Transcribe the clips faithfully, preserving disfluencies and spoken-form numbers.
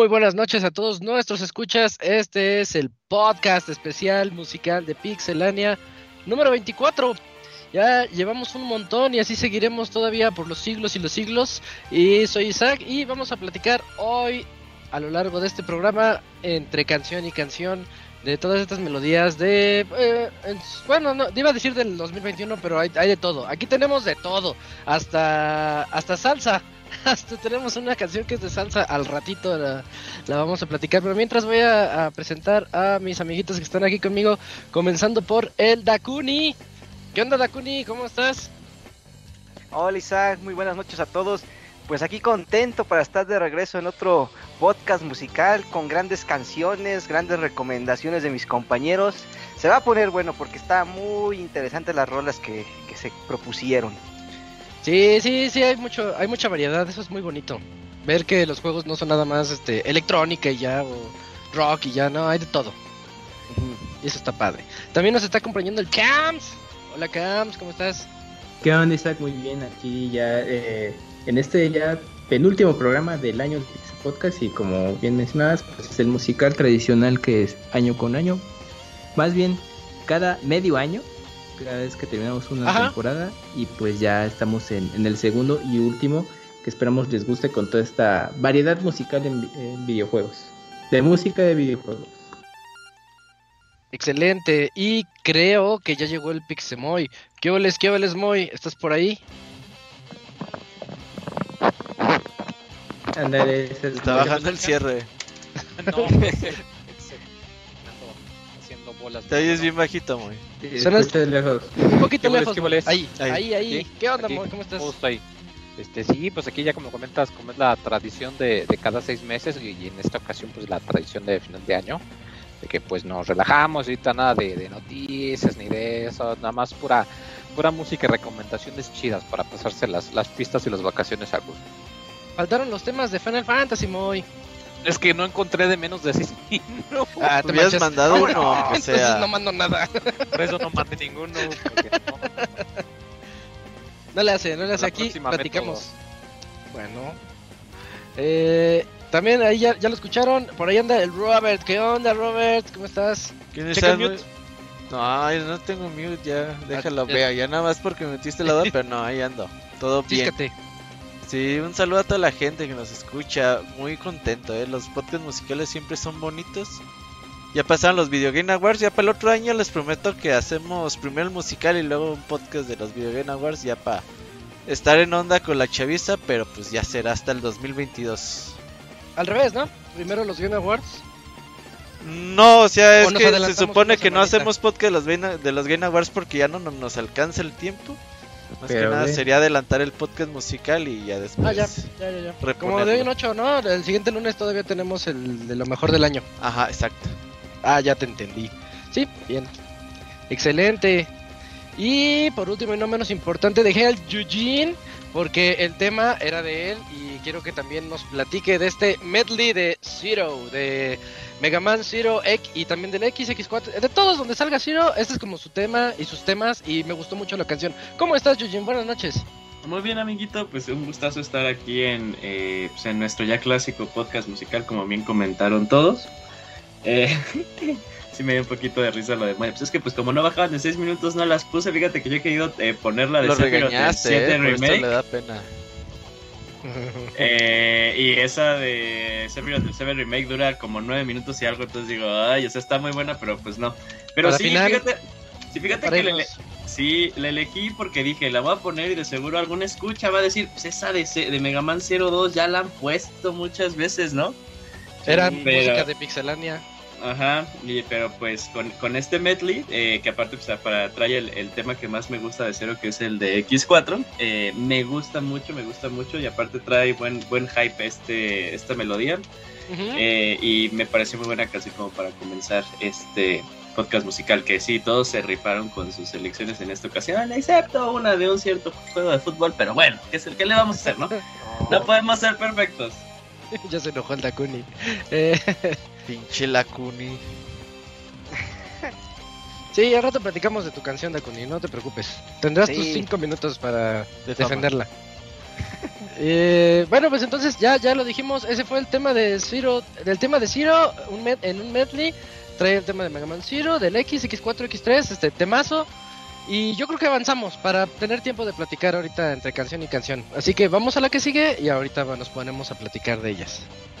Muy buenas noches a todos nuestros escuchas. Este es el podcast especial musical de Pixelania número veinticuatro. Ya llevamos un montón y así seguiremos todavía por los siglos y los siglos. Y soy Isaac y vamos a platicar hoy a lo largo de este programa entre canción y canción de todas estas melodías de... Eh, en, bueno, no, iba a decir del dos mil veintiuno, pero hay, hay de todo. Aquí tenemos de todo, hasta, hasta salsa. Hasta tenemos una canción que es de salsa, al ratito la, la vamos a platicar, pero mientras voy a, a presentar a mis amiguitos que están aquí conmigo, comenzando por el Dakuni. ¿Qué onda, Dakuni? ¿Cómo estás? Hola Isaac, muy buenas noches a todos. Pues aquí contento para estar de regreso en otro podcast musical con grandes canciones, grandes recomendaciones de mis compañeros. Se va a poner bueno porque está muy interesante las rolas que, que se propusieron. Sí, sí, sí, hay mucho, hay mucha variedad, eso es muy bonito. Ver que los juegos no son nada más este electrónica y ya, o rock y ya, no, hay de todo. Uh-huh. Y eso está padre. También nos está acompañando el Cams. Hola Cams, ¿cómo estás? ¿Qué onda, Isaac? Muy bien, aquí ya eh, en este ya penúltimo programa del año de este podcast, y como bien mencionabas, pues es el musical tradicional que es año con año, más bien cada medio año, cada vez que terminamos una Ajá. temporada, y pues ya estamos en, en el segundo y último, que esperamos les guste con toda esta variedad musical en, en videojuegos, de música de videojuegos. Excelente, y creo que ya llegó el Pixemoy. ¿Qué oles, qué oles, Moy? ¿Estás por ahí? Andale, está bajando el cierre. No, haciendo bolas. Te oyes bien bajito, Moy. Suenas lejos. Un poquito ¿Qué lejos. boles, ahí, ahí, ahí, ahí. ¿Sí? ¿Qué onda, Aquí, Moy? ¿Cómo estás? Justo ahí. Este, sí, pues aquí ya como comentas, como es la tradición de, de cada seis meses, y, y en esta ocasión pues la tradición de final de año, de que pues nos relajamos, ahorita nada de, de noticias ni de eso, nada más pura pura música y recomendaciones chidas para pasarse las, las pistas y las vacaciones a gusto. Faltaron los temas de Final Fantasy, Moy. Es que no encontré de menos de seis. No. Ah, te me has mandado no, uno, no, o entonces sea... no mando nada. Por eso no mandé ninguno. No. no le hace, no le hace. Aquí platicamos. Método. Bueno. Eh... También ahí ya, ya lo escucharon, por ahí anda el Robert. ¿Qué onda, Robert? ¿Cómo estás? ¿Quién está? Mute? No, yo no tengo mute, ya, déjalo, vea, ya nada más porque metiste la duda, pero no, ahí ando, todo bien. Fíjate. Sí, un saludo a toda la gente que nos escucha, muy contento, eh, los podcasts musicales siempre son bonitos. Ya pasaron los Video Game Awards, ya para el otro año les prometo que hacemos primero el musical y luego un podcast de los Video Game Awards, ya para estar en onda con la chaviza, pero pues ya será hasta el dos mil veintidós. Al revés, ¿no? Primero los Game Awards. No, o sea, es o que se supone que no hacemos podcast de los, de los Game Awards porque ya no nos alcanza el tiempo. Más Pero que nada bien. Sería adelantar el podcast musical y ya después. Ah, ya, ya, ya. ya. Como de hoy en ocho, ¿no? El siguiente lunes todavía tenemos el de lo mejor del año. Ajá, exacto. Ah, ya te entendí. Sí, bien. Excelente. Y por último y no menos importante, dejé al Eugene porque el tema era de él y quiero que también nos platique de este medley de Zero, de Mega Man Zero X y también del X X cuatro, de todos donde salga Zero, este es como su tema y sus temas y me gustó mucho la canción. ¿Cómo estás, Eugene? Buenas noches. Muy bien, amiguito, pues un gustazo estar aquí en, eh, pues en nuestro ya clásico podcast musical, como bien comentaron todos. Eh... Sí me dio un poquito de risa lo de... Bueno, pues es que pues como no bajaban de seis minutos no las puse. Fíjate que yo he querido eh, ponerla de Lo regañaste, siete eh, Remake. Por esto le da pena. eh, y esa de Sephiroth siete Remake dura como nueve minutos y algo. Entonces digo, ay, o sea, está muy buena, pero pues no. Pero Para sí, final, fíjate, sí, fíjate que le, sí, la elegí porque dije, la voy a poner y de seguro alguna escucha va a decir, pues esa de, de Mega Man Zero dos ya la han puesto muchas veces, ¿no? Era sí, música pero... de Pixelania. Ajá, y, pero pues con, con este medley, eh, que aparte pues, para trae el, el tema que más me gusta de Zero, que es el de equis cuatro, eh, me gusta mucho, me gusta mucho, y aparte trae buen buen hype este esta melodía, uh-huh. eh, y me pareció muy buena casi como para comenzar este podcast musical, que sí, todos se rifaron con sus selecciones en esta ocasión, excepto una de un cierto juego de fútbol, pero bueno, ¿qué es el que le vamos a hacer, no? No podemos ser perfectos. Ya se enojó el Dakuni. Eh... Pinche Dakuni. Sí, al rato platicamos de tu canción, Dakuni, no te preocupes. Tendrás sí. tus cinco minutos para de defenderla. Eh, bueno, pues entonces ya ya lo dijimos, ese fue el tema de Zero, del tema de Zero, un med, en un medley, trae el tema de Mega Man Zero, del X, X cuatro, X tres, este temazo, y yo creo que avanzamos para tener tiempo de platicar ahorita entre canción y canción, así que vamos a la que sigue y ahorita nos ponemos a platicar de ellas.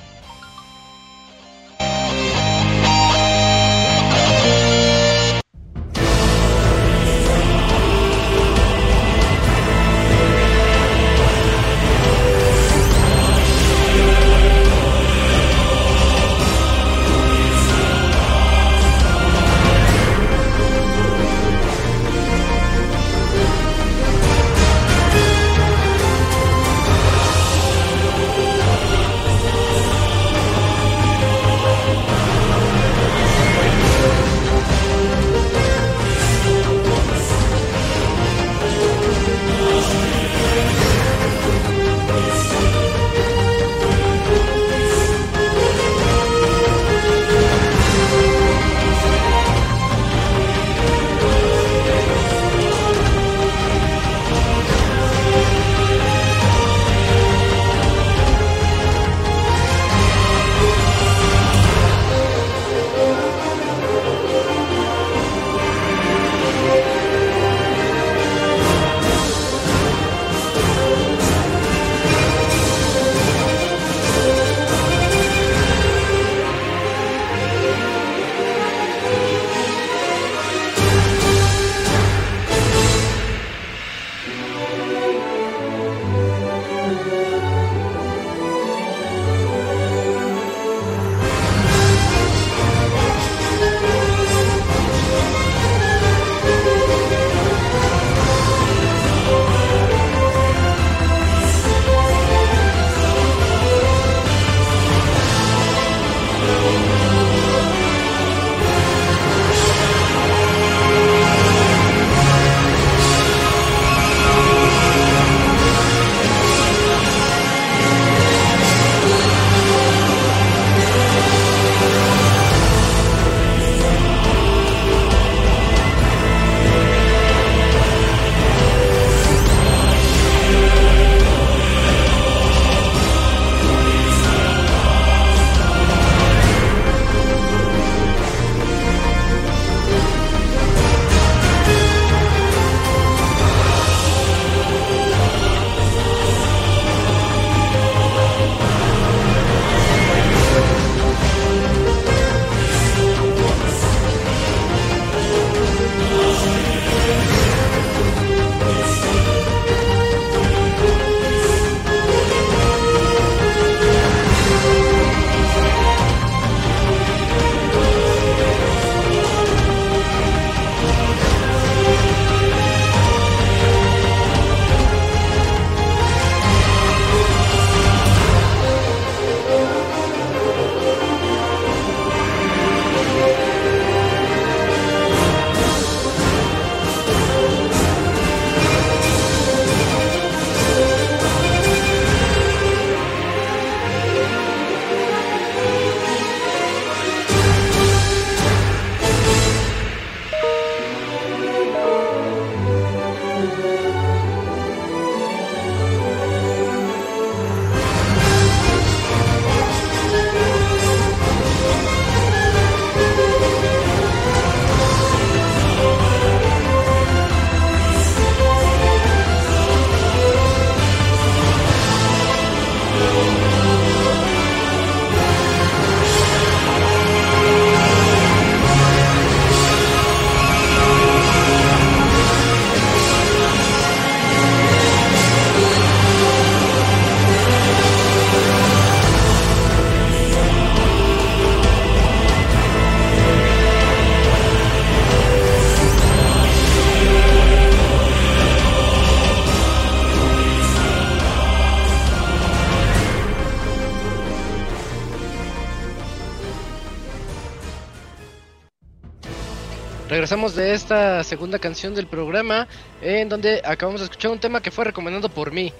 Regresamos de esta segunda canción del programa, en donde acabamos de escuchar un tema que fue recomendado por mí.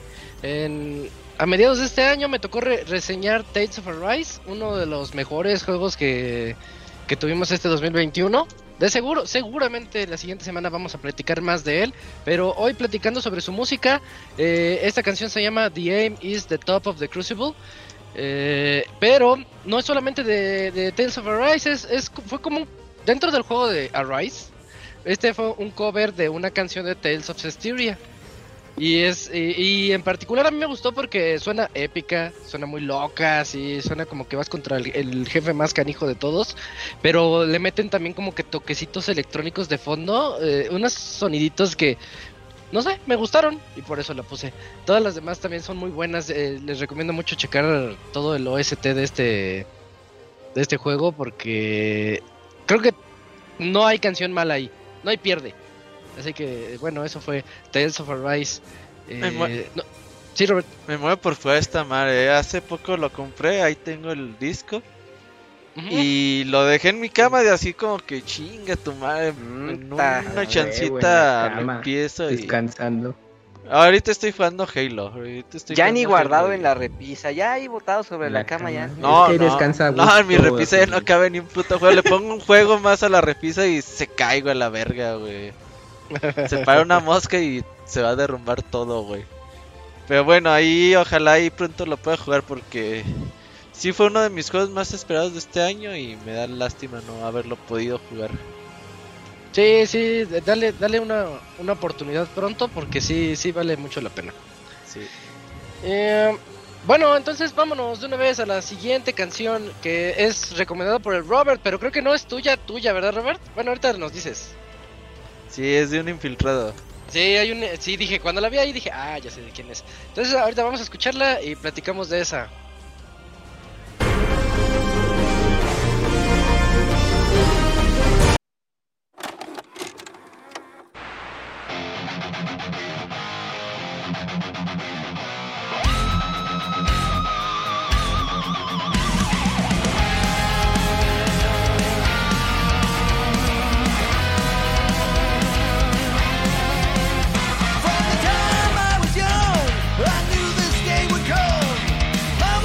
En, a mediados de este año me tocó re reseñar Tales of Arise, uno de los mejores juegos que, que tuvimos este dos mil veintiuno. De seguro, seguramente la siguiente semana vamos a platicar más de él, pero hoy platicando sobre su música, eh, esta canción se llama The Aim is the Top of the Crucible, eh, pero no es solamente de, de Tales of Arise, es, es, fue como dentro del juego de Arise, este fue un cover de una canción de Tales of Cestiria. Y es y, y en particular a mí me gustó porque suena épica, suena muy loca, así, suena como que vas contra el, el jefe más canijo de todos, pero le meten también como que toquecitos electrónicos de fondo, eh, unos soniditos que, no sé, me gustaron y por eso la puse. Todas las demás también son muy buenas, eh, les recomiendo mucho checar todo el O S T de este, de este juego porque creo que no hay canción mala ahí, no hay pierde. Así que, bueno, eso fue Tales of Arise. Eh, Me mue- no, sí, Robert. Me mueve por fuera esta madre. Hace poco lo compré, ahí tengo el disco. Ujú. Y lo dejé en mi cama de así como que chinga tu madre. En ta, una eh, chancita buena me cama, empiezo y... Descansando. Ahorita estoy jugando Halo. Ahorita estoy Ya ni jugando guardado Halo. en la repisa, ya ahí botado sobre la, La cama, ya. cama. No, Es que ahí no, descansa a no, en mi gusto, repisa ya así. no cabe ni un puto juego. Le pongo un juego más a la repisa y se caigo a la verga, güey. Se para una mosca y se va a derrumbar todo, güey. Pero bueno, ahí ojalá y pronto lo pueda jugar porque sí fue uno de mis juegos más esperados de este año y me da lástima no haberlo podido jugar. Sí, sí, dale, dale una, una oportunidad pronto porque sí, sí vale mucho la pena. Sí. Eh, bueno, entonces vámonos de una vez a la siguiente canción que es recomendada por el Robert, pero creo que no es tuya, tuya, ¿verdad, Robert? Bueno, ahorita nos dices. Sí, es de un infiltrado. Sí, hay un, sí, dije, cuando la vi ahí dije, ah, ya sé de quién es. Entonces ahorita vamos a escucharla y platicamos de esa. From the time I was young, I knew this day would come. My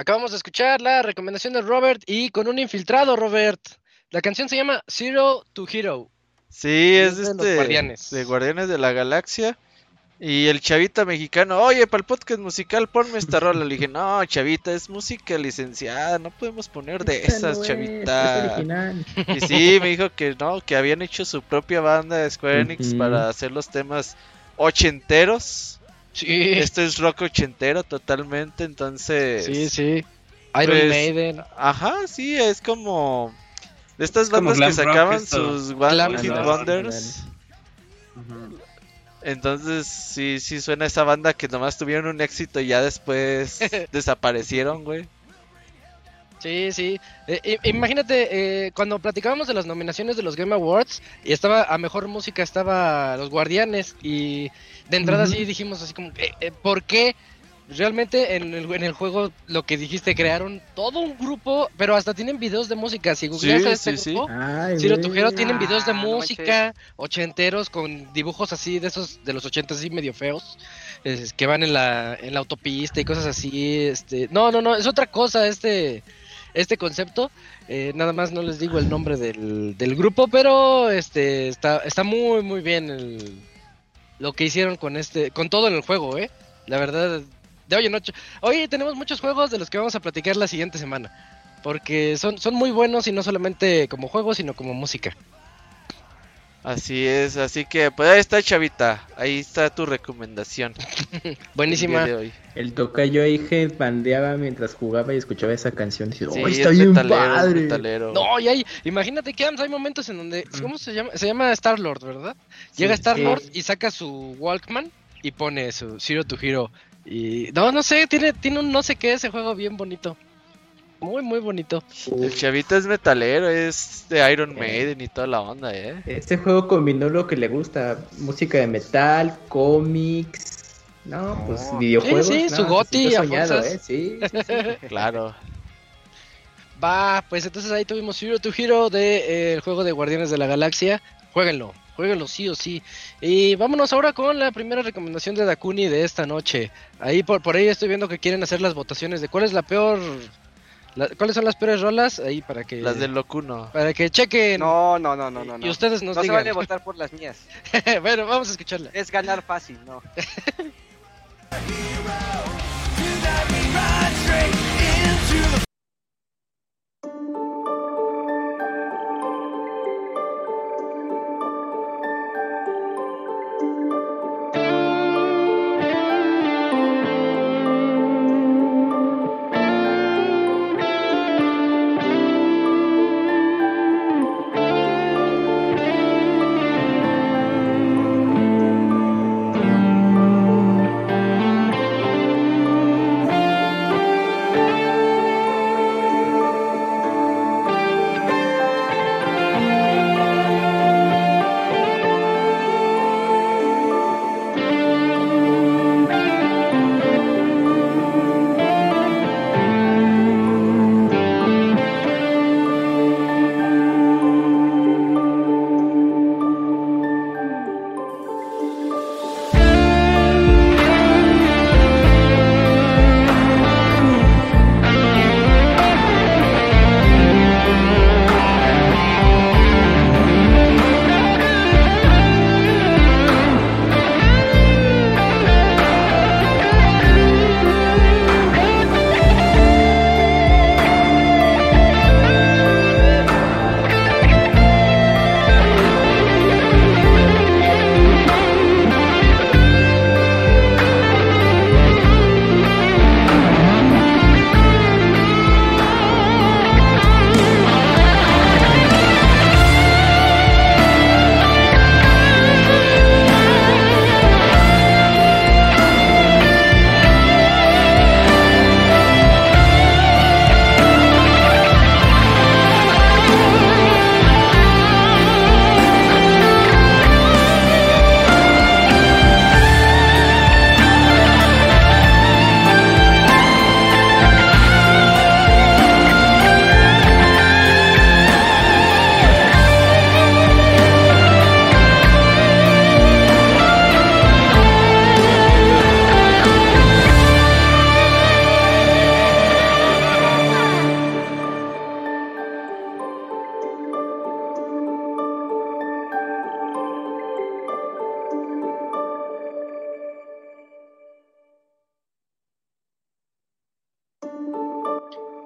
acabamos de escuchar la recomendación de Robert y con un infiltrado, Robert. La canción se llama Zero to Hero. Sí, es Es de los este Guardianes. de Guardianes de la Galaxia. Y el chavita mexicano, oye, para el podcast musical ponme esta rola. Le dije, no, chavita, es música licenciada, no podemos poner de Esta esas, no es, chavita. es original. Y sí, me dijo que no, que habían hecho su propia banda de Square Enix Ujú. para hacer los temas ochenteros. Sí, Esto es rock ochentero totalmente, entonces... sí, sí. Iron pues, Maiden. Ajá, sí, es como... De estas Es como bandas que glam rock sacaban esto. sus One Glam Hit rock. Wonders. Ujú. Entonces, sí, sí suena esa banda que nomás tuvieron un éxito y ya después desaparecieron, güey. Sí, sí. Eh, eh, imagínate, eh, cuando platicábamos de las nominaciones de los Game Awards, y estaba a mejor música, estaba Los Guardianes, y de entrada Ujú. sí dijimos así como, eh, eh, ¿por qué? Realmente en el, en el juego, lo que dijiste, crearon todo un grupo, pero hasta tienen videos de música. Si googleas Sí, a este sí, sí. grupo, Ay, Ciro güey. Tujero tienen videos de Ah, no música ochenteros con dibujos así de esos de los ochentas así medio feos, es, que van en la en la autopista y cosas así. Este, no, no, no, es otra cosa este este concepto. Eh, nada más no les digo el nombre del, del grupo, pero este está está muy muy bien el, lo que hicieron con este con todo en el juego, eh. La verdad, de hoy en ocho. Hoy tenemos muchos juegos de los que vamos a platicar la siguiente semana. Porque son, son muy buenos y no solamente como juegos, sino como música. Así es, así que pues ahí está, chavita. Ahí está tu recomendación. Buenísima. el día de hoy. El tocayo ahí bandeaba mientras jugaba y escuchaba esa canción. Y decía, Sí, ¡oh, está es bien metalero, es padre! metalero. No, y hay, imagínate que hay momentos en donde, ¿cómo se llama? Se llama Star Lord, ¿verdad? Sí, Llega Star Lord sí. y saca su Walkman y pone su Zero to Hero. Y no, no sé, tiene, tiene un no sé qué ese juego bien bonito. Muy, muy bonito. El chavita es metalero, es de Iron Eh. Maiden y toda la onda, eh. Este juego combinó lo que le gusta: música de metal, cómics, no, pues Oh. videojuegos. Sí, sí, no, su se goti sintió a soñado, fuerzas. ¿eh? Sí, sí, sí. Claro. Va, pues entonces ahí tuvimos Zero to Hero de, eh, el juego de Guardianes de la Galaxia. Jueguenlo, jueguenlo sí o sí. Y vámonos ahora con la primera recomendación de Dakuni de esta noche. Ahí por, por ahí estoy viendo que quieren hacer las votaciones de cuál es la peor... la- ¿Cuáles son las peores rolas? Ahí para que... Las del Locuno. Para que chequen. No, no, no, no, no. Y ustedes nos no se digan. vale votar por las mías. Bueno, vamos a escucharla. Es ganar fácil, ¿no?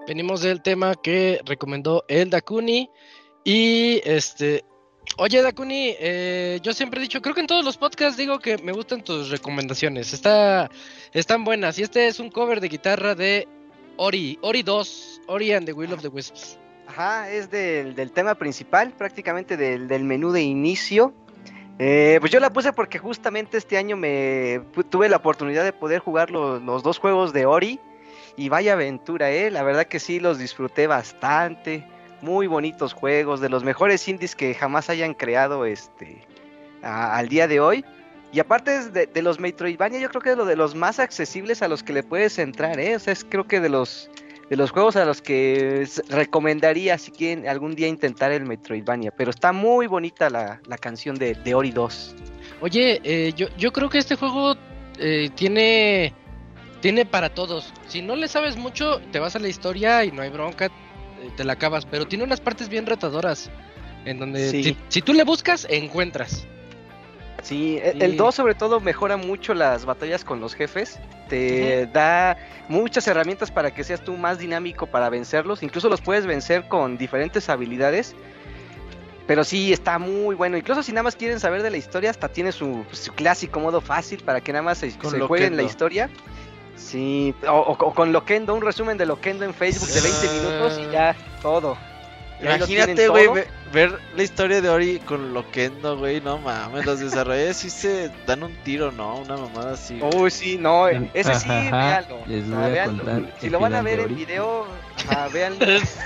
Venimos del tema que recomendó el Dakuni. Y este... Oye, Dakuni, eh, yo siempre he dicho, creo que en todos los podcasts digo que me gustan tus recomendaciones. Está, están buenas. Y este es un cover de guitarra de Ori, Ori dos, Ori and the Will of the Wisps. Ajá, es del, del tema principal, prácticamente del, del menú de inicio. Eh, pues yo la puse porque justamente este año me tuve la oportunidad de poder jugar los, los dos juegos de Ori. Y vaya aventura, eh, la verdad que sí los disfruté bastante. Muy bonitos juegos, de los mejores indies que jamás hayan creado este a, al día de hoy. Y aparte de, de los Metroidvania, yo creo que es lo de los más accesibles a los que le puedes entrar, ¿eh? O sea, es creo que de los de los juegos a los que recomendaría si quieren algún día intentar el Metroidvania. Pero está muy bonita la, la canción de, de Ori dos. Oye, eh, yo, yo creo que este juego eh, tiene, tiene para todos. Si no le sabes mucho, te vas a la historia y no hay bronca, te la acabas, pero tiene unas partes bien retadoras en donde Sí. si, si tú le buscas, encuentras. Sí, el- Sí. el dos sobre todo mejora mucho las batallas con los jefes, te da muchas herramientas para que seas tú más dinámico para vencerlos, incluso los puedes vencer con diferentes habilidades, pero sí, está muy bueno, incluso si nada más quieren saber de la historia, hasta tiene su, su clásico modo fácil para que nada más se, Con se jueguen la Loquendo. historia. Sí, o, o- o con Loquendo, un resumen de Loquendo en Facebook de veinte minutos y ya todo. Y ahí lo Imagínate, tienen güey, todo. ve- ver la historia de Ori con Loquendo, güey, no mames, los desarrolladores sí se dan un tiro, ¿no? Una mamada así. güey. Uy, sí, no, eh, ese sí, Ajá, véanlo. les o sea, voy a véanlo. contar Si el lo van a final de ver en Ori. video, ajá, véanlo.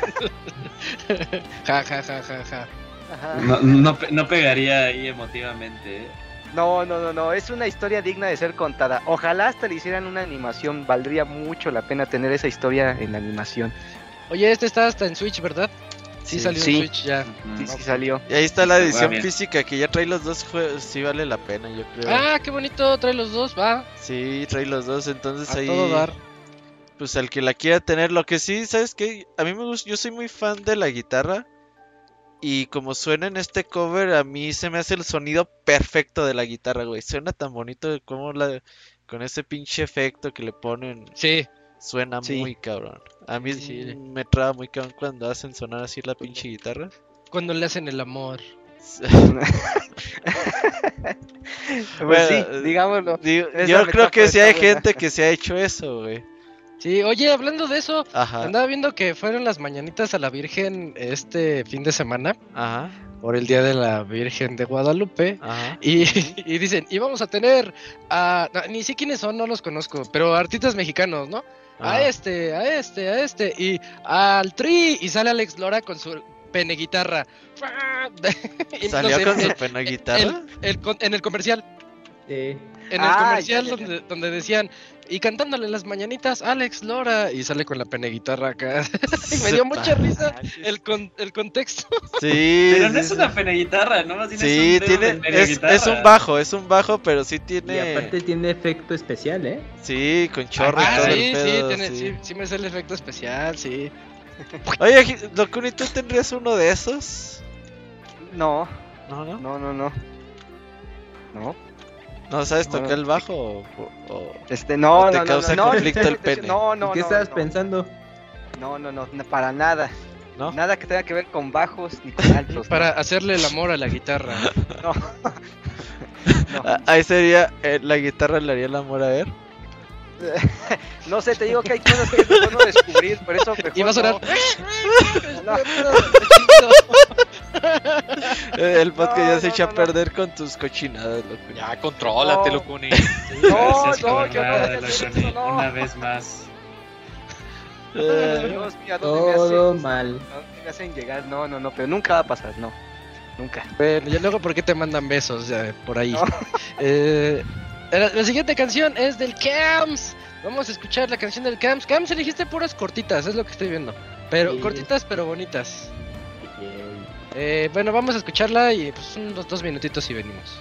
Ja, ja, ja, ja, ja. Ajá. No, no, pe- no pegaría ahí emotivamente. ¿eh? No, no, no, no, es una historia digna de ser contada. Ojalá hasta le hicieran una animación, valdría mucho la pena tener esa historia en animación. Oye, este está hasta en Switch, ¿verdad? Sí, Sí. salió Sí. en Switch ya. Sí, sí salió. Y ahí está la Está edición bien. física que ya trae los dos juegos, sí vale la pena, yo creo. Ah, qué bonito, trae los dos, va. Sí, trae los dos, entonces A ahí todo dar. pues al que la quiera tener, lo que sí, ¿sabes qué? A mí me gusta, yo soy muy fan de la guitarra y como suena en este cover, a mí se me hace el sonido perfecto de la guitarra, güey. Suena tan bonito como la con ese pinche efecto que le ponen, Sí. suena Sí. muy cabrón. A mí Sí, sí. me traba muy cabrón cuando hacen sonar así la pinche guitarra. Cuando le hacen el amor. Pues Bueno, sí, digámoslo. Digo, Esa yo creo metáfora que sí está hay buena. gente que se ha hecho eso, güey. Sí, oye, hablando de eso, Ajá, andaba viendo que fueron las mañanitas a la Virgen este fin de semana ajá, por el Día de la Virgen de Guadalupe. ajá. Y, y dicen, y vamos a tener a, no, ni sé quiénes son, no los conozco, pero artistas mexicanos, ¿no? A ajá. este, a este, a este, y al Tri, y sale Alex Lora con su pene guitarra. Y no ¿Salió sé, con su el- pena el- guitarra? el con- en el comercial, Eh, en el Ah, comercial ya, ya, ya. Donde, donde decían, y cantándole las mañanitas, Alex Lora, y sale con la pene guitarra acá. Y me dio mucha risa el, con, el contexto. Sí, Pero no sí, es sí. una pena guitarra, ¿no? Más bien Sí, es un dedo tiene, de pene es, guitarra. es un bajo, es un bajo, pero sí y tiene, aparte tiene efecto especial, ¿eh? sí, con chorro y Ah, todo sí, el pedo, sí, tiene- sí. sí, sí me sé el efecto especial, sí. Oye, Gi- Locuni, ¿tú tendrías uno de esos? No, No, no, no, no, no. No, no sabes No. tocar el bajo o, o- este, no, ¿O te no, no, causa no, no, conflicto no, el pene? No, no, ¿Qué no, estabas no. pensando? No, no, no, no, para nada. ¿no? Nada que tenga que ver con bajos ni con altos. Para hacerle el amor a la guitarra. No. No. Ah, ahí sería, eh, la guitarra le haría el amor a ver. No sé, te digo que hay cosas que es mejor no descubrir, por eso mejor Y va a sonar. no. Eh, El podcast No, ya se no, echa no, a no. perder con tus cochinadas, Locuni. Ya, contrólate, No. Locuni. No, Gracias no, por yo no nada, voy a hacer Locuni, eso, no. una vez más. Eh, Dios mío, ¿a dónde me Todo hacen, mal. ¿a dónde me hacen llegar? No, no, no, pero nunca va a pasar, no. Nunca. Bueno, y luego, ¿por qué te mandan besos eh, por ahí? No. Eh, la, la siguiente canción es del Cams. Vamos a escuchar la canción del Cams. Cams, elegiste puras cortitas, es lo que estoy viendo. Pero Sí. cortitas, pero bonitas. Eh, bueno, vamos a escucharla y pues unos dos minutitos y venimos.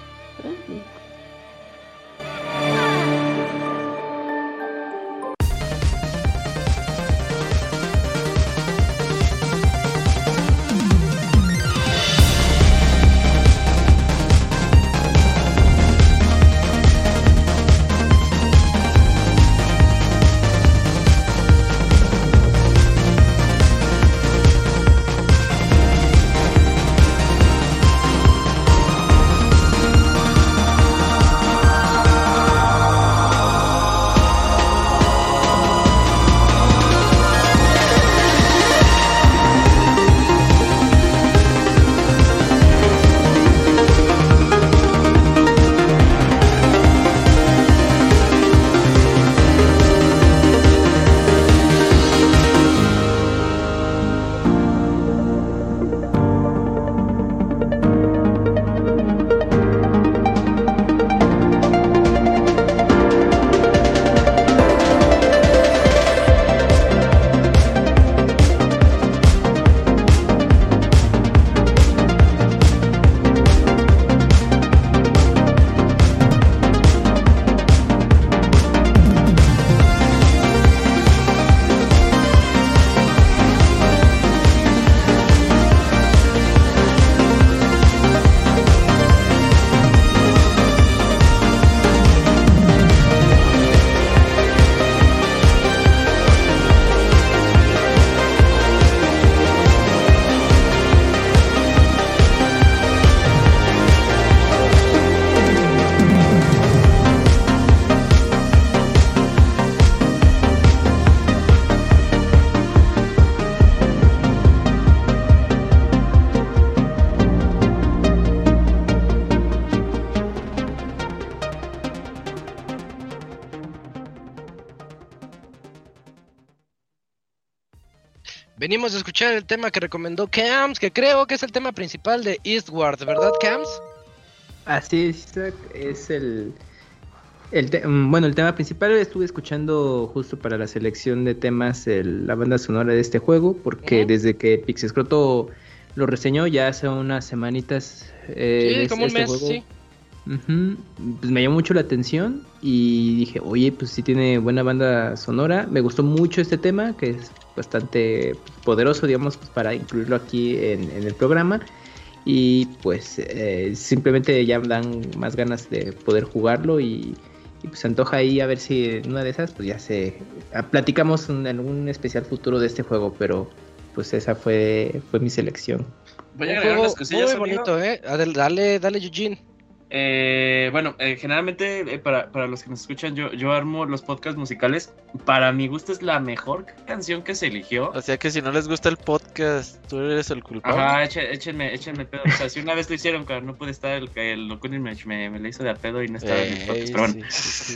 Thank venimos de escuchar el tema que recomendó Camps, que creo que es el tema principal de Eastward, ¿verdad, Camps? Así es, Isaac, es el, el te- mm, bueno, el tema principal. Estuve escuchando justo para la selección de temas el- la banda sonora de este juego, porque Ujú. desde que Pixescroto lo reseñó ya hace unas semanitas, eh, Sí, es- como un este mes, juego, sí. ujú, pues me llamó mucho la atención y dije, oye, pues sí tiene buena banda sonora. Me gustó mucho este tema, que es bastante poderoso, digamos, pues, para incluirlo aquí en, en el programa. Y pues eh, simplemente ya me dan más ganas de poder jugarlo y, y pues se antoja ahí a ver si en una de esas pues ya se ah, platicamos en algún especial futuro de este juego, pero pues esa fue fue mi selección. Voy a Un agregar juego unas cosillas, muy amigo. bonito, ¿eh? Adel- Dale, dale, Eugene. Eh, bueno, eh, generalmente eh, para, para los que nos escuchan, yo, yo armo los podcasts musicales. Para mi gusto es la mejor canción que se eligió. O sea que si no les gusta el podcast, tú eres el culpable. Ajá, eche- échenme, échenme pedo. O sea, si una vez lo hicieron, claro, no pude estar, el, el Locuni me, me, me le hizo de a pedo y no estaba en el Ey, podcast, pero bueno. sí, sí, sí.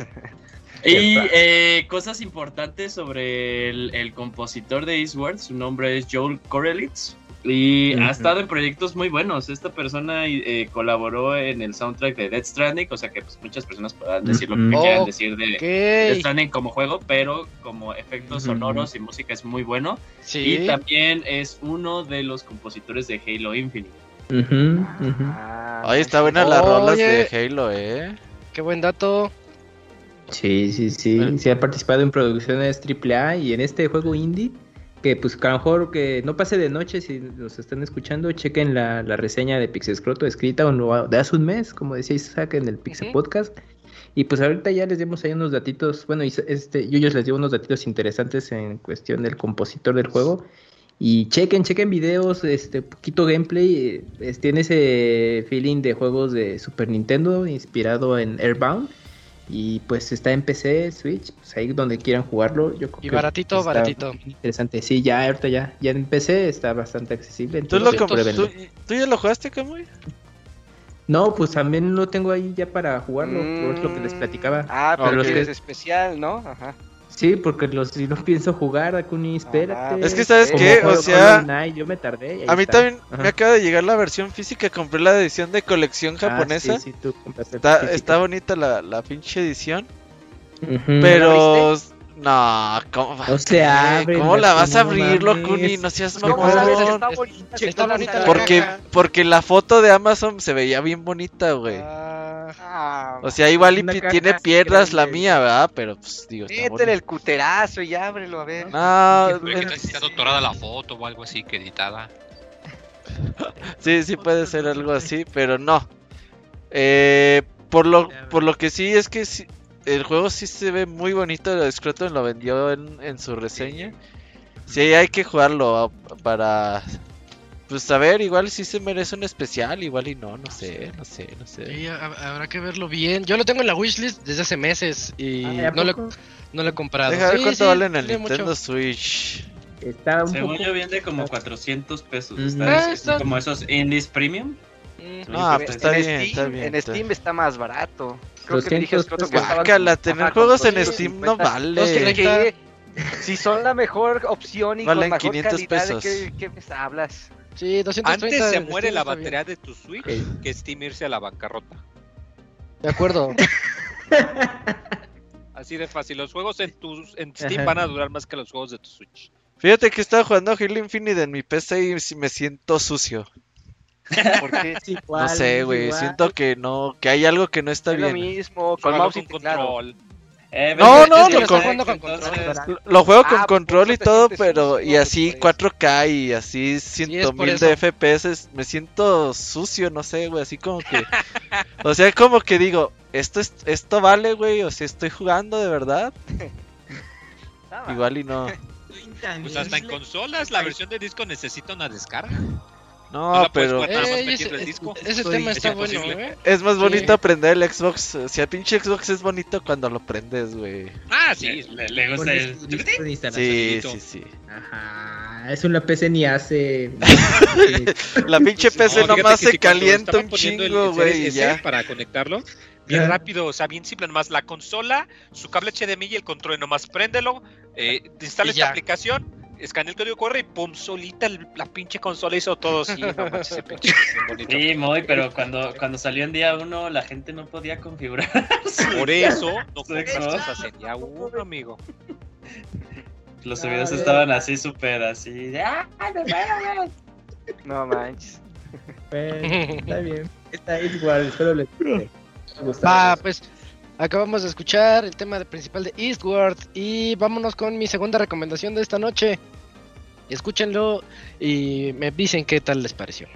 Y eh, cosas importantes sobre el, el compositor de Eastward, su nombre es Joel Korelitz. Y Ujú. ha estado en proyectos muy buenos. Esta persona eh, colaboró en el soundtrack de Death Stranding, o sea que pues, muchas personas podrán decir lo que Ujú. quieran Ok. decir de Death Ok. Stranding como juego, pero como efectos Ujú. sonoros y música es muy bueno. Sí. Y también es uno de los compositores de Halo Infinite. Ujú, ujú. Ah, Oye, está buena las Oye. rolas de Halo, eh. Qué buen dato. Sí, sí, sí, Bueno. sí ha participado en producciones triple A y en este juego indie, que pues que a lo mejor que no pase de noche si nos están escuchando, chequen la, la reseña de Pixescroto escrita o no, de hace un mes, como decía Isaac en el Pixel Ujú. Podcast. Y pues ahorita ya les dimos ahí unos datitos, bueno, y este, yo les digo unos datitos interesantes en cuestión del compositor del juego. Y chequen, chequen videos, este, poquito gameplay, eh, es- tiene ese feeling de juegos de Super Nintendo inspirado en Airbound. Y pues está en P C, Switch, pues ahí donde quieran jugarlo. Yo creo Y que baratito, está baratito. muy interesante. Sí, ya ahorita ya, ya en P C está bastante accesible. ¿Tú, lo Entonces, comp- pruébenlo. tú, ¿Tú ya lo jugaste, Camuy? No, pues también lo tengo ahí ya para jugarlo, por lo que les Mm, platicaba. Ah, pero Ok. los que es especial, ¿no? Ajá. Sí, porque los, si no pienso jugar, Dakuni, espérate. Es que, ¿sabes Como qué? O Hollow- sea, Hollow Knight, yo me tardé. y ahí A mí está. también Ajá. me acaba de llegar la versión física, compré la edición de colección Ah, japonesa. sí, sí, tú compraste Está, física. está bonita la, la pinche edición. Ujú. Pero... No, ¿cómo, va- No se abre, ¿Cómo la vas a Dakuni, no abrir, mames. Locuni? No seas ¿Cómo mamón. sabes que no, está es- bonita? está Si no la bonita la sabes? Porque, caja. porque la foto de Amazon se veía bien bonita, güey. Ah, Ah, O sea, igual y Una pi- caja tiene así piedras la grande. mía, ¿verdad? Pero pues digo, está métele bonita. el cuterazo y ábrelo, a ver. No, Pero que en- tal si está doctorada la foto o algo así que editada. sí, sí puede ser algo así, pero no. Eh, por lo, por lo que sí es que sí, el juego sí se ve muy bonito. Scroton lo vendió en, en su reseña. Sí, hay que jugarlo ah, para, pues saber, igual si se merece un especial, igual y no, no sé, no sé, no sé. sí, ha- habrá que verlo bien. Yo lo tengo en la wishlist desde hace meses y Ay, ¿a no, lo, poco? no lo he comprado. Deja ver Sí, cuánto sí, vale en el tiene Nintendo mucho. Switch. Está un Según poco... yo vende como cuatrocientos pesos. Ujú. Está, Ah, es está. como esos indies premium. Mm. No, En- pues está en bien, Steam, está bien, En está Steam bien. está más barato. Creo que te dije doscientos Scroto, que estaban Guácala, como- tener ajá, juegos con en Steam no doscientos cincuenta. Dos vale. treinta. ¿Qué? Si son la mejor opción y Valen con mejor quinientos calidad, pesos. ¿de qué, qué me hablas? Sí, doscientos treinta. Antes se de muere Steam la está bien. batería de tu Switch Ok. que Steam irse a la bancarrota. De acuerdo. Así de fácil. Los juegos en, tus, en Steam Ajá. van a durar más que los juegos de tu Switch. Fíjate que estaba jugando Halo Infinite en mi P C y sí me siento sucio. ¿Por qué? Es igual, No sé, es güey, igual. siento que no, que hay algo que no está Es lo bien. mismo, con Juégalo mouse y con teclado. control. Eh, No, ves, no, es lo que con- Alex, con entonces, control. Lo juego con Ah, control por y eso te todo, sientes pero sucio, y así por eso. cuatro K y así ciento por mil eso. de F P S, me siento sucio, no sé, güey, así como que, o sea, como que digo, esto es, esto vale, güey, o sea, estoy jugando de verdad, Nada. igual y no, Pues hasta en consolas la versión de disco necesita una descarga. no, la puedes pero jugar. Nada más Ey, ese, metiendo el disco. ese Soy- tema es está bueno, imposible. ¿eh? es más Sí. bonito aprender el Xbox, o sea, pinche Xbox es bonito cuando lo prendes, güey. Ah, le, sí. le- le gusta Pones el... tu disco de instalación. Sí, solito. sí, sí. Ajá, es una P C ni hace... La pinche P C No, fíjate nomás que se sí, cuando calienta estaban un poniendo el- chingo, el güey, y Series ya. S para conectarlo, bien Ajá. rápido, o sea, bien simple, nomás la consola, su cable H D M I y el control, nomás préndelo, eh, instala Y esta ya. aplicación, escaneé el código Q R y pum, solita el- la pinche consola hizo todo. Sí, no manches, ese pinche bien bonito. Sí, muy, pero cuando, cuando salió en día uno, la gente no podía configurar. Por eso no Sí, compras en día uno, amigo. Los servidores estaban así, súper así. de, ¡ah, no puedo! No manches. Bueno, está bien. Está igual, espero les guste. Va, pues acabamos de escuchar el tema de- principal de Eastward y vámonos con mi segunda recomendación de esta noche. Escúchenlo y me dicen qué tal les pareció.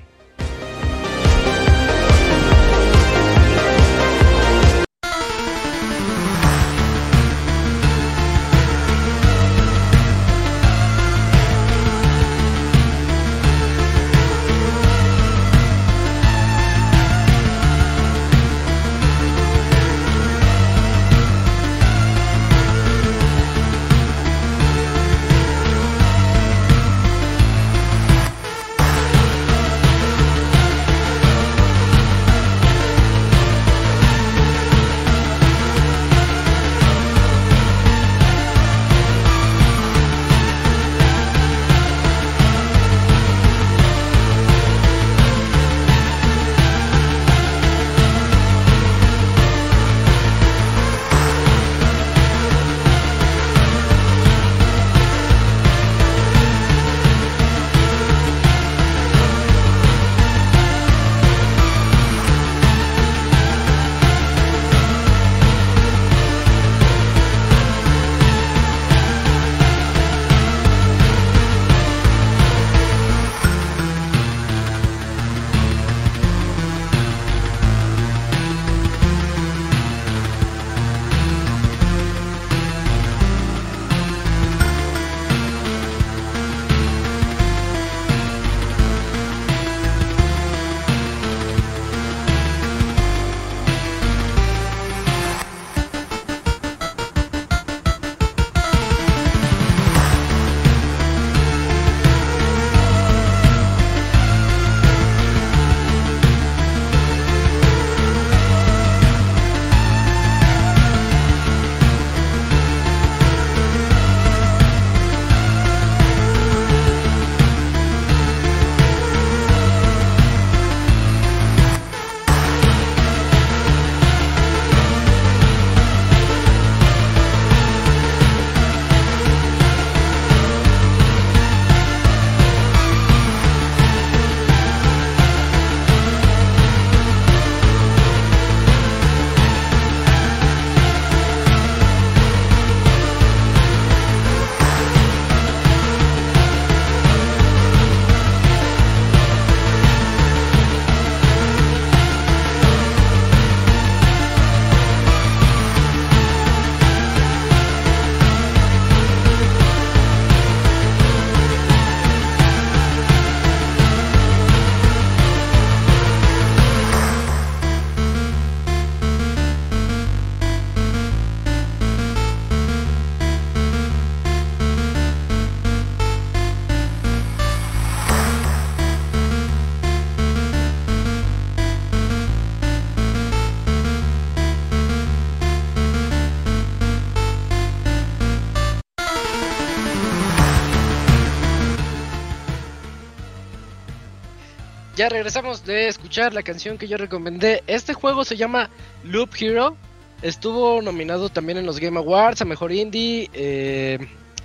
Ya regresamos de escuchar la canción que yo recomendé. Este juego se llama Loop Hero. Estuvo nominado también en los Game Awards a Mejor Indie. Eh,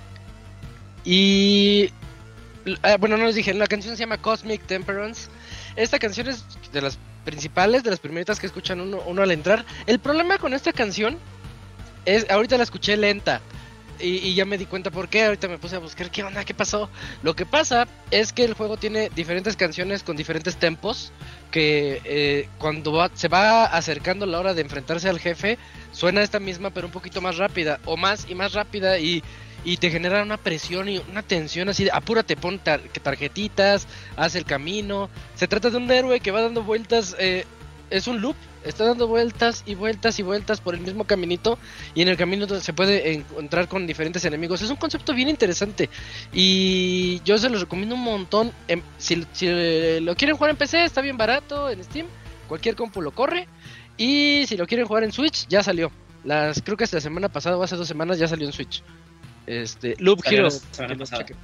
y... ah, bueno, no les dije, la canción se llama Cosmic Temperance. Esta canción es de las principales, de las primeritas que escuchan uno, uno al entrar. El problema con esta canción es, ahorita la escuché lenta. Y, y ya me di cuenta por qué, ahorita me puse a buscar qué onda, qué pasó. Lo que pasa es que el juego tiene diferentes canciones con diferentes tempos, que eh, cuando va, se va acercando la hora de enfrentarse al jefe, suena esta misma pero un poquito más rápida, o más y más rápida, y, y te genera una presión y una tensión así de apúrate, pon tar- tarjetitas, haz el camino. Se trata de un héroe que va dando vueltas, eh, es un loop, está dando vueltas y vueltas y vueltas por el mismo caminito, y en el camino se puede encontrar con diferentes enemigos. Es un concepto bien interesante y yo se los recomiendo un montón. En, si, si lo quieren jugar en P C, está bien barato en Steam, cualquier compu lo corre, y si lo quieren jugar en Switch, ya salió. Las, creo que hasta la semana pasada o hace dos semanas ya salió en Switch. Este, Loop Salió Hero. la semana pasada.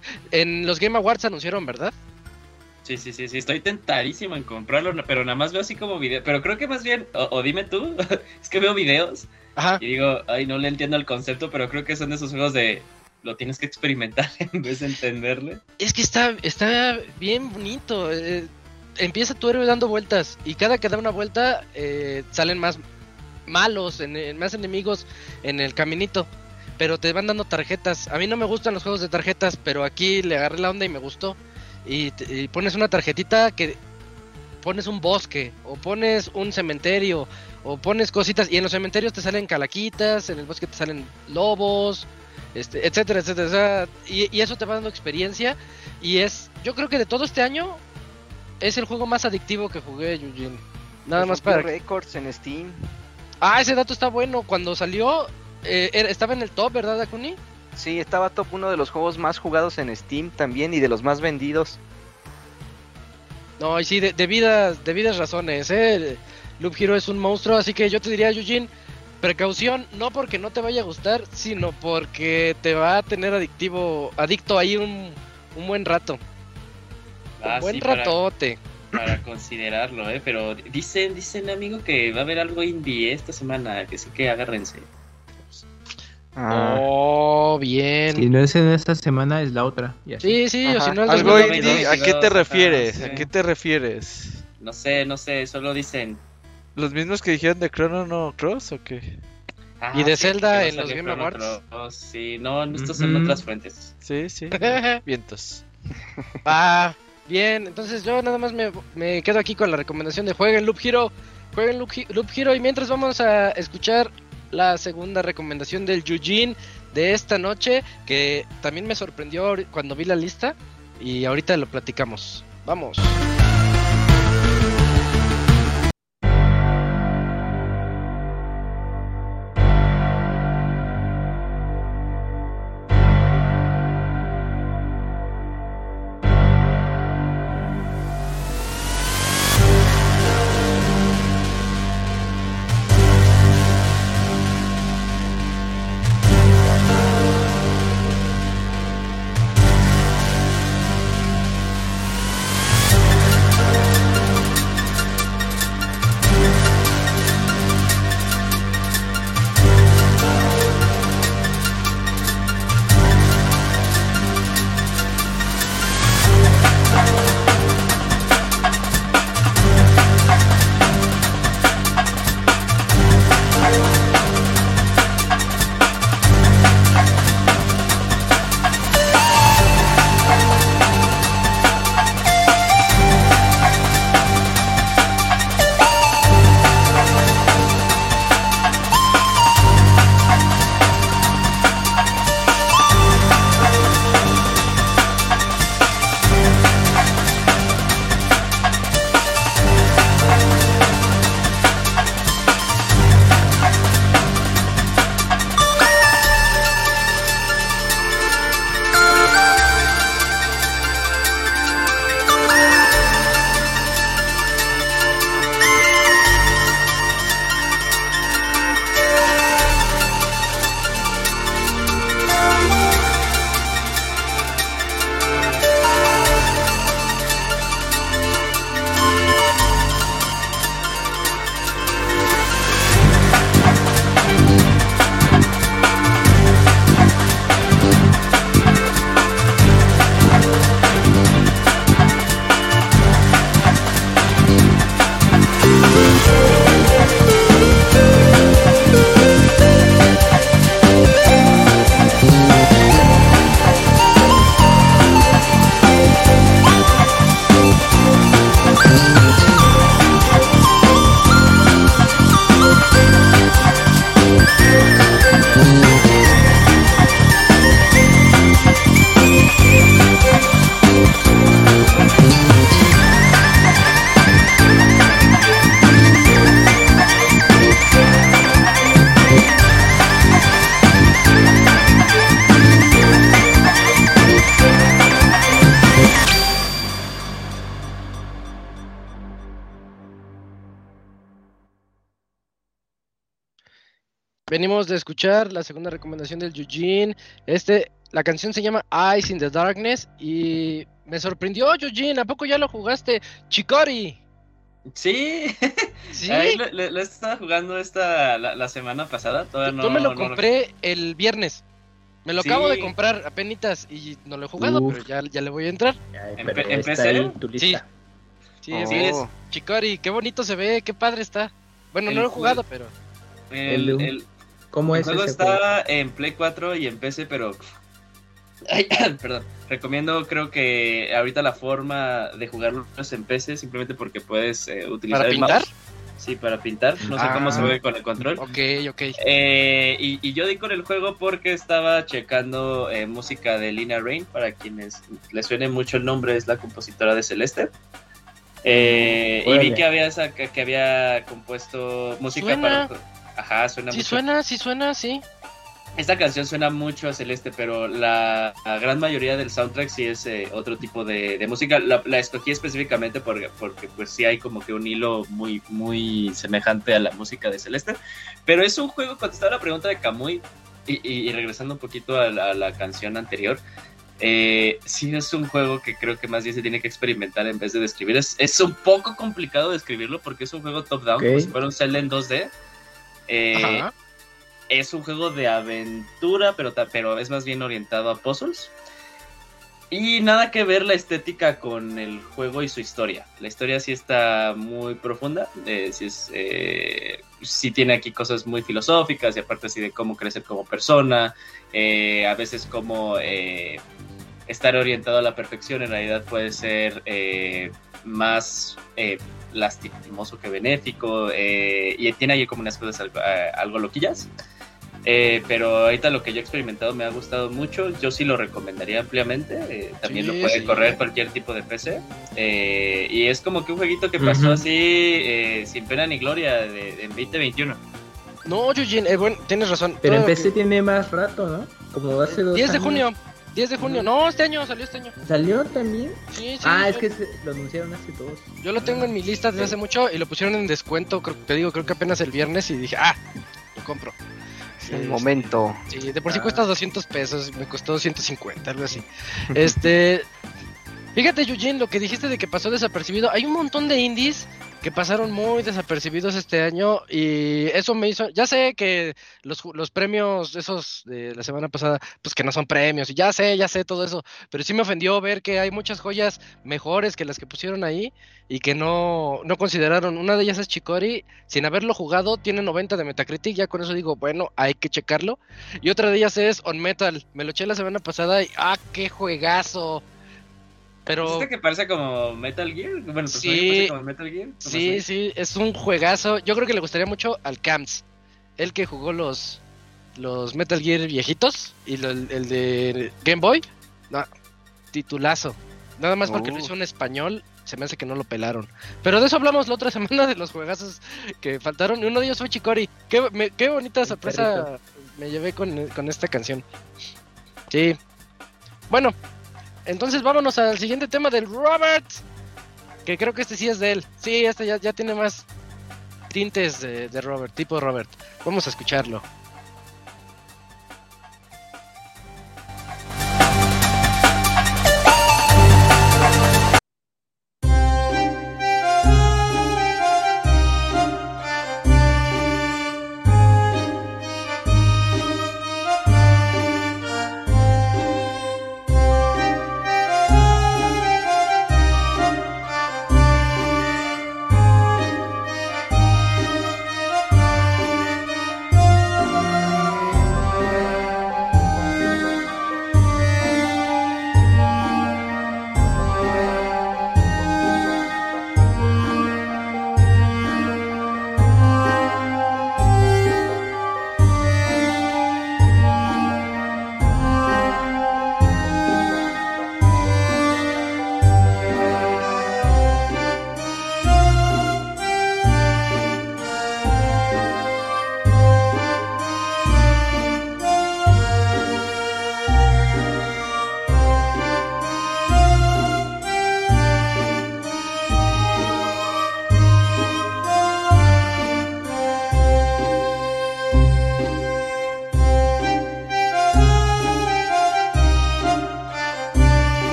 En los Game Awards anunciaron, ¿verdad? Sí, sí, sí, sí, estoy tentadísimo en comprarlo, pero nada más veo así como video, pero creo que más bien, o, o dime tú, es que veo videos Ajá. y digo, ay, no le entiendo el concepto, pero creo que son de esos juegos de, lo tienes que experimentar en vez de entenderle. Es que está, está bien bonito. eh, empieza tu héroe dando vueltas y cada que da una vuelta eh, salen más malos, en, en más enemigos en el caminito. Pero te van dando tarjetas. A mí no me gustan los juegos de tarjetas, pero aquí le agarré la onda y me gustó. Y, te- y pones una tarjetita que pones un bosque, o pones un cementerio, o pones cositas, y en los cementerios te salen calaquitas, en el bosque te salen lobos, este, etcétera, etcétera. O sea, y, y eso te va dando experiencia. Y es, yo creo que de todo este año, es el juego más adictivo que jugué, Eugene. Nada más para. Records en Steam. Ah, ese dato está bueno. Cuando salió, eh, era- estaba en el top, ¿verdad, Akuni? Sí, estaba top uno de los juegos más jugados en Steam también y de los más vendidos. No, y sí, de, debidas, debidas razones, ¿eh? Loop Hero es un monstruo, así que yo te diría, Eugene, precaución, no porque no te vaya a gustar, sino porque te va a tener adictivo, adicto ahí un, un buen rato. Ah, un buen sí, para, ratote. para considerarlo, eh, pero dicen, dicen amigo que va a haber algo indie esta semana, que sí que agárrense. Ah, Oh, bien. Si no es en esta semana, es la otra. Y así. Sí, sí, o Ajá. si no el Algo dos mil veintidós, indie, ¿a qué te veintidós, refieres? ajá, ¿A sí. qué te refieres? No sé, no sé, solo dicen. ¿Los mismos que dijeron de Chrono no Cross o qué? Ah, Y de sí, Zelda porque en no los salió Game Chrono Awards. Cross, sí, no, estos son Ujú. otras fuentes. Sí, sí. Vientos. Ah, bien, entonces yo nada más me, me quedo aquí con la recomendación de jueguen Loop Hero, jueguen Loop, He- Loop Hero, y mientras vamos a escuchar la segunda recomendación del Eugene de esta noche, que también me sorprendió ahori- cuando vi la lista, y ahorita lo platicamos. Vamos. Venimos de escuchar la segunda recomendación del Eugene. Este La canción se llama Eyes in the Darkness y me sorprendió, Eugene, ¿a poco ya lo jugaste? Chicory. Sí, ¿Sí? Ahí lo, lo, lo estaba jugando esta la, la semana pasada. Todavía Yo no, me lo no compré no... el viernes. Me lo sí. acabo de comprar apenitas y no lo he jugado, Uf. pero ya, ya le voy a entrar. Ay, pero ¿En, ¿Empecé? Ahí tu lista. Sí, sí, oh. sí es Chicory, qué bonito se ve, qué padre está. Bueno, el, no lo he jugado, pero... El, el, el, ¿Cómo el es juego ese está juego? en Play cuatro y en P C, pero... Ay, perdón, recomiendo, creo que ahorita la forma de jugarlo es en P C, simplemente porque puedes eh, utilizar ¿Para el pintar? mouse. Sí, para pintar, no sé ah, cómo se ve con el control. Ok, ok. Eh, y, y yo di con el juego porque estaba checando eh, música de Lina Rain, para quienes les suene mucho el nombre, es la compositora de Celeste. Eh, y vi que había, esa, que, que había compuesto música ¿Suena? para... Ajá, suena sí mucho. Sí suena, sí suena, sí. Esta canción suena mucho a Celeste, pero la, la gran mayoría del soundtrack sí es eh, otro tipo de, de música. La, la escogí específicamente porque, porque pues sí hay como que un hilo muy, muy semejante a la música de Celeste. Pero es un juego, contestando la pregunta de Kamui, y, y, y regresando un poquito a la, a la canción anterior, eh, sí es un juego que creo que más bien se tiene que experimentar en vez de describir. Es, es un poco complicado describirlo porque es un juego top-down, okay. Como si fuera un Zelda en dos D. Eh, Ajá. Es un juego de aventura, pero, pero es más bien orientado a puzzles. Y nada que ver la estética con el juego y su historia. La historia sí está muy profunda. Eh, sí, es, eh, sí tiene aquí cosas muy filosóficas y aparte así de cómo crecer como persona. Eh, a veces cómo eh, estar orientado a la perfección en realidad puede ser eh, más... Eh, lastimoso que benéfico. Eh, y tiene ahí como unas cosas algo, algo loquillas. Eh, pero ahorita lo que yo he experimentado me ha gustado mucho. Yo sí lo recomendaría ampliamente. Eh, también sí, lo puede sí. correr cualquier tipo de P C. Eh, y es como que un jueguito que pasó uh-huh. así eh, sin pena ni gloria de, de, en veinte veintiuno. No, Eugene, eh, bueno, tienes razón. Pero Todo en P C que... tiene más rato, ¿no? Como hace dos diez de años. junio. diez de junio. No, este año, salió este año. ¿Salió también? Sí, sí. Ah, yo... es que se, lo anunciaron hace dos. Yo lo tengo en mi lista desde sí. hace mucho y lo pusieron en descuento, creo, te digo, creo que apenas el viernes y dije, ah, lo compro. Sí, el momento. Sí, de por sí ah. cuesta doscientos pesos, me costó ciento cincuenta, algo así. Este, fíjate, Eugene, lo que dijiste de que pasó desapercibido, hay un montón de indies que pasaron muy desapercibidos este año y eso me hizo, ya sé que los, los premios esos de la semana pasada, pues que no son premios y ya sé, ya sé todo eso, pero sí me ofendió ver que hay muchas joyas mejores que las que pusieron ahí y que no, no consideraron. Una de ellas es Chicory, sin haberlo jugado tiene noventa de Metacritic, ya con eso digo, bueno, hay que checarlo. Y otra de ellas es On Metal, me lo eché la semana pasada y ¡ah, qué juegazo! Pero... ¿Es este que parece como Metal Gear? Bueno, pues sí, parece como Metal Gear. Sí, así? sí, es un juegazo. Yo creo que le gustaría mucho al Camps, el que jugó los los Metal Gear viejitos y lo, el, el de Game Boy. No, titulazo. Nada más porque uh. lo hizo en español, se me hace que no lo pelaron. Pero de eso hablamos la otra semana, de los juegazos que faltaron. Y uno de ellos fue Chicory. Qué, me, qué bonita sorpresa me llevé con, con esta canción. Sí. Bueno. Entonces vámonos al siguiente tema del Robert, que creo que este sí es de él. Sí, este ya, ya tiene más tintes de, de Robert, tipo Robert. Vamos a escucharlo.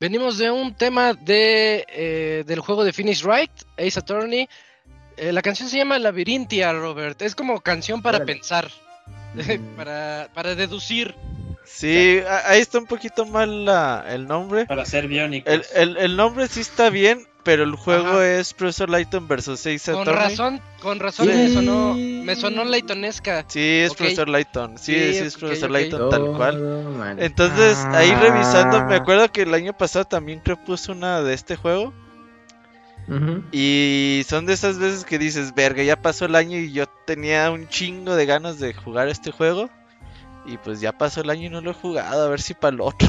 venimos de un tema de eh, del juego de Phoenix Wright, Ace Attorney. Eh, la canción se llama Labirintia, Robert. Es como canción para Órale. pensar, Mm. para, para deducir. Sí, a- ahí está un poquito mal la, el nombre. Para ser biónicos. El, el, el nombre sí está bien, pero el juego Ajá. es Professor Layton versus Ace Con Attorney. razón, con razón Sí. me sonó, me sonó Laytonesca. Sí, es Ok. Profesor Layton. Sí, Sí, sí, es ok, Profesor ok. Layton tal cual. Todo mal. Entonces, ahí revisando, me Ah. acuerdo que el año pasado también creo puse una de este juego. Ujú. Y son de esas veces que dices, verga, ya pasó el año y yo tenía un chingo de ganas de jugar este juego. Y pues ya pasó el año y no lo he jugado, a ver si para el otro.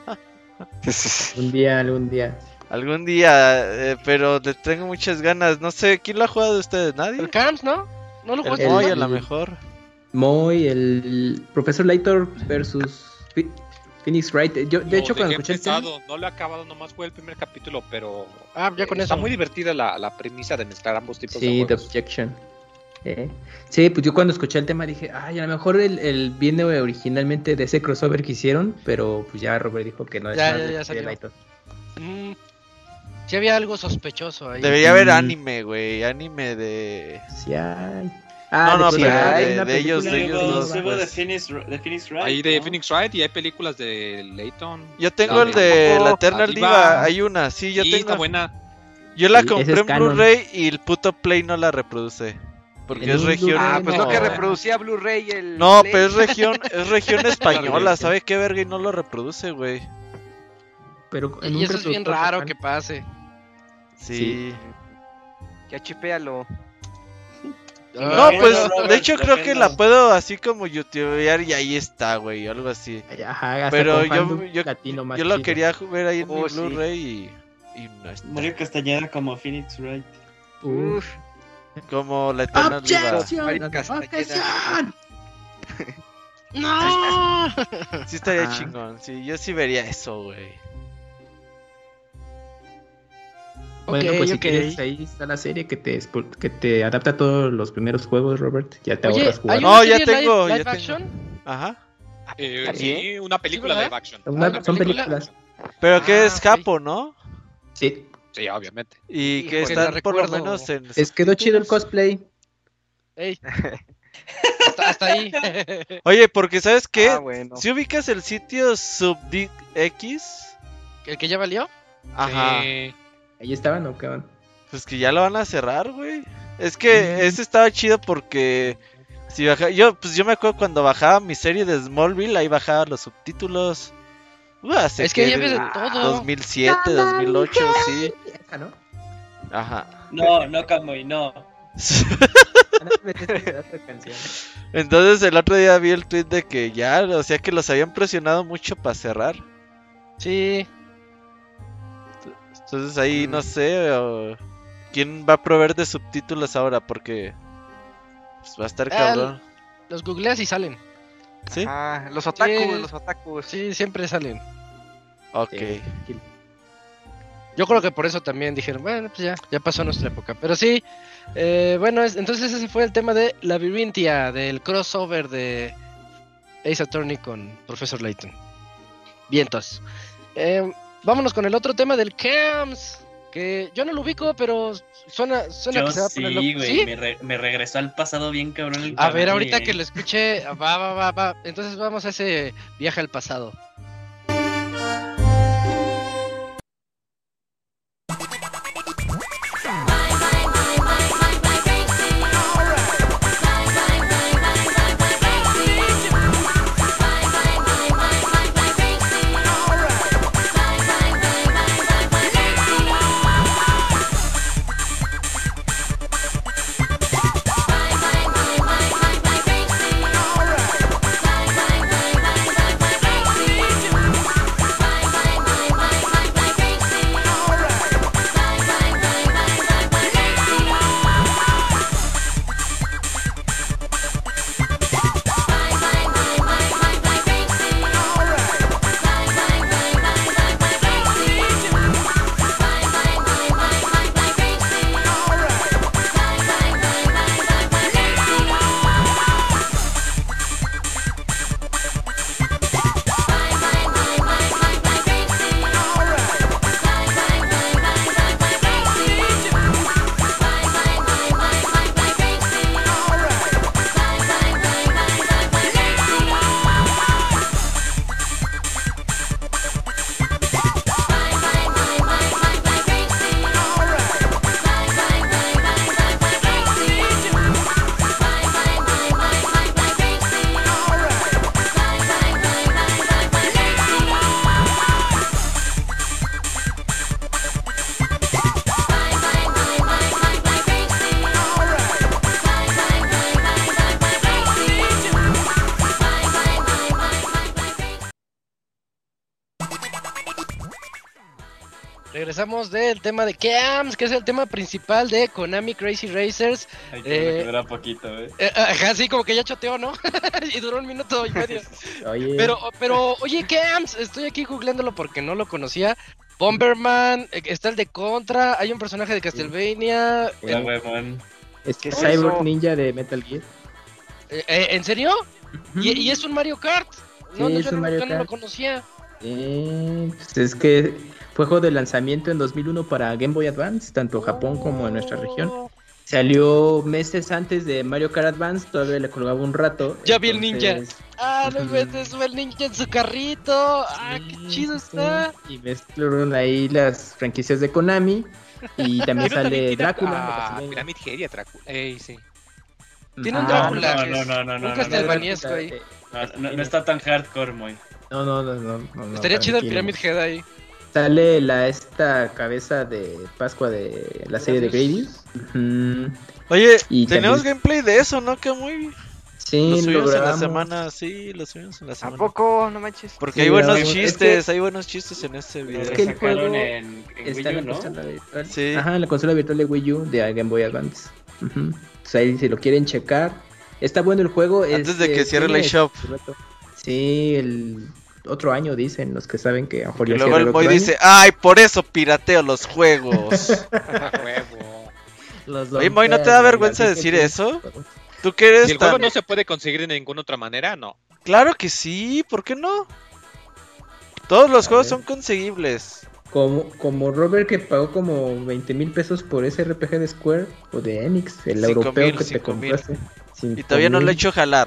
Un día, algún día. Algún día, eh, pero le tengo muchas ganas. No sé, ¿quién lo ha jugado de ustedes? ¿Nadie? El Camps, ¿no? ¿No lo El jugaste? Moy el- a lo mejor. Moy, el profesor Layton versus Phi- Phoenix Wright. Yo, de Lo hecho, cuando dejé escuché el tema, empezado, no lo he acabado, nomás fue el primer capítulo, pero Ah, ya con eh, está eso. muy divertida la, la premisa de mezclar ambos tipos sí, de The juegos. Objection. Eh, Sí, pues yo cuando escuché el tema dije, ay, a lo mejor el, el viene originalmente de ese crossover que hicieron, pero pues ya Robert dijo que no es Ya, más ya, de- ya de salió. Layton. Mm, sí había algo sospechoso ahí. Debería haber Mm. anime, güey. Anime de. Sí hay. No, no, de- pero hay de- una de ellos, película de Sí, ellos hubo- dos, sí hubo de pues. Phoenix, de Phoenix Wright. Hay de ¿no? Phoenix Wright y hay películas de Layton. Yo tengo La el de- de la Oh, Eternal Diva. Diva. Hay una, sí, yo Sí, tengo. está buena. Yo la Sí, compré ese es en canon. Blu-ray y el puto Play no la reproduce. Porque En es un región. Blu-ray Ah, pues no no. que reproducía Blu-ray el. No, Play. pero es región, es región española, Claro, ¿sabe qué verga? Y no lo reproduce, güey. Pero en Y un eso es bien reproductor raro local. que pase. Sí. Sí. Ya chipéalo. No, Ah, pues, Robert, de hecho creo que déjenlo. la puedo así como youtubear y ahí está, güey, algo así. Ajá, hasta Pero con yo, fandom yo, latino más yo lo chido. quería ver ahí en mi Oh, sí. Blu-ray y, y no está. Mario Castañeda como Phoenix Wright. Uf. Uf. Como la Eternal Diva. Objection, Mario Castañeda. objection. ¡No! Sí estaría Ajá. chingón, sí, yo sí vería eso, güey. Bueno, Ok, pues si ok. quieres, ahí está la serie que te, expo- que te adapta todos los primeros juegos, Robert. Ya te Oye, ahorras jugar. ¿hay No, una ya serie tengo, live, ya live tengo. action? Ajá. Eh, ¿Ah, sí, una película ¿Sí, de verdad? action. Una- ¿una son película? películas. Pero que Ah, es ok. Japo, ¿no? Sí. Sí, obviamente. Y que Híjole, la están por lo recuerdo. menos en... Es quedó chido el subtítulos. cosplay. Ey. Hasta, hasta ahí. Oye, porque ¿sabes qué? Ah, bueno. Si ubicas el sitio SubDX, ¿El que ya valió? ajá, Sí. Ahí estaban o qué van. pues que ya lo van a cerrar, güey. Es que Mm. ese estaba chido porque si baja, yo pues yo me acuerdo cuando bajaba mi serie de Smallville, ahí bajaba los subtítulos. Uh, hace Es que ya que ves de de- todo. dos mil siete, dos mil ocho, sí. Esa, ¿no? Ajá. No, no, Camuy, no. Ah, no, metiste de otra canción. Entonces el otro día vi el tweet de que ya, o sea que los habían presionado mucho para cerrar. Sí. Entonces ahí Mm. no sé o- quién va a proveer de subtítulos ahora porque pues, va a estar Ah, cabrón. Los googleas y salen. ¿Sí? Ah, los otakus, Sí. los otakus. Sí, siempre salen. Ok. Sí. Yo creo que por eso también dijeron, bueno, pues ya, ya pasó nuestra época. Pero sí, eh, bueno, es- entonces ese fue el tema de Labyrinthia, del crossover de Ace Attorney con Professor Layton. Vientos. Eh, vámonos con el otro tema del Camps, que yo no lo ubico, pero suena, suena Yo que se va a sí, poner loco. güey. ¿Sí? Me, re- me regresó al pasado bien cabrón el A ver, Camuy, ahorita eh. que lo escuché, va, va, va, va. Entonces vamos a ese viaje al pasado. Alright. regresamos del tema de Camps, que es el tema principal de Konami Crazy Racers. Ay, que Eh, dura poquito, ¿eh? Eh, ajá, sí, como que ya choteó, ¿no? Y duró un minuto y medio. Oye, Pero, pero, oye, Camps, estoy aquí googleándolo porque no lo conocía. Bomberman, eh, está el de Contra, hay un personaje de Castlevania. Pura eh, huevón. es ¿qué es Cyborg eso? Ninja de Metal Gear. eh, eh, ¿En serio? ¿Y, y es un Mario Kart? No, Sí, no, es yo, un no, Mario yo no lo Kart. conocía. Eh, pues es que fue juego de lanzamiento en dos mil uno para Game Boy Advance, tanto Japón como en nuestra región. Oh. Salió meses antes de Mario Kart Advance, todavía le colgaba un rato. Ya vi el ninja. entonces- Ah, no Ujú. inventes, sube el ninja en su carrito. Ah, Sí, qué chido sí, sí. está. Y mezclaron ahí las franquicias de Konami. Y también Pero también sale tiene Drácula. de a Castlevania. Pyramid Head y a Drácula. Ey, sí. Tiene un Ah, Drácula. no, que no, es no, no, un no, no, castelvaniesco no, ahí. eh, No, no, no está tan hardcore, muy. No, no, no, no, no, no, Estaría chido el tranquilo. Pyramid Head ahí. Sale la esta cabeza de Pascua de la serie de Grady. Ujú. Oye, Y tenemos también- gameplay de eso, ¿no? Que muy... Sí, Lo lo subimos en la grabamos. semana, sí, lo subimos en la ¿A semana. poco? No manches. Porque Sí, hay buenos grabamos. chistes, Es que- hay buenos chistes en este video. Es Lo que el sacaron juego en, en Está Wii en U, la ¿no? consola virtual. Sí. Ajá, en la consola virtual de Wii U de Game Boy Advance. Ujú. Entonces ahí si lo quieren checar. Está bueno el juego. Antes de este, que cierre la tiene eShop. su reto. Sí, el otro año dicen los que saben que a lo mejor Y ya luego cierra el otro Moy año. dice, ay, por eso pirateo los juegos. A huevo. Los Oye, Moy, ¿no te da lonchean, vergüenza así que decir tienes eso? juegos. ¿Tú qué eres Si el juego tan...? no se puede conseguir de ninguna otra manera, no. Claro que sí, ¿por qué no? Todos los A juegos ver. son conseguibles. Como, como Robert que pagó como veinte mil pesos por ese R P G de Square o de Enix, el Cinco europeo mil, que te cinco mil. compraste. Y todavía no lo he hecho jalar.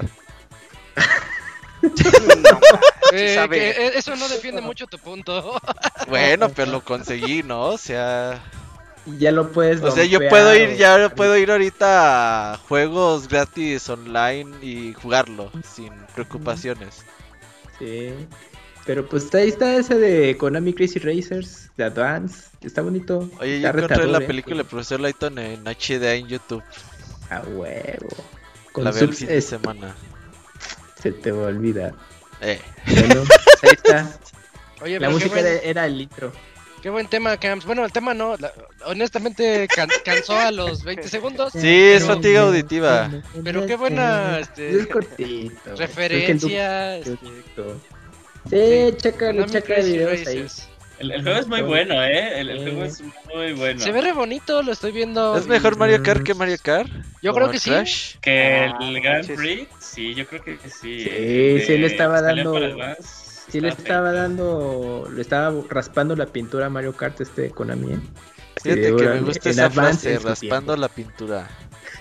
No, Eh, sabe. que, eh, eso no defiende mucho tu punto. Bueno, pero lo conseguí, ¿no? O sea... Ya lo puedes O sea, yo dompear puedo ir, o- ya puedo ir ahorita a juegos gratis online y jugarlo sin preocupaciones. Sí. Pero pues ahí está ese de Konami Crazy Racers, de Advance. Está bonito. Oye, yo Está encontré retador, la ¿eh? película del profesor Layton en H D en YouTube. A huevo. Con La veo el subs- fin de es- semana. Se te va a olvidar. Eh. Bueno, ahí está. Oye, La pero qué música buen, era, era el intro. qué buen tema, Camps. Bueno, el tema no, la- honestamente can- cansó a los veinte segundos. Sí, es Pero- fatiga auditiva. Pero qué buena, este, Es cortito. referencia. Es que el este, du- Sí, chécalo, Konami checa Crazy videos ahí. Racers. El, el juego es muy bueno, ¿eh? El, el juego es muy bueno. Se ve re bonito, lo estoy viendo. ¿Es mejor Mario Kart que Mario Kart? Yo ¿O creo que sí. Crash? Que Ah, el no Grand manches. Prix, sí, yo creo que sí. Sí, eh, sí, le de- estaba salió dando- para Advance, Sí, le está estaba feo. dando, le estaba raspando la pintura a Mario Kart este Konami. ¿eh? Fíjate Sí, que me órale, gusta en esa Advance frase, en su raspando tiempo. la pintura.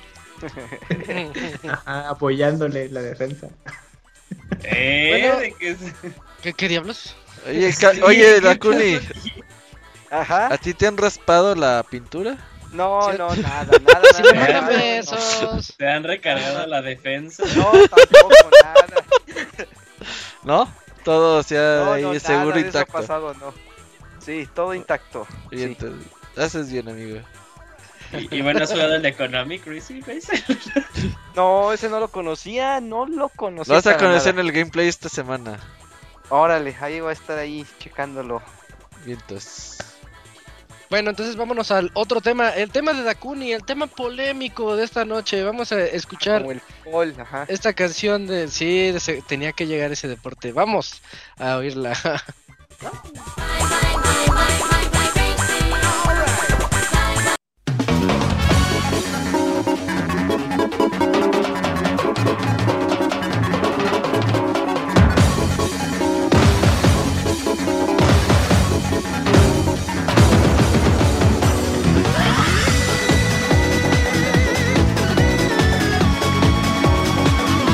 Ajá, apoyándole la defensa. Eh, Bueno. de que es- ¿Qué, qué diablos? Oye, ca- Sí, oye, ¿qué Dakuni, pasa aquí? Ajá. ¿a ti te han raspado la pintura? No, Sí. no, nada, nada. Si nada, me mandan nada, besos. Te han recargado la defensa. No, no, tampoco, nada. ¿No? Todo, o sea, No, ahí no, nada seguro de eso ha intacto. pasado, no. Sí, todo intacto. Y Sí. entonces, haces bien, amigo. Y, y bueno, has jugado el de Konami Crazy Racer. No, ese no lo conocía, no lo conocía. Lo vas a para conocer en nada. el gameplay esta semana. Órale, ahí voy a estar ahí checándolo. Vientos. Bueno, entonces vámonos al otro tema, el tema de Dakuni, el tema polémico de esta noche. Vamos a escuchar Como el fútbol, ajá. esta canción de sí, de se- tenía que llegar ese deporte. Vamos a oírla.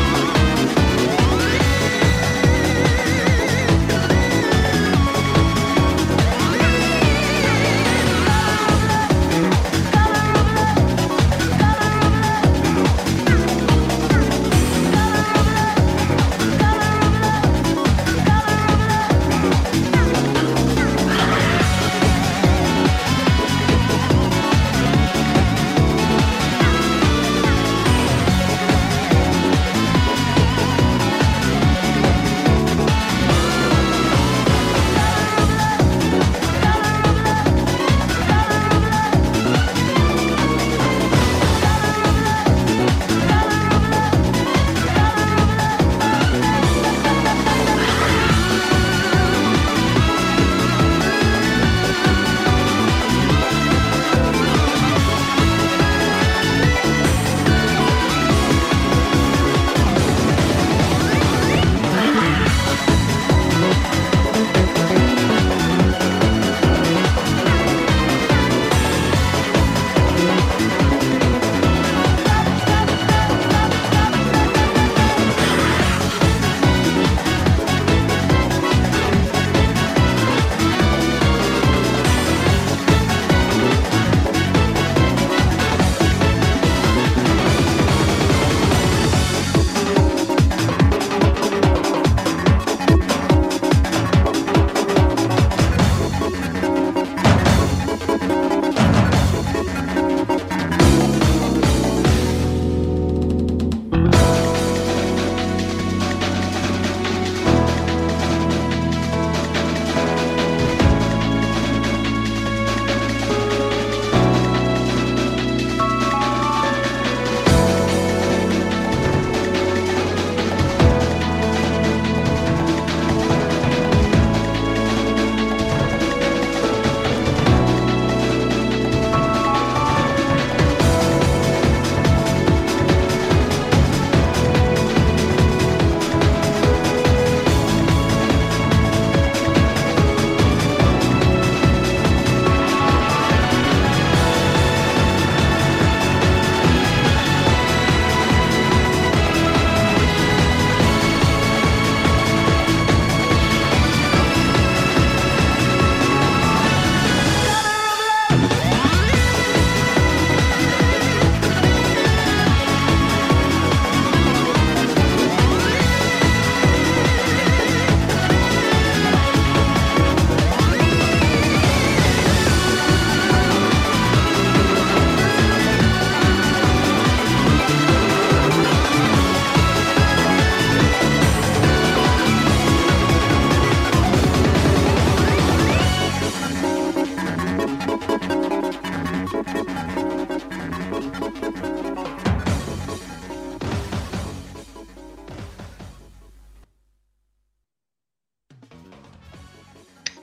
Thank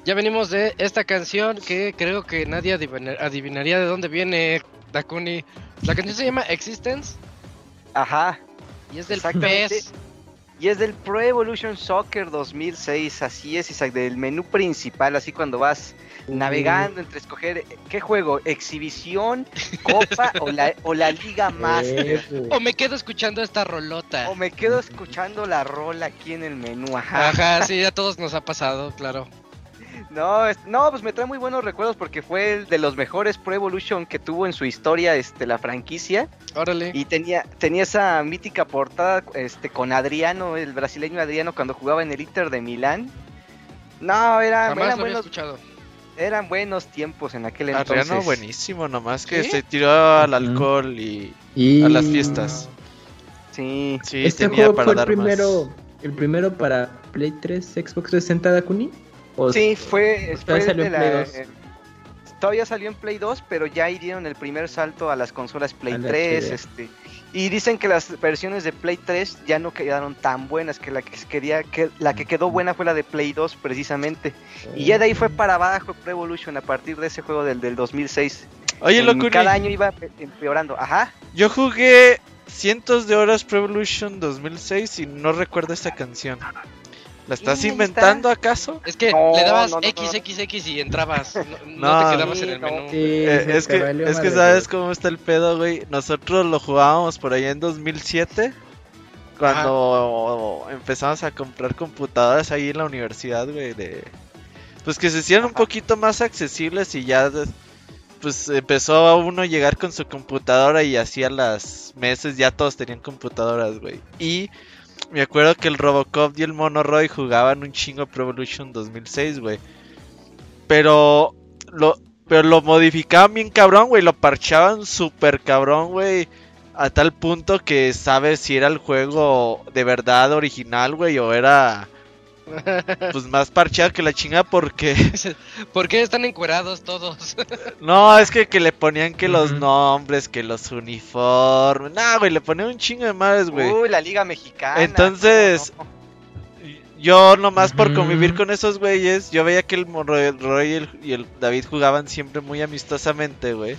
Ya venimos de esta canción que creo que nadie adivina- adivinaría de dónde viene, Dakuni. La canción se llama Existence Ajá. y es del Exactamente. P E S. Y es del Pro Evolution Soccer dos mil seis, así es, Isaac, del menú principal, así cuando vas navegando entre escoger qué juego, exhibición, copa o la, o la Liga Master. O me quedo escuchando esta rolota. O me quedo escuchando la rola aquí en el menú, ajá. Ajá, sí, a todos nos ha pasado, claro. No, es- no, pues me trae muy buenos recuerdos porque fue el de los mejores Pro Evolution que tuvo en su historia este, la franquicia. Órale. Y tenía, tenía esa mítica portada este, con Adriano, el brasileño Adriano, cuando jugaba en el Inter de Milán. No, era, Jamás eran, lo había buenos, escuchado. eran buenos tiempos en aquel entonces. Adriano buenísimo, nomás que ¿Sí? se tiró al Ujú. alcohol y Y a las fiestas. Sí, Sí, este tenía juego para fue el dar primero, más. el primero para Play tres, Xbox trescientos sesenta, Dakuni. ¿O sí, fue, todavía fue salió de en Play la- dos? eh, todavía salió en Play dos, pero ya dieron el primer salto a las consolas Play Al tres, H D. este, y dicen que las versiones de Play tres ya no quedaron tan buenas, que la que quería, que la que quedó buena fue la de Play dos precisamente. Y ya de ahí fue para abajo Pro Evolution a partir de ese juego del, del dos mil seis. Oye, En- Locuni, cada año iba pe- empeorando. Ajá. yo jugué cientos de horas Pro Evolution dos mil seis y no recuerdo esta canción. ¿La estás Y ahí inventando acaso? Es que No, le dabas no, no, no. X X X y entrabas. No, no No, te quedabas sí, en el no. menú. Sí, Eh, se es te que, valió es que madre, sabes güey. cómo está el pedo, güey. Nosotros lo jugábamos por allá en dos mil siete. Cuando empezamos a comprar computadoras ahí en la universidad, güey. De... Pues que se hicieran un Ajá. poquito más accesibles y ya... de- Pues empezó a uno a llegar con su computadora y hacía las meses ya todos tenían computadoras, güey. Y me acuerdo que el Robocop y el Mono Roy jugaban un chingo Pro Evolution dos mil seis, güey. Pero lo, pero lo modificaban bien cabrón, güey. Lo parchaban súper cabrón, güey. A tal punto que sabes si era el juego de verdad original, güey, o era pues más parcheado que la chingada porque... ¿Por qué están encuerados todos? No, es que, que le ponían que los Ujú. nombres, que los uniformes. Nah, güey, le ponían un chingo de madres, güey. Uy, la Liga Mexicana. Entonces- ¿cómo no? Yo nomás por Ujú. convivir con esos güeyes, yo veía que el Roy, Roy y, el, y el David jugaban siempre muy amistosamente, güey.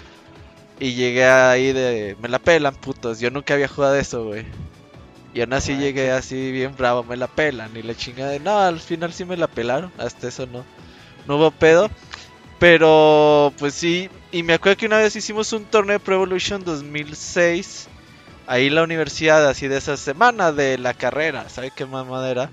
Y llegué ahí de... Me la pelan, putos. Yo nunca había jugado eso, güey. Y aún así No llegué así bien bravo, me la pelan. Y la chingada de... No, al final sí me la pelaron. Hasta eso no. No hubo pedo. Pero pues sí. Y me acuerdo que una vez hicimos un torneo de Pro Evolution dos mil seis. Ahí en la universidad, así de esa semana de la carrera. ¿Sabe qué mamadera?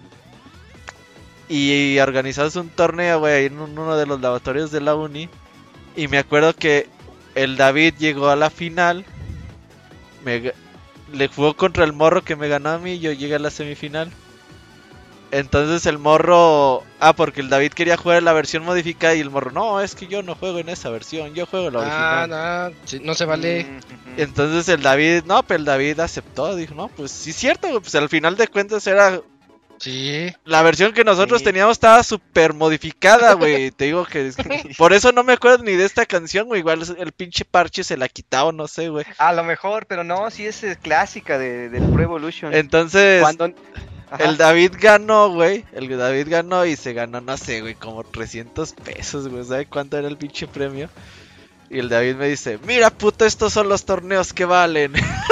Y organizamos un torneo, güey, en un- uno de los lavatorios de la uni. Y me acuerdo que el David llegó a la final. Me, ga- le jugó contra el morro que me ganó a mí y yo llegué a la semifinal. Entonces el morro... Ah, porque el David quería jugar en la versión modificada y el morro... No, es que yo no juego en esa versión, yo juego en la Ah, original. no, sí, no se vale. Mm, ujú. Entonces el David... No, pero el David aceptó, dijo, no, pues sí es cierto, güey, pues al final de cuentas era... Sí. La versión que nosotros Sí. teníamos estaba súper modificada, güey. Te digo que... Por eso no me acuerdo ni de esta canción, güey. Igual el pinche parche se la quitaba, no sé, güey. A lo mejor, pero no, sí es eh, clásica de, del Pro Evolution. Entonces... Cuando... Ajá. El David ganó, güey. El David ganó y se ganó, no sé, güey, como trescientos pesos, güey. ¿Sabe cuánto era el pinche premio? Y el David me dice, mira, puto, estos son los torneos que valen.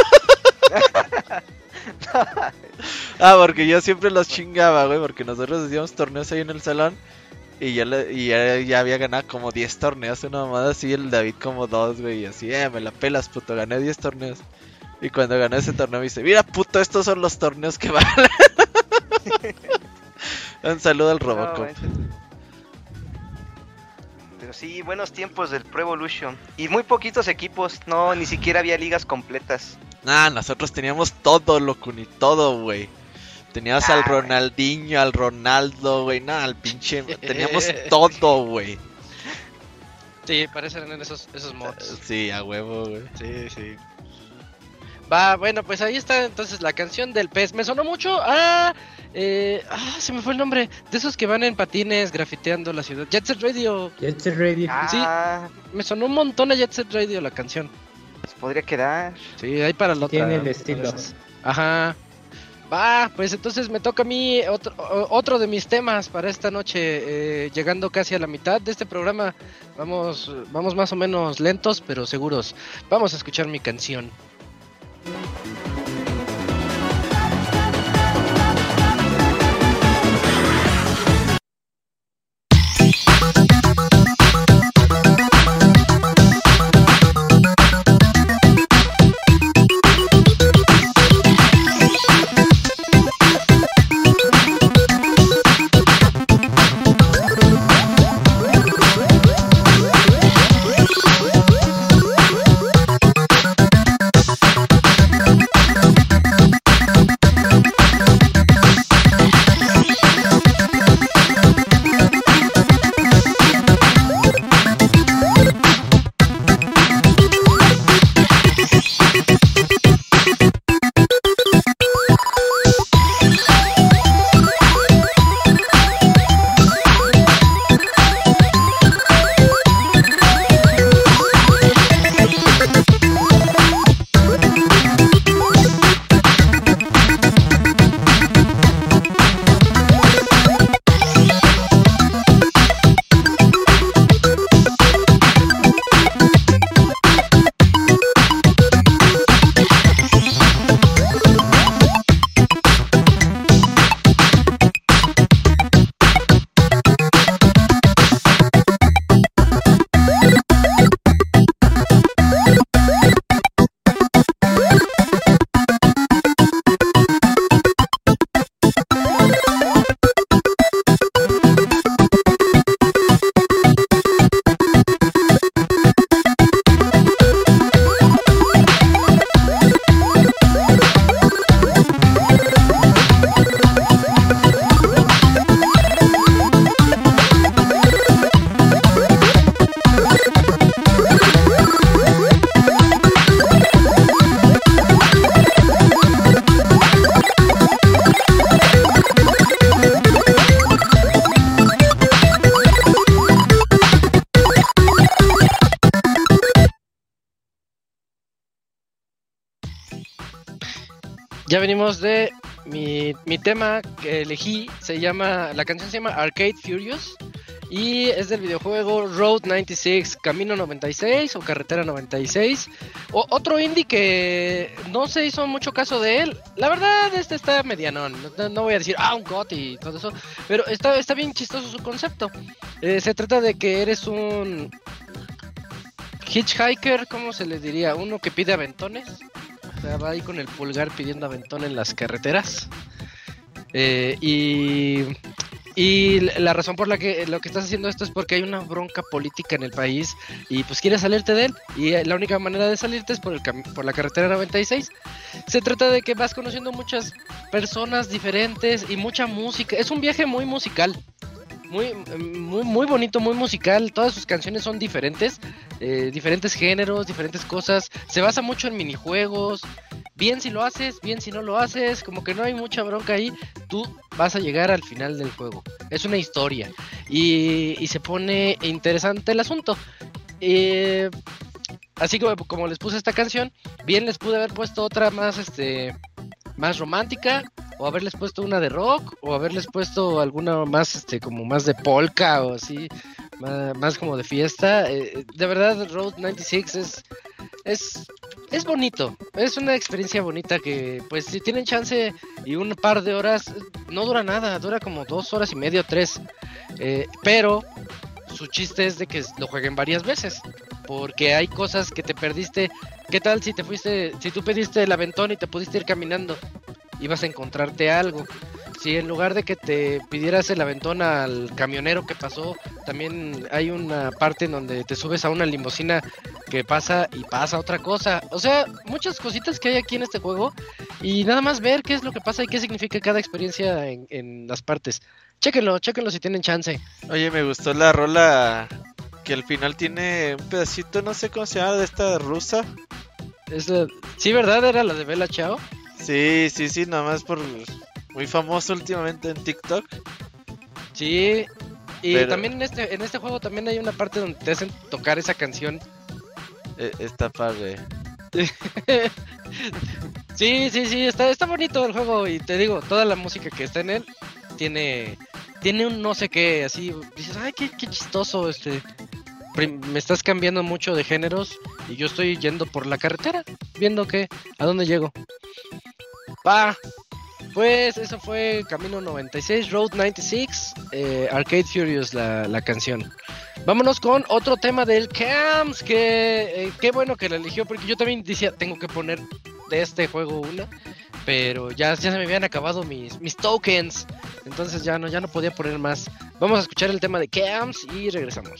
Ah, porque yo siempre los chingaba, güey, porque nosotros hacíamos torneos ahí en el salón. Y ya, le, y ya, ya había ganado como diez torneos, una mamada así, el David como dos, güey, y así, eh, me la pelas, puto, gané diez torneos. Y cuando ganó ese torneo me dice, mira, puto, estos son los torneos que valen. Un saludo al No, Robocop. manches. Pero sí, buenos tiempos del Pro Evolution. Y muy poquitos equipos, no, ni siquiera había ligas completas. Nah, nosotros teníamos todo, loco, ni todo, güey. Teníamos Ah, al güey. Ronaldinho, al Ronaldo, güey, nada, al pinche... Teníamos todo, güey. Sí, parecen en esos, esos mods. Sí, a huevo, güey. Sí, sí. Va, bueno, pues ahí está entonces la canción del pez. Me sonó mucho a... Eh, ah, se me fue el nombre. De esos que van en patines grafiteando la ciudad. Jet Set Radio. Jet Set Radio. Ah, Me sonó un montón a Jet Set Radio la canción. pues podría quedar. Sí, ahí para la otra. Tiene el otra estilo. de esas. Ajá. Va, pues entonces me toca a mí otro, otro de mis temas para esta noche, eh, llegando casi a la mitad de este programa. Vamos, vamos más o menos lentos, pero seguros. Vamos a escuchar mi canción. Ya venimos de mi, mi tema que elegí, se llama, la canción se llama Arcade Furious y es del videojuego Road noventa y seis, Camino noventa y seis o Carretera noventa y seis. O, otro indie que no se hizo mucho caso de él. La verdad, este está medianón. No, no voy a decir, ah, un got y todo eso, pero está, está bien chistoso su concepto. Eh, se trata de que eres un hitchhiker, ¿cómo se le diría? Uno que pide aventones. O sea, va ahí con el pulgar pidiendo aventón en las carreteras. Eh, y, y la razón por la que lo que estás haciendo esto es porque hay una bronca política en el país y pues quieres salirte de él. Y la única manera de salirte es por, el cam- por la carretera noventa y seis. Se trata de que vas conociendo muchas personas diferentes y mucha música. Es un viaje muy musical. Muy, muy, muy bonito, muy musical. Todas sus canciones son diferentes, eh, diferentes géneros, diferentes cosas. Se basa mucho en minijuegos. Bien si lo haces, bien si no lo haces. Como que no hay mucha bronca ahí. Tú vas a llegar al final del juego. Es una historia y, y se pone interesante el asunto. Eh, así como, como les puse esta canción, bien les pude haber puesto otra más, este, más romántica. O haberles puesto una de rock, o haberles puesto alguna más, este, como más de polka, o así, más, más como de fiesta. Eh, de verdad, Road noventa y seis es, es, es bonito, es una experiencia bonita que, pues, si tienen chance y un par de horas, no dura nada, dura como dos horas y media o tres. Eh, pero su chiste es de que lo jueguen varias veces, porque hay cosas que te perdiste. ¿Qué tal si te fuiste, si tú pediste el aventón y te pudiste ir caminando? Ibas a encontrarte algo. Si en lugar de que te pidieras el aventón al camionero que pasó, también hay una parte en donde te subes a una limusina que pasa y pasa otra cosa. O sea, muchas cositas que hay aquí en este juego y nada más ver qué es lo que pasa y qué significa cada experiencia en, en las partes. Chéquenlo, chéquenlo si tienen chance. Oye, me gustó la rola que al final tiene un pedacito, no sé cómo se llama, de esta rusa. Es la... Sí, ¿verdad? Era la de Bella Ciao. Sí, sí, sí, nada más por muy famoso últimamente en TikTok. Sí, y Pero... también en este en este juego también hay una parte donde te hacen tocar esa canción. Eh, está padre. Sí, sí, sí, está, está bonito el juego y te digo, toda la música que está en él tiene, tiene un no sé qué, así, dices, ay, qué, qué chistoso, este, prim- me estás cambiando mucho de géneros y yo estoy yendo por la carretera, viendo que, a dónde llego. Va, pues eso fue Camino noventa y seis, Road noventa y seis, eh, Arcade Furious la, la canción. Vámonos con otro tema del Camps, que eh, qué bueno que la eligió, porque yo también decía, tengo que poner de este juego una, pero ya, ya se me habían acabado mis, mis tokens, entonces ya no, ya no podía poner más. Vamos a escuchar el tema de Camps y regresamos.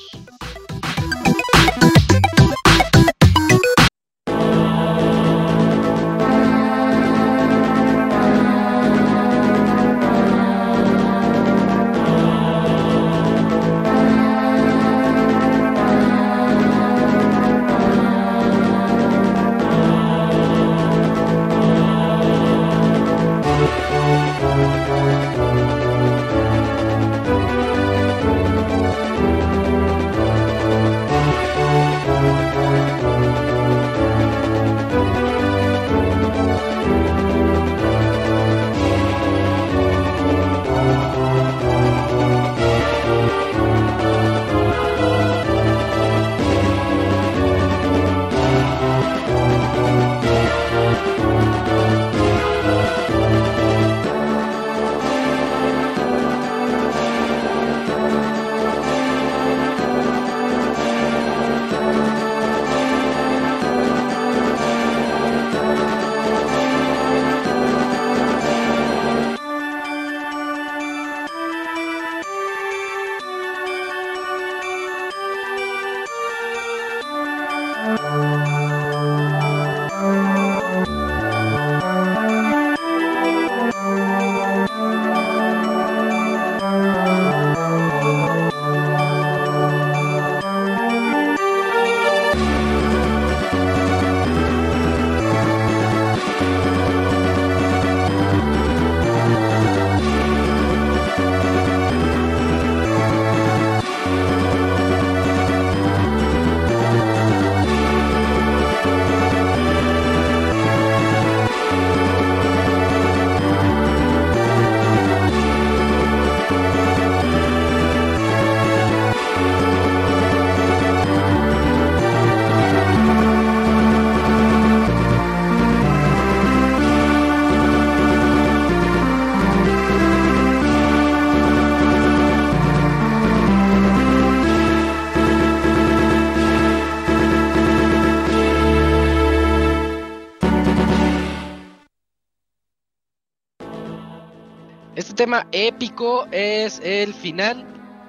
Este tema épico es el final,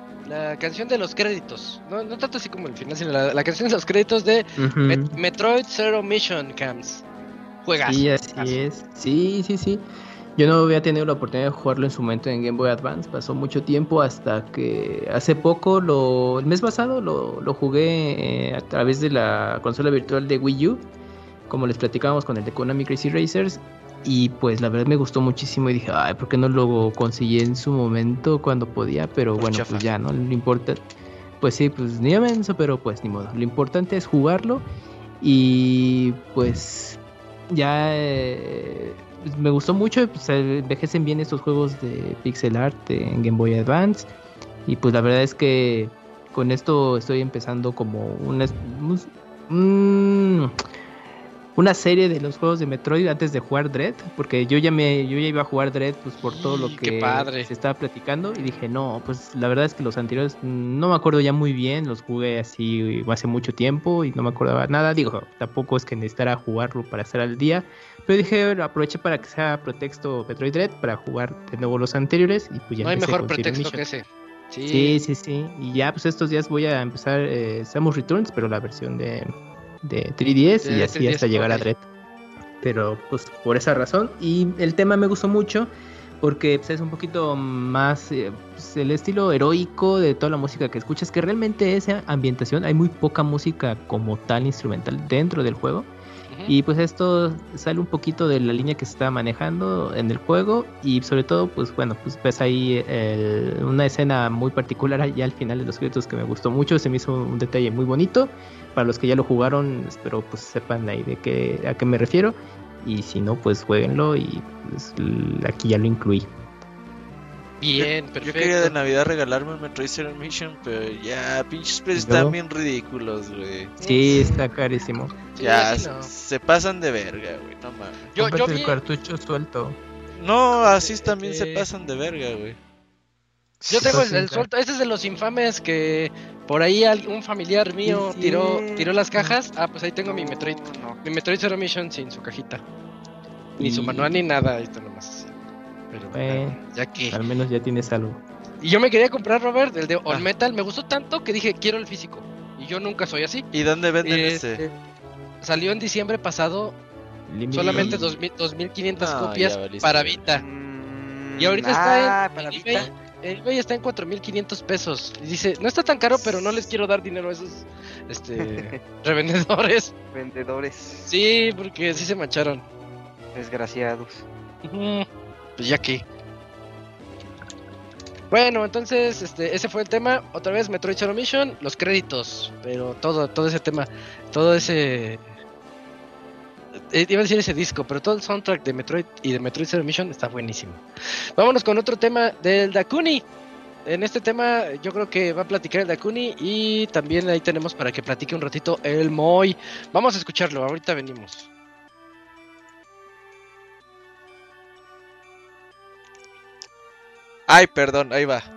la canción de los créditos. No, no tanto así como el final, sino la, la canción de los créditos de Ujú. Met- Metroid Zero Mission Camps. Juegazo. Sí, así juegazo. es. Sí, sí, sí. Yo no había tenido la oportunidad de jugarlo en su momento en Game Boy Advance. Pasó mucho tiempo hasta que hace poco, lo, el mes pasado, lo, lo jugué eh, a través de la consola virtual de Wii U. Como les platicábamos con el de Konami Crazy Racers. Y pues la verdad me gustó muchísimo y dije, ay, ¿por qué no lo conseguí en su momento cuando podía? Pero Por bueno, chafa. pues ya, ¿no? Lo importa. Pues sí, pues ni menso, pero pues ni modo. Lo importante es jugarlo. Y pues ya eh, pues, me gustó mucho. Pues envejecen bien estos juegos de pixel art en Game Boy Advance. Y pues la verdad es que con esto estoy empezando como una, un, una serie de los juegos de Metroid antes de jugar Dread, porque yo ya me yo ya iba a jugar Dread pues por todo lo Y, que qué padre. se estaba platicando y dije, no, pues la verdad es que los anteriores no me acuerdo ya muy bien, los jugué así hace mucho tiempo y no me acordaba nada, digo, tampoco es que necesitara jugarlo para estar al día, pero dije, bueno, aproveché para que sea pretexto Metroid Dread para jugar de nuevo los anteriores y pues ya No hay empecé mejor con Zero pretexto Mission. que ese. Sí. Sí, sí, sí. Y ya pues estos días voy a empezar eh, Samus Returns, pero la versión de, de tres D S De y así tres D S, hasta llegar a ok. Dread. Pero pues por esa razón. Y el tema me gustó mucho porque pues, es un poquito más eh, pues, el estilo heroico de toda la música que escuchas, que realmente esa ambientación, hay muy poca música como tal instrumental dentro del juego. Ujú. Y pues esto sale un poquito de la línea que se está manejando en el juego y sobre todo pues bueno, pues ves ahí el, una escena muy particular ya al final de los créditos que me gustó mucho, se me hizo un detalle muy bonito, para los que ya lo jugaron espero pues sepan ahí de qué, a qué me refiero y si no, pues jueguenlo y pues, aquí ya lo incluí. Bien, Yo perfecto. quería de Navidad regalarme un Metroid Zero Mission, pero ya, pinches precios están bien ridículos, güey. Sí, está carísimo. Sí, Ya, así se, no. se pasan de verga, güey, no mames. Yo, yo Cómprate vi, el cartucho suelto. No, así también se Este- pasan de verga, güey. yo tengo el, Sí, el sí. suelto. Este es de los infames que por ahí al- un familiar mío Sí, tiró, cierto. tiró las cajas. Ah, pues ahí tengo mi No, Metroid. no. Mi Metroid Zero Mission sin su cajita. Ni su Y- manual ni nada, ahí está nomás así. Pero Bueno, bueno, ya que. al menos ya tienes algo. Y yo me quería comprar, Robert, el de All Ah. Metal. Me gustó tanto que dije, quiero el físico. Y yo nunca soy así. ¿Y dónde venden Este, ese? Salió en diciembre pasado Limited solamente Edition. dos mil quinientas No, copias ya valiste para verga. Vita. Mm, Y ahorita ah, está en, para en Vita. eBay. En eBay está en cuatro mil quinientos pesos. Y dice, no está tan caro, pero no les quiero dar dinero a esos este, revendedores. Vendedores Sí, porque sí se mancharon. desgraciados. Ujú. Pues ya que. Bueno, entonces, este, ese fue el tema. Otra vez, Metroid Zero Mission, los créditos. Pero todo, todo ese tema, todo ese. eh, Iba a decir ese disco, pero todo el soundtrack de Metroid y de Metroid Zero Mission está buenísimo. Vámonos con otro tema del Dakuni. En este tema, yo creo que va a platicar el Dakuni. Y también ahí tenemos para que platique un ratito el Moy. Vamos a escucharlo, ahorita venimos. Ay, perdón, ahí va.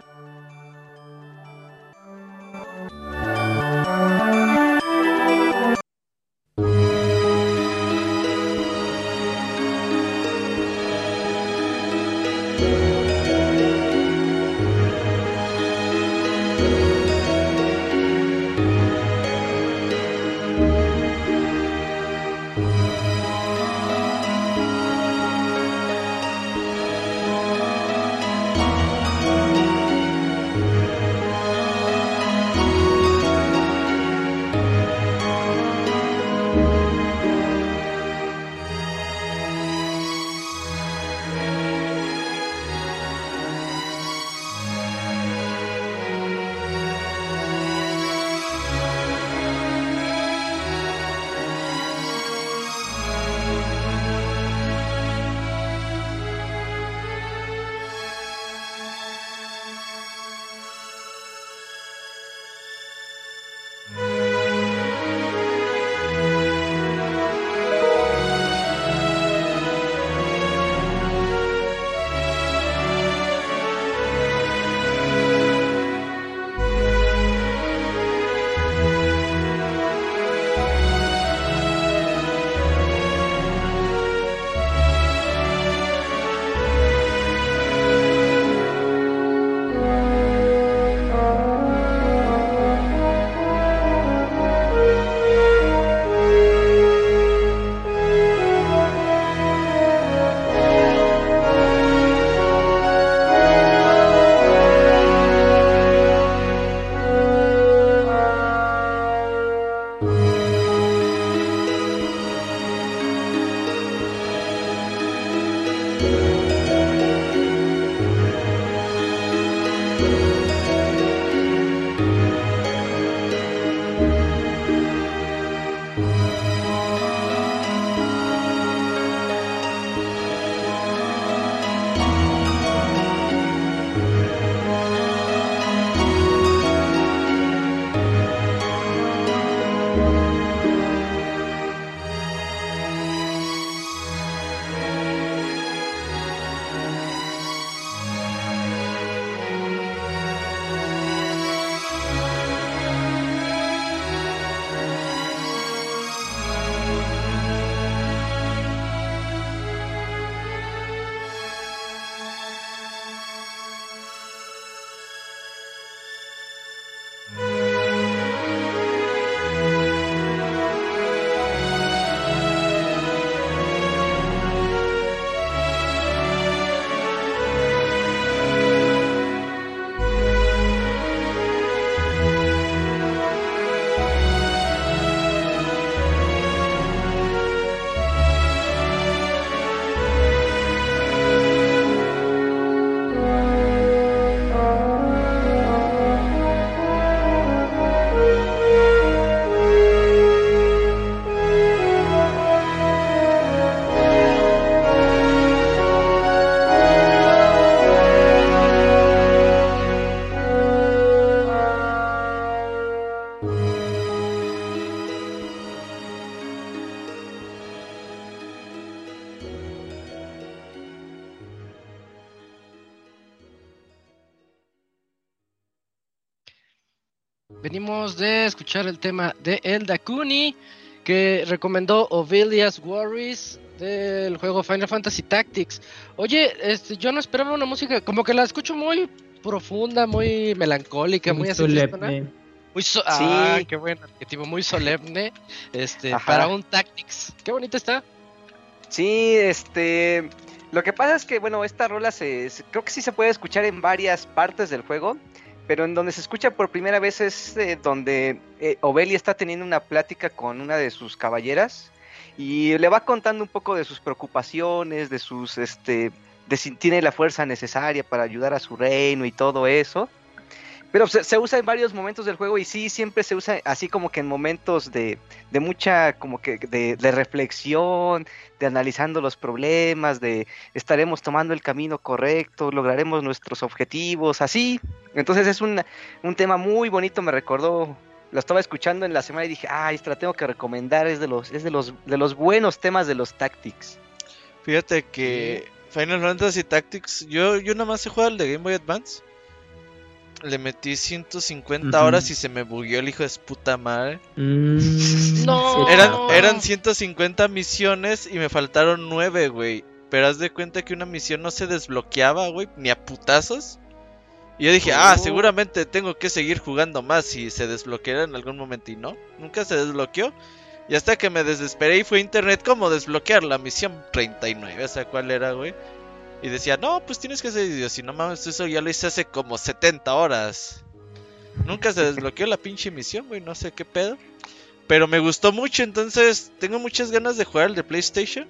venimos de escuchar el tema de El Dakuni, que recomendó Ovelia's Worries del juego Final Fantasy Tactics. Oye, este, yo no esperaba una música, como que la escucho muy profunda, muy melancólica, muy, muy así. solemne. Muy so ah, sí. Qué buen adjetivo, muy solemne, este, Ajá. para un Tactics. Qué bonita está. Sí, este, lo que pasa es que, bueno, esta rola se, se creo que sí se puede escuchar en varias partes del juego, pero en donde se escucha por primera vez es eh, donde eh, Ovelia está teniendo una plática con una de sus caballeras y le va contando un poco de sus preocupaciones, de sus, este, de si tiene la fuerza necesaria para ayudar a su reino y todo eso. Pero se, se usa en varios momentos del juego y sí, siempre se usa así como que en momentos de, de mucha, como que de, de reflexión, de analizando los problemas, de estaremos tomando el camino correcto, lograremos nuestros objetivos, así. Entonces es un, un tema muy bonito, me recordó, lo estaba escuchando en la semana y dije, ay, esta la tengo que recomendar, es de los, es de los, de los buenos temas de los Tactics. Fíjate que ¿Sí? Final Fantasy Tactics, yo, yo nada más he jugado el de Game Boy Advance. Le metí ciento cincuenta uh-huh. horas y se me bugueó el hijo de su puta madre. Mm, no. Eran, eran ciento cincuenta misiones y me faltaron nueve, güey. Pero haz de cuenta que una misión no se desbloqueaba, güey, ni a putazos. Y yo dije, oh. ah, seguramente tengo que seguir jugando más y se desbloqueará en algún momento. Y no, nunca se desbloqueó. Y hasta que me desesperé y fue a internet como desbloquear la misión treinta y nueve. O sea, ¿cuál era, güey? Y decía, no, pues tienes que hacer, y yo, si no mames, eso ya lo hice hace como setenta horas. Nunca se desbloqueó la pinche misión, güey, no sé qué pedo. Pero me gustó mucho, entonces tengo muchas ganas de jugar el de PlayStation.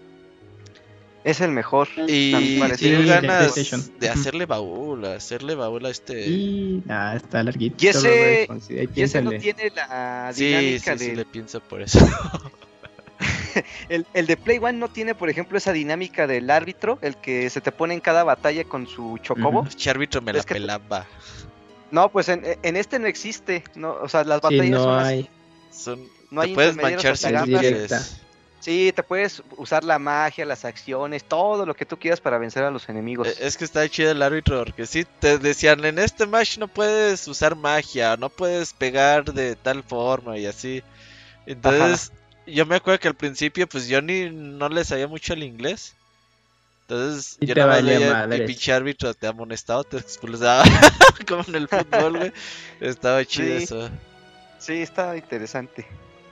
Es el mejor. Y tengo ganas de, de hacerle baúl, hacerle baúl a este... Y... Ah, está larguito. Y ese, y ese no tiene la dinámica sí, sí, de... Sí, le pienso por eso. El, el de Play One no tiene, por ejemplo, esa dinámica del árbitro, el que se te pone en cada batalla con su chocobo. Uh-huh. El árbitro me la pelaba. No, pues en, en este no existe, no, o sea, las batallas sí, no son hay. Así. Son, no te hay puedes manchar sin veces. Sí, te puedes usar la magia, las acciones, todo lo que tú quieras para vencer a los enemigos. Es que está chido el árbitro, porque sí te decían, en este match no puedes usar magia, no puedes pegar de tal forma y así. Entonces... Ajá. Yo me acuerdo que al principio pues yo ni no le sabía mucho el inglés. Entonces y yo te nada más leía el pinche árbitro te amonestaba, te expulsaba como en el fútbol, güey. Estaba chido sí. eso. Sí, estaba interesante.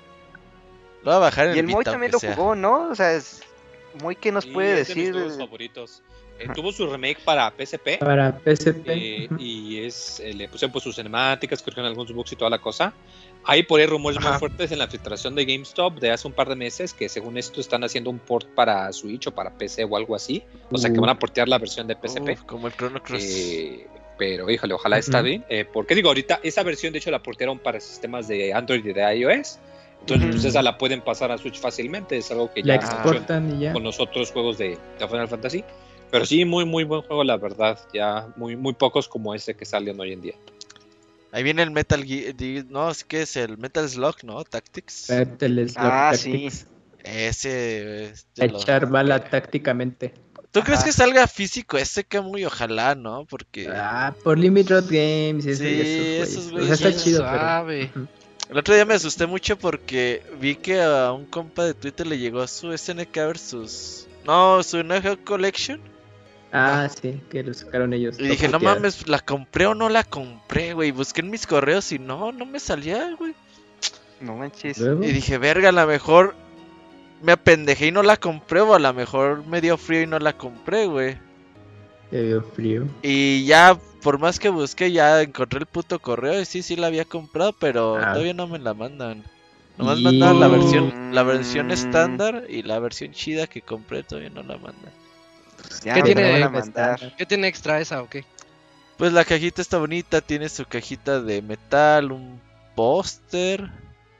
Lo va a bajar en y el el Moy también lo sea. jugó, ¿no? O sea, es Moy, ¿qué nos sí, puede es decir? De mis favoritos. Eh, tuvo su remake para P S P. Para P S P. Eh, uh-huh. Y es, eh, le pusieron pues, sus cinemáticas, corrigieron algunos bugs y toda la cosa. Hay por ahí rumores Ajá. muy fuertes en la filtración de GameStop de hace un par de meses que según esto están haciendo un port para Switch o para P C o algo así. O uh. sea que van a portear la versión de P S P. Uh, como el Chrono Cross. Eh, pero híjole, ojalá uh-huh. está bien. Eh, porque digo, ahorita esa versión de hecho la portearon para sistemas de Android y de iOS. Entonces uh-huh. pues esa la pueden pasar a Switch fácilmente. Es algo que la ya exportan y ya. Con los otros juegos de, de Final Fantasy. Pero sí, muy muy buen juego la verdad. Ya muy, muy pocos como ese que salen hoy en día. Ahí viene el Metal Gear, no, ¿qué es? El Metal Slug, ¿no? Tactics. Metal Slug ah, Tactics. Sí. Ese... Echar lo... bala tácticamente. ¿Tú Ajá. crees que salga físico ese Camuy? Ojalá, ¿no? Porque... Ah, por Limit Road Games y eso, sí, esos, esos güeyes. O sea, está chido, sabe. pero... El otro día me asusté mucho porque vi que a un compa de Twitter le llegó su S N K versus... No, su N G Collection. Ah, sí, que lo sacaron ellos. Y dije, no mames, ¿la compré o no la compré, güey? Busqué en mis correos y no, no me salía, güey. No manches. ¿Luego? Y dije, verga, a lo mejor me apendejé y no la compré, o a lo mejor me dio frío y no la compré, güey. Te dio frío. Y ya, por más que busqué, ya encontré el puto correo y sí, sí la había comprado, pero ah. todavía no me la mandan. Nomás y... mandaron la versión, la versión estándar y la versión chida que compré todavía no la mandan. Ya, ¿Qué, tiene, mandar. ¿Qué tiene extra esa o qué? Pues la cajita está bonita, tiene su cajita de metal, un póster.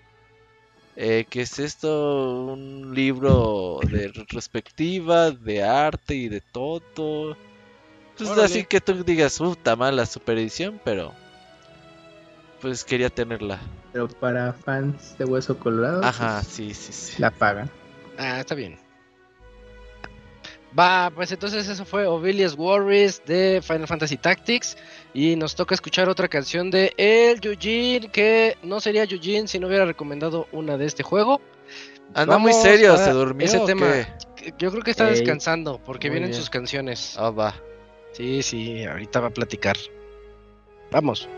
Eh, ¿Qué es esto? Un libro de retrospectiva, de arte y de todo. Pues Órale. Así que tú digas, uh, está mala super edición, pero pues quería tenerla. Pero para fans de Hueso Colorado, ajá, pues, sí, sí, sí. La pagan. Ah, está bien. Va, pues entonces eso fue Obilious Warriors de Final Fantasy Tactics. Y nos toca escuchar otra canción de El Yujin, que no sería Yujin si no hubiera recomendado una de este juego. Anda muy Vamos serio, a ¿se durmió ese o tema. qué? Yo creo que está Ey, descansando porque muy vienen bien. sus canciones. Ah, va. Sí, sí, ahorita va a platicar. Vamos.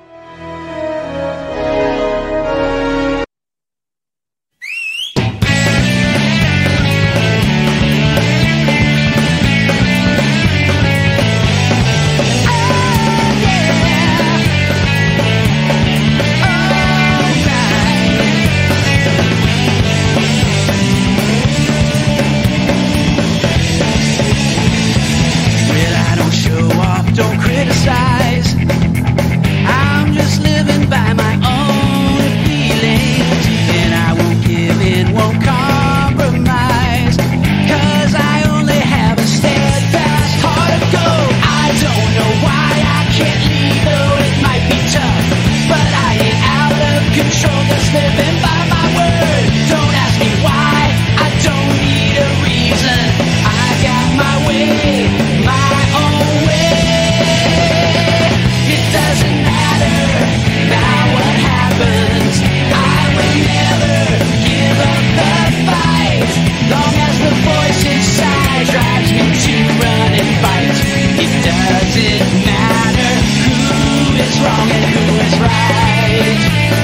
Well, I don't show off, don't criticize. I'm just living by my own feelings, and I won't give in, won't compromise, 'cause I only have a steadfast heart of gold. I don't know why I can't leave, though it might be tough, but I ain't out of control, just living by my word. Don't ask me why, I don't need a reason. I got my way, my own way. It doesn't matter now what happens, I will never give up the fight, long as the voice inside drives me to run and fight. It doesn't matter who is wrong and who is right.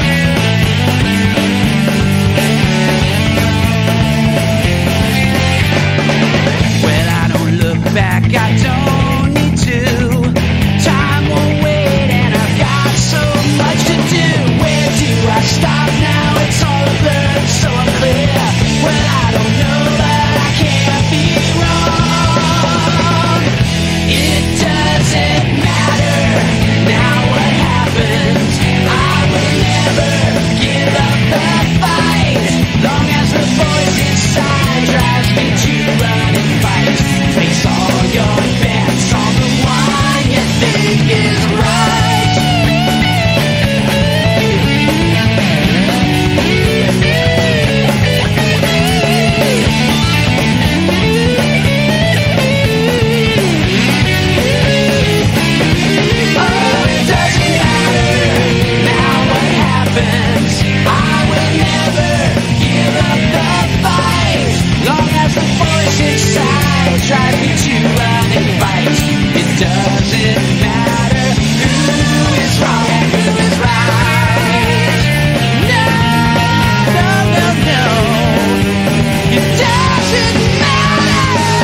Well, I don't look back, I don't need to. Time won't wait, and I've got so much to do. Where do I stop now? It's all a blur, so unclear. Well, I don't know, but I can't be wrong. It doesn't matter now what happens, I will never give up the fight, long as the voice inside drives me to run and fight. Place all your bets on the one you think is right. Oh, it doesn't matter now what happens, I will never give up the fight, long as the voice inside drives me to run and fight. It doesn't matter who is wrong and who is right. No, no, no, no. It doesn't matter.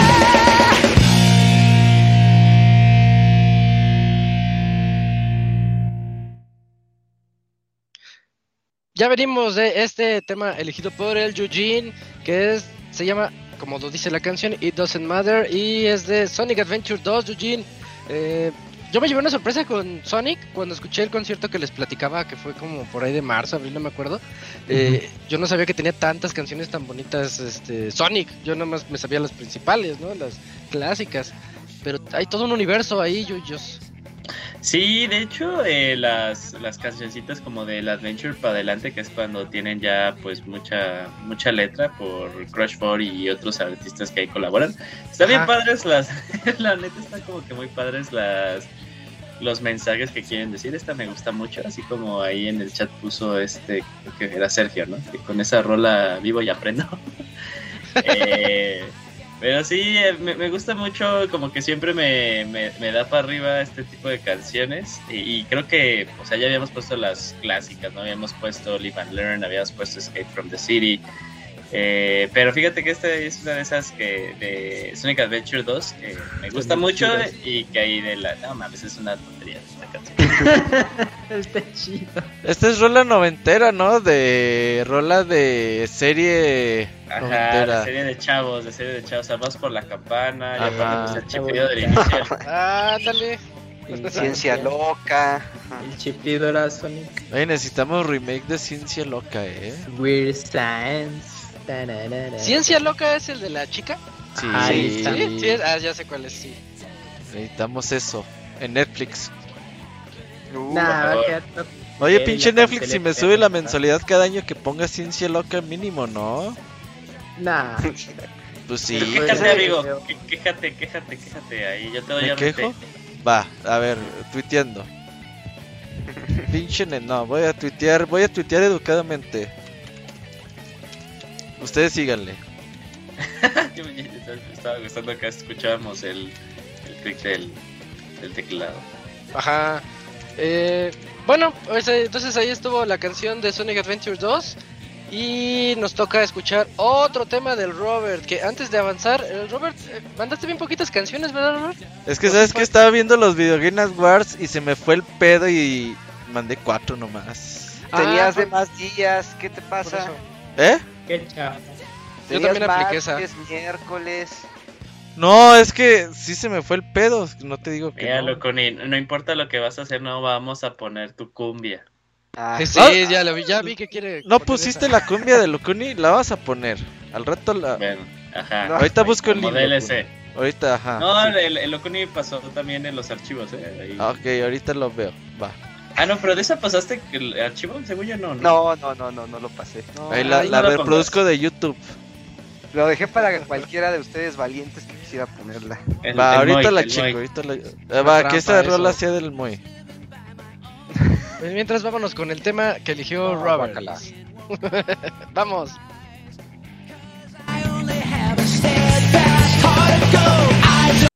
Ya venimos de este tema elegido por el Yujin, que es, se llama, como lo dice la canción, It Doesn't Matter, y es de Sonic Adventure dos, Yujin. Eh, yo me llevé una sorpresa con Sonic cuando escuché el concierto que les platicaba, que fue como por ahí de marzo, abril, no me acuerdo. Eh, yo no sabía que tenía tantas canciones tan bonitas, este, Sonic. Yo nomás me sabía las principales, ¿no? Las clásicas. Pero hay todo un universo ahí, Yuyos. Sí, de hecho, eh, las, las cancioncitas como del Adventure para adelante, que es cuando tienen ya pues mucha mucha letra por Crush four y otros artistas que ahí colaboran. Están bien Ajá. padres las, la neta están como que muy padres las los mensajes que quieren decir. Esta me gusta mucho, así como ahí en el chat puso este, creo que era Sergio, ¿no? Que con esa rola vivo y aprendo. eh... Pero sí, me, me gusta mucho, como que siempre me, me, me da para arriba este tipo de canciones. Y, y creo que, o sea, ya habíamos puesto las clásicas, ¿no? Habíamos puesto Live and Learn, habíamos puesto Escape from the City. Eh, pero fíjate que esta es una de esas que de Sonic Adventure dos que me gusta mucho y que ahí de la... No mames, es una tontería esta canción. Está chido. Esta es rola noventera, ¿no? De rola de serie Ajá, noventera. de serie de chavos, de serie de chavos. Salvados por la campana, y Ajá. aparte pues el chipeo del inicio. Ándale. Ciencia loca. El chiptido era Sonic. Ay, necesitamos remake de Ciencia Loca, ¿eh? Weird Science. Ta-na-na-na. ¿Ciencia Loca es el de la chica? Sí, Ahí sí. está. Sí, sí, ah, ya sé cuál es, sí. Necesitamos eso en Netflix. Uh, Nah, favor. que no- Oye, Eh, pinche la Netflix, si cancelé, me sube la ¿no? mensualidad cada año que ponga Ciencia Loca mínimo, ¿no? Nah. Pues sí. Quéjate, amigo. Qué- Quéjate, quéjate, quéjate. Ahí yo te doy ¿Me a quejo? Va, a ver, tuiteando. Pinche ne- no, voy a tuitear, voy a tuitear educadamente. Ustedes síganle. Yo me estaba gustando que escuchábamos el, el clic del, del teclado. Ajá. Eh, bueno, pues, eh, entonces ahí estuvo la canción de Sonic Adventure dos. Y nos toca escuchar otro tema del Robert. Que antes de avanzar, eh, Robert, eh, mandaste bien poquitas canciones, ¿verdad, Robert? Es que sabes que estaba viendo los Video Game Awards y se me fue el pedo y mandé cuatro nomás. Tenías Ah, de más días, ¿qué te por pasa? eso. ¿Eh? Qué chafa. Yo Tenías también apliqué esa. martes, miércoles. No, es que sí se me fue el pedo. No te digo que Mira, no. Loconi, no importa lo que vas a hacer, no vamos a poner tu cumbia. Ah, Sí, Ah. ya lo vi, ya vi que quiere. No poner pusiste esa. la cumbia de Locuni, la vas a poner. Al rato la. Bueno, ajá. No. Ahorita busco el Como link. D L C. Locuni. Ahorita, ajá. No, sí. el, el Locuni pasó también en los archivos, eh. Ahí. Ah, ok, ahorita lo veo. Va. Ah, no, pero de esa pasaste el archivo, según yo no, ¿no? no, no, no, no, no lo pasé. No, Ahí la, ahí la no la reproduzco de YouTube. Lo dejé para cualquiera de ustedes valientes que quisiera ponerla. El- Va, el ahorita Moy, la el checo. Moy. Ahorita la... Eh, va, que esa trampa rola eso. sea del Moy. Pues mientras vámonos con el tema que eligió No, Robert. guácala. Vamos. I only have a steadfast heart of gold. I don't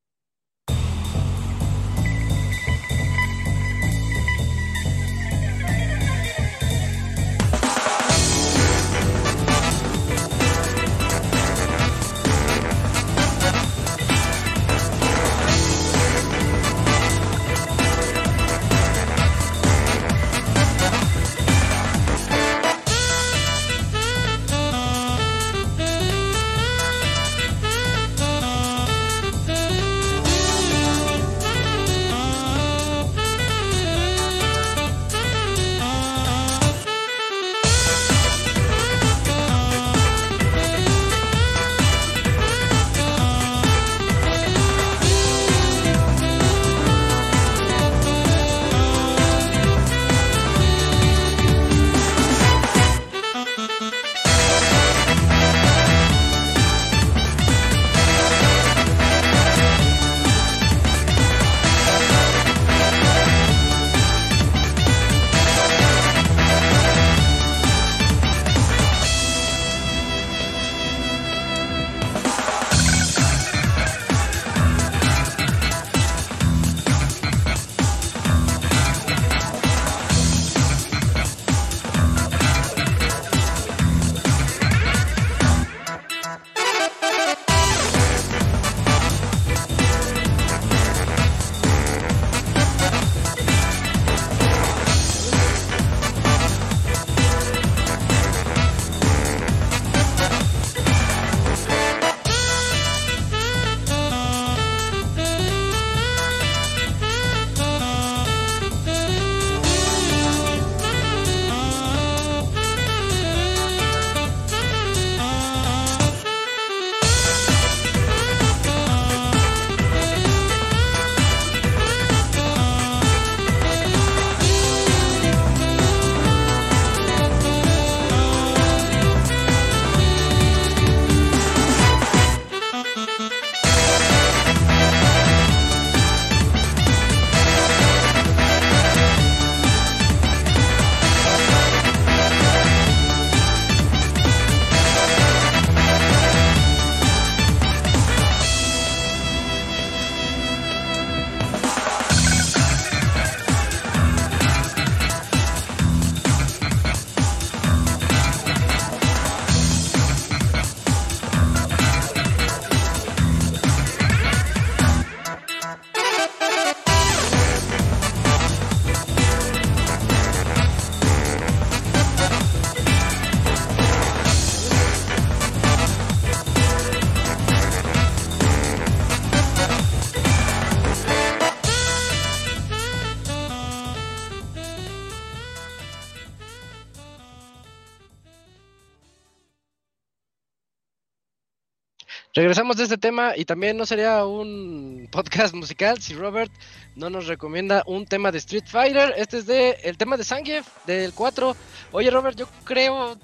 Regresamos de este tema y también no sería un podcast musical si Robert no nos recomienda un tema de Street Fighter. Este es de el tema de Zangief del cuatro. Oye Robert, yo creo,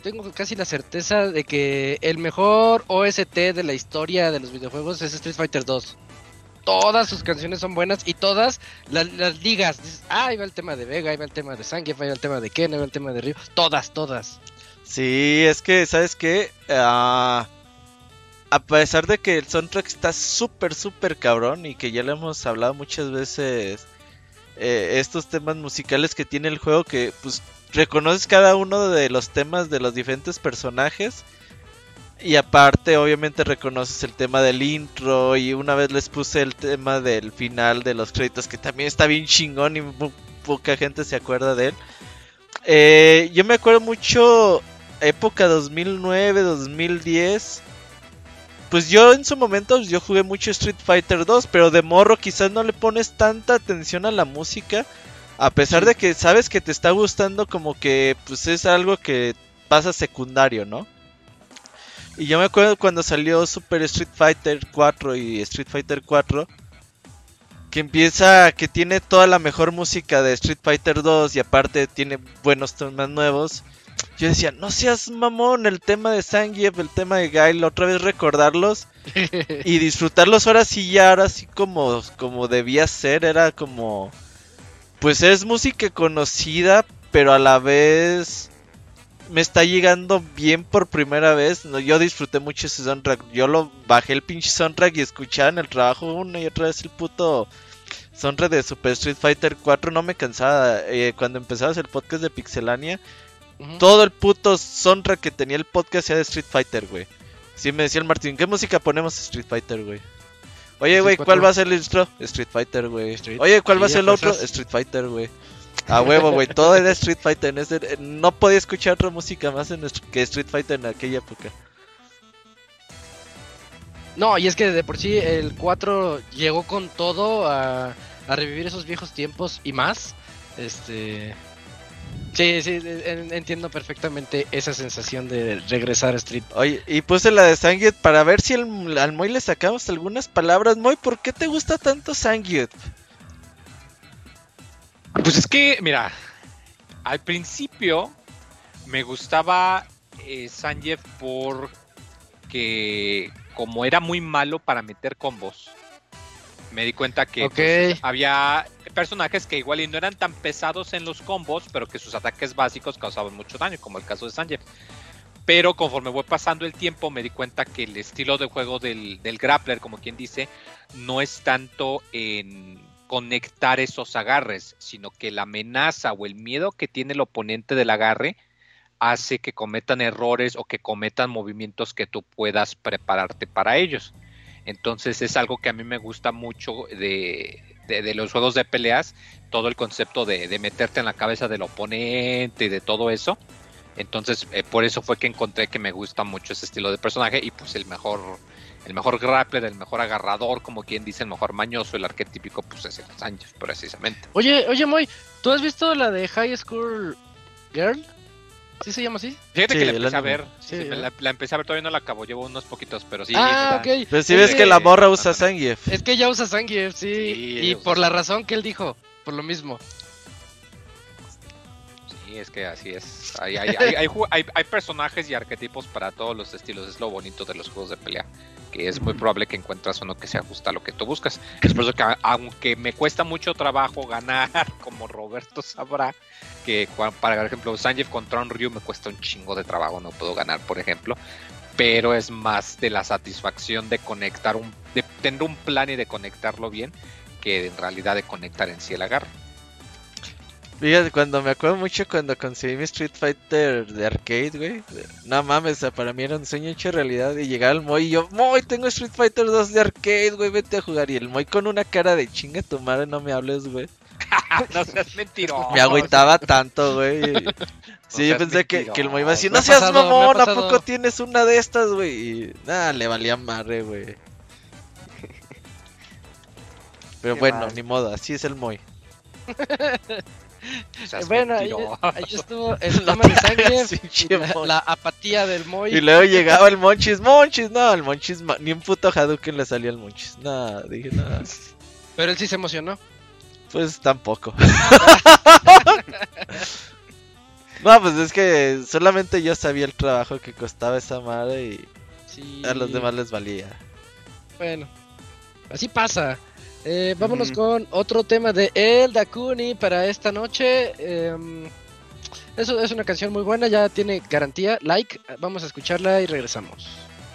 tengo casi la certeza de que el mejor O S T de la historia de los videojuegos es Street Fighter dos. Todas sus canciones son buenas y todas las, las ligas. Dices, ah, ahí va el tema de Vega, ahí va el tema de Zangief, ahí va el tema de Ken, ahí va el tema de Ryu. Todas, todas. Sí, es que, ¿sabes qué? Uh, a pesar de que el soundtrack está súper, súper cabrón y que ya le hemos hablado muchas veces, eh, estos temas musicales que tiene el juego, que pues reconoces cada uno de los temas de los diferentes personajes. Y aparte, obviamente, reconoces el tema del intro. Y una vez les puse el tema del final de los créditos, que también está bien chingón y po- poca gente se acuerda de él. Eh, yo me acuerdo mucho, época dos mil nueve, dos mil diez. Pues yo en su momento yo jugué mucho Street Fighter dos, pero de morro quizás no le pones tanta atención a la música. A pesar de que sabes que te está gustando, como que pues es algo que pasa secundario, ¿no? Y yo me acuerdo cuando salió Super Street Fighter cuatro y Street Fighter cuatro, que empieza, que tiene toda la mejor música de Street Fighter dos y aparte tiene buenos temas nuevos. Yo decía, no seas mamón, el tema de Zangief, el tema de Guile, otra vez recordarlos y disfrutarlos ahora sí ya, ahora sí como, como debía ser, era como... Pues es música conocida, pero a la vez... me está llegando bien por primera vez. No, yo disfruté mucho ese soundtrack. Yo lo bajé el pinche soundtrack y escuchaba en el trabajo una y otra vez el puto soundtrack de Super Street Fighter cuatro. No me cansaba. Eh, cuando empezabas el podcast de Pixelania, uh-huh. todo el puto soundtrack que tenía el podcast era de Street Fighter, güey. Sí, me decía el Martín, ¿qué música ponemos? Street Fighter, güey. Oye, güey, ¿cuál va a ser el intro? Street Fighter, güey. Oye, ¿cuál va a ser el otro? Street Fighter, güey. A huevo, güey, todo era Street Fighter. En ese, no podía escuchar otra música más en que Street Fighter en aquella época. No, y es que de por sí el cuatro llegó con todo a, a revivir esos viejos tiempos y más. Este... Sí, sí, en, entiendo perfectamente esa sensación de regresar a Street. Oye, y puse la de Zangief para ver si el, al Moy le sacamos algunas palabras. Moy, ¿por qué te gusta tanto Zangief? Pues es que, mira, al principio me gustaba eh, Zangief porque como era muy malo para meter combos, me di cuenta que okay. pues, había personajes que igual y no eran tan pesados en los combos, pero que sus ataques básicos causaban mucho daño, como el caso de Zangief. Pero conforme voy pasando el tiempo me di cuenta que el estilo de juego del, del grappler, como quien dice, no es tanto en conectar esos agarres, sino que la amenaza o el miedo que tiene el oponente del agarre hace que cometan errores o que cometan movimientos que tú puedas prepararte para ellos. Entonces es algo que a mí me gusta mucho de, de, de los juegos de peleas, todo el concepto de, de meterte en la cabeza del oponente y de todo eso. Entonces eh, por eso fue que encontré que me gusta mucho ese estilo de personaje y pues el mejor... El mejor grappler, el mejor agarrador, como quien dice, el mejor mañoso, el arquetípico, pues es el Zangief, precisamente. Oye, oye, Moy, ¿tú has visto la de High School Girl? ¿Sí se llama así? Fíjate sí, que la empecé a ver, sí, sí, ¿eh? la, la empecé a ver, todavía no la acabo, llevo unos poquitos, pero sí. Ah, está, ok. Pero si ves que, que la morra usa Zangief. Es que ella usa Zangief, sí, sí y por la razón que él dijo, por lo mismo. Sí, es que así es. Hay, hay, hay, hay, hay, hay personajes y arquetipos para todos los estilos, es lo bonito de los juegos de pelea. Que es muy probable que encuentras uno que se ajusta a lo que tú buscas. Es por eso que aunque me cuesta mucho trabajo ganar, como Roberto sabrá, que para ejemplo Zangief contra un Ryu me cuesta un chingo de trabajo, no puedo ganar, por ejemplo, pero es más de la satisfacción de conectar, un, de tener un plan y de conectarlo bien, que en realidad de conectar en sí el agarre. Fíjate, cuando me acuerdo mucho cuando conseguí mi Street Fighter de arcade, güey. No mames, o sea, para mí era un sueño hecho realidad. Y llegar al Moy y yo, Moy, tengo Street Fighter dos de arcade, güey, vete a jugar. Y el Moy con una cara de chinga tu madre, no me hables, güey. No seas mentiroso. Me agüitaba tanto, güey. Sí, no yo pensé que, que el Moy iba a decir, no seas pasado, mamón, ¿a poco tienes una de estas, güey? Y nada, le valía madre, güey. Pero Qué bueno, mal. ni modo, así es el Moy. Bueno, ahí, ahí estuvo el tema de Zangief, Sí, la, la apatía del Moy. Y luego llegaba el Monchis, Monchis, no, el Monchis, ni un puto Hadouken le salía al Monchis. Nada, dije nada. Pero él sí se emocionó. Pues tampoco. No, pues es que solamente yo sabía el trabajo que costaba esa madre y Sí. a los demás les valía. Bueno, así pasa. Eh, vámonos Ujú. con otro tema de El Dakuni para esta noche. Eh, eso es una canción muy buena, ya tiene garantía. Like, vamos a escucharla y regresamos.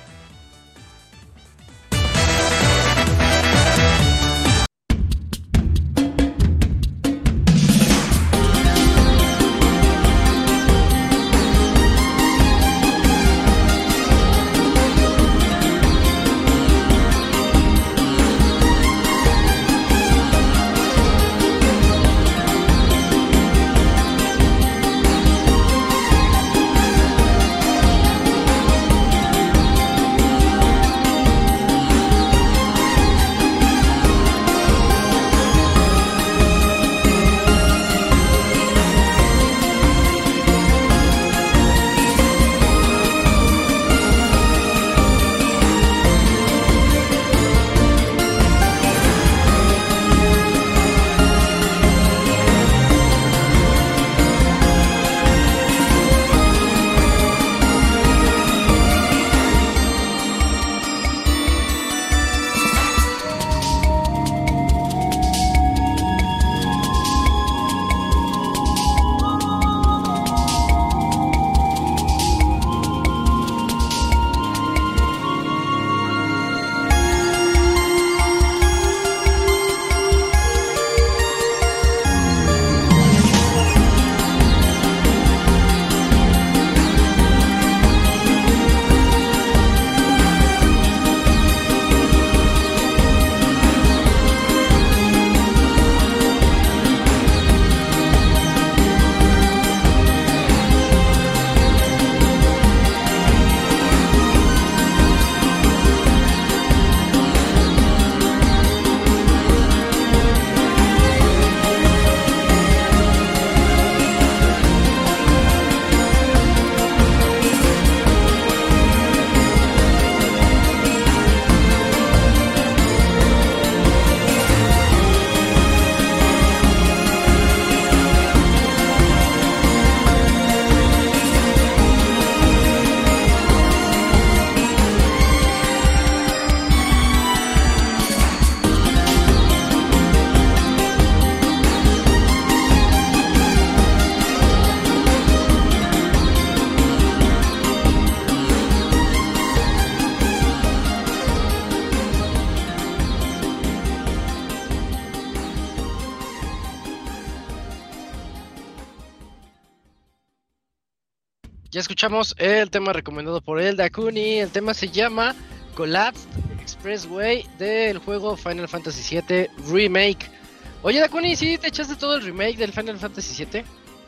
Ya escuchamos el tema recomendado por el Dakuni. El tema se llama Collapsed Expressway del juego Final Fantasy siete Remake. Oye, Dakuni, ¿sí te echaste todo el remake del Final Fantasy siete?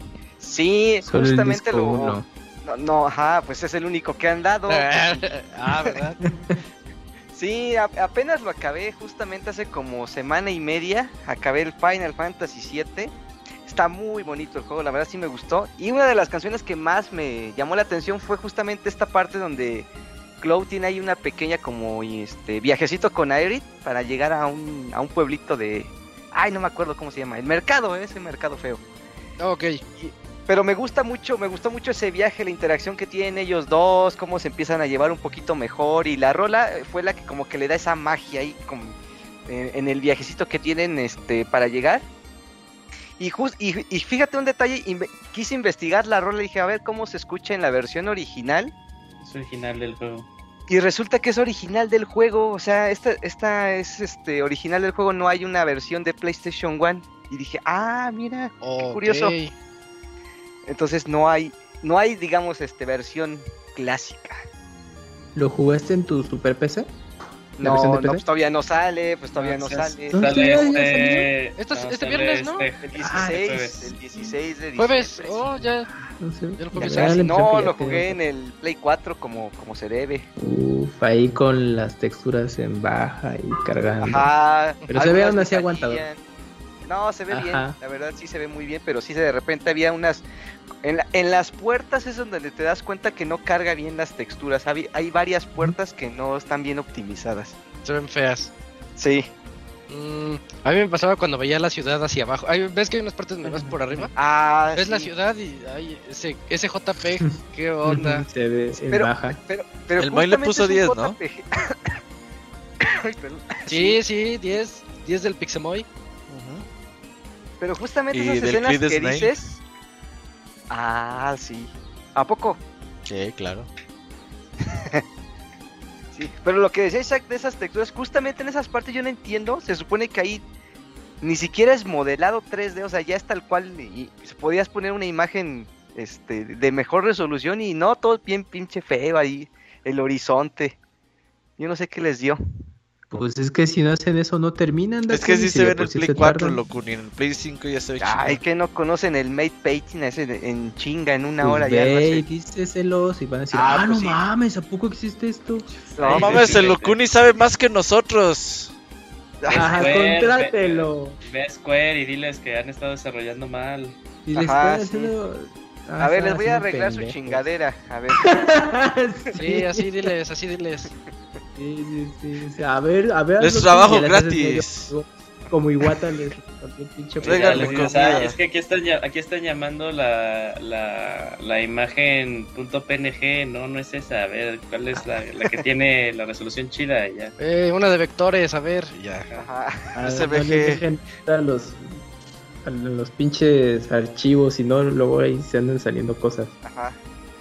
Sí, Solo el justamente disco lo... uno. No, no, ajá, pues es el único que han dado. Ah, ¿verdad? Sí, a- apenas lo acabé, justamente hace como semana y media. Acabé el Final Fantasy siete. Está muy bonito el juego, la verdad sí me gustó. Y una de las canciones que más me llamó la atención fue justamente esta parte donde Cloud tiene ahí una pequeña como este viajecito con Aerith para llegar a un, a un pueblito de... Ay, no me acuerdo cómo se llama. El mercado, ¿eh? Ese mercado feo. Ok. Pero me gusta mucho, me gustó mucho ese viaje, la interacción que tienen ellos dos, cómo se empiezan a llevar un poquito mejor. Y la rola fue la que como que le da esa magia ahí como, eh, en el viajecito que tienen este para llegar. Y, just, y, y fíjate un detalle, inve- quise investigar la rola y dije, a ver cómo se escucha en la versión original. Es original del juego. Y resulta que es original del juego, o sea, esta, esta es este original del juego, no hay una versión de PlayStation uno. Y dije, ah, mira, qué Ok. curioso. Entonces no hay, no hay, digamos, este versión clásica. ¿Lo jugaste en tu Super P C? ¿La No, versión de no, P C? pues todavía no sale, pues todavía no Ah, sale. ¿No? Sale ya este... Esto es- no, este sale viernes, ¿no? este- El Ah, dieciséis, jueves. el dieciséis de Jueves. diciembre. Oh, ya. No sé. Ya lo La jueves. verdad, Si la impresión no, que lo ya tengo. jugué en el Play cuatro como, como se debe. Uf, ahí con las texturas en baja y cargando. Ajá. Pero se ve algunas aún me así aguantador. salían. No, se ve bien, Ajá. la verdad sí se ve muy bien, pero sí de repente había unas... En, la- en las puertas es donde te das cuenta que no carga bien las texturas. Hay, hay varias puertas que no están bien optimizadas. Se ven feas. Sí. Mm, a mí me pasaba cuando veía la ciudad hacia abajo. Ay, ¿ves que hay unas partes donde vas por arriba? Ah, Ves sí. la ciudad y ay, ese, ese J P G, qué onda. Se ve en Pero, baja. pero, pero El Moy le justamente puso es un diez, J ¿no? P G. Ay, perdón. Sí, sí, diez, diez del Pixemoy. Pero justamente ¿Y esas del escenas Creed que Snake? dices. Ah, sí. ¿A poco? Sí, claro. Sí. Pero lo que decía Isaac de esas texturas, justamente en esas partes yo no entiendo. Se supone que ahí ni siquiera es modelado tres D, o sea, ya es tal cual. Y podías poner una imagen este, de mejor resolución y no, todo bien pinche feo ahí. El horizonte. Yo no sé qué les dio. Pues es que si no hacen eso no terminan. Es que Dakuni, sí si se de ve en por el sí Play se cuatro, tardan. loco, ni en el Play cinco ya se ve Ay, chido. que no conocen el mate painting ese de- en chinga, en una Pues hora ya lo ve y hace. díceselos y van a decir, Ah, ah, pues no sí. mames, ¿a poco existe esto? No Ay, mames, sí, el sí, Locuni sabe más que nosotros. Ajá, Square, contrátelo. Ve a Square y diles que han estado desarrollando mal. Y les Ajá, pueden sí. hacerlo... A ver, les voy a haciendo arreglar su pendejos. chingadera. A ver. Sí, así diles, así diles. Sí, sí, sí, sí. A ver, a ver. Les hazlo tú, trabajo ya les haces gratis. medio- Como Iwata les también pinche Ya Tráiganme les programa. dices, "Ay, comida". es que aquí están, ya- aquí están llamando la, la, la imagen .png, no, no es esa, a ver, ¿cuál es la, la que tiene la resolución chida? Y ya. Eh, una de vectores, a ver, ya. Ajá. Ah, S no V les G. dejen a los a los pinches archivos y no luego ahí se andan saliendo cosas. Ajá.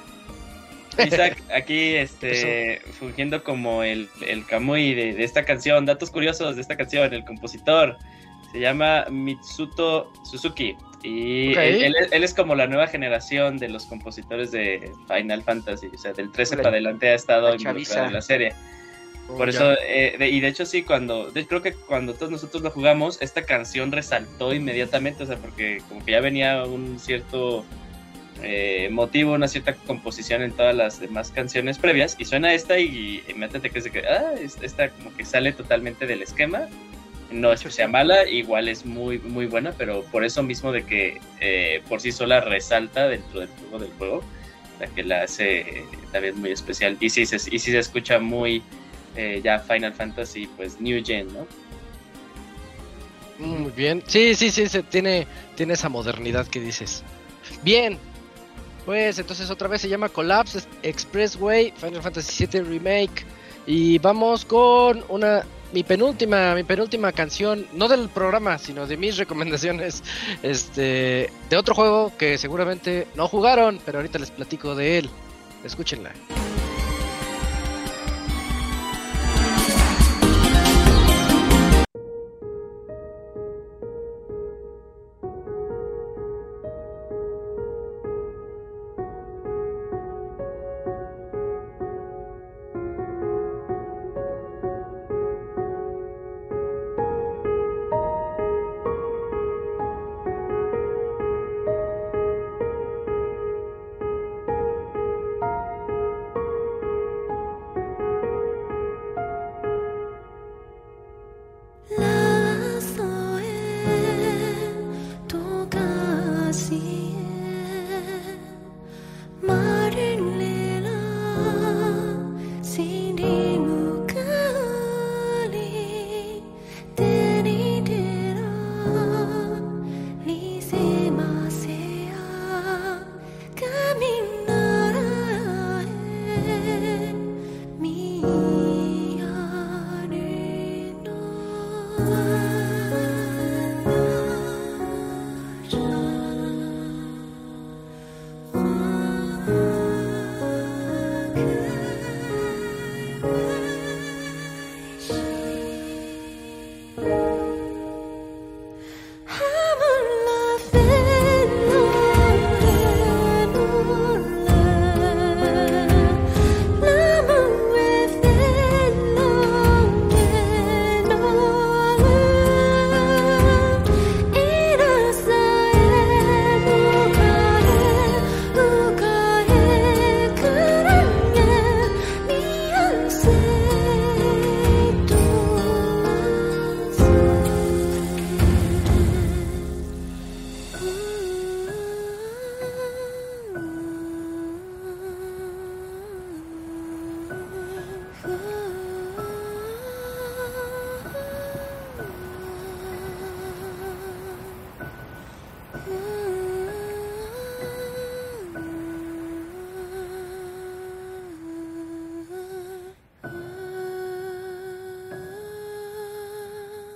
Isaac, aquí este, fungiendo como el, el Kamui de, de esta canción, datos curiosos de esta canción, el compositor se llama Mitsuto Suzuki y Ok. él, él es- él es como la nueva generación de los compositores de Final Fantasy, o sea, del trece Órale. para adelante ha estado La involucrado chaviza. en la serie. Por Ya. eso, eh, de- y de hecho sí, cuando, de- creo que cuando todos nosotros lo jugamos, esta canción resaltó inmediatamente, o sea, porque como que ya venía un cierto eh, motivo, una cierta composición en todas las demás canciones previas, y suena esta y inmediatamente crees de que, ah, es- esta como que sale totalmente del esquema, no es que sea mala, igual es muy, muy buena, pero por eso mismo de que eh, por sí sola resalta dentro del juego del juego, la que la hace eh, también muy especial, y sí se, y sí se escucha muy... Eh, ya Final Fantasy, pues New Gen, ¿no? Muy bien. Sí, sí, sí, se tiene, tiene esa modernidad que dices. Bien. Pues entonces otra vez se llama Collapse Expressway Final Fantasy siete Remake. Y vamos con una mi penúltima, mi penúltima canción, no del programa, sino de mis recomendaciones, este, de otro juego que seguramente no jugaron, pero ahorita les platico de él. Escúchenla. Thank you.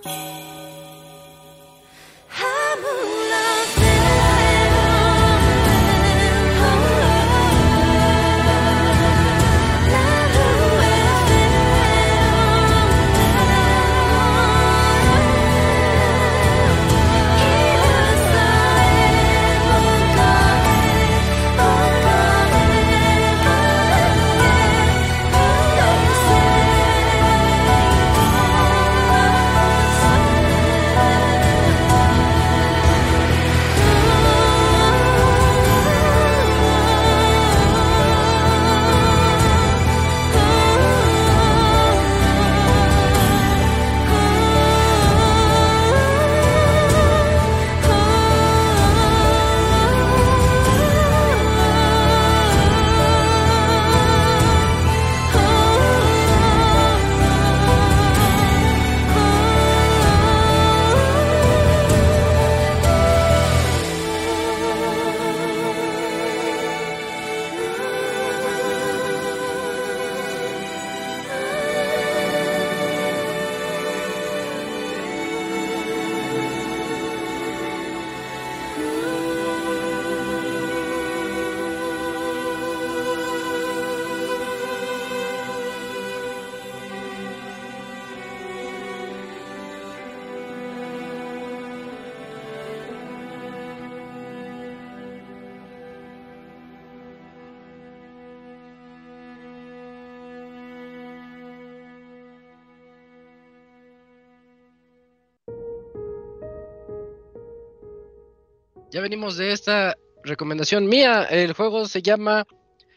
Ya venimos de esta recomendación mía. El juego se llama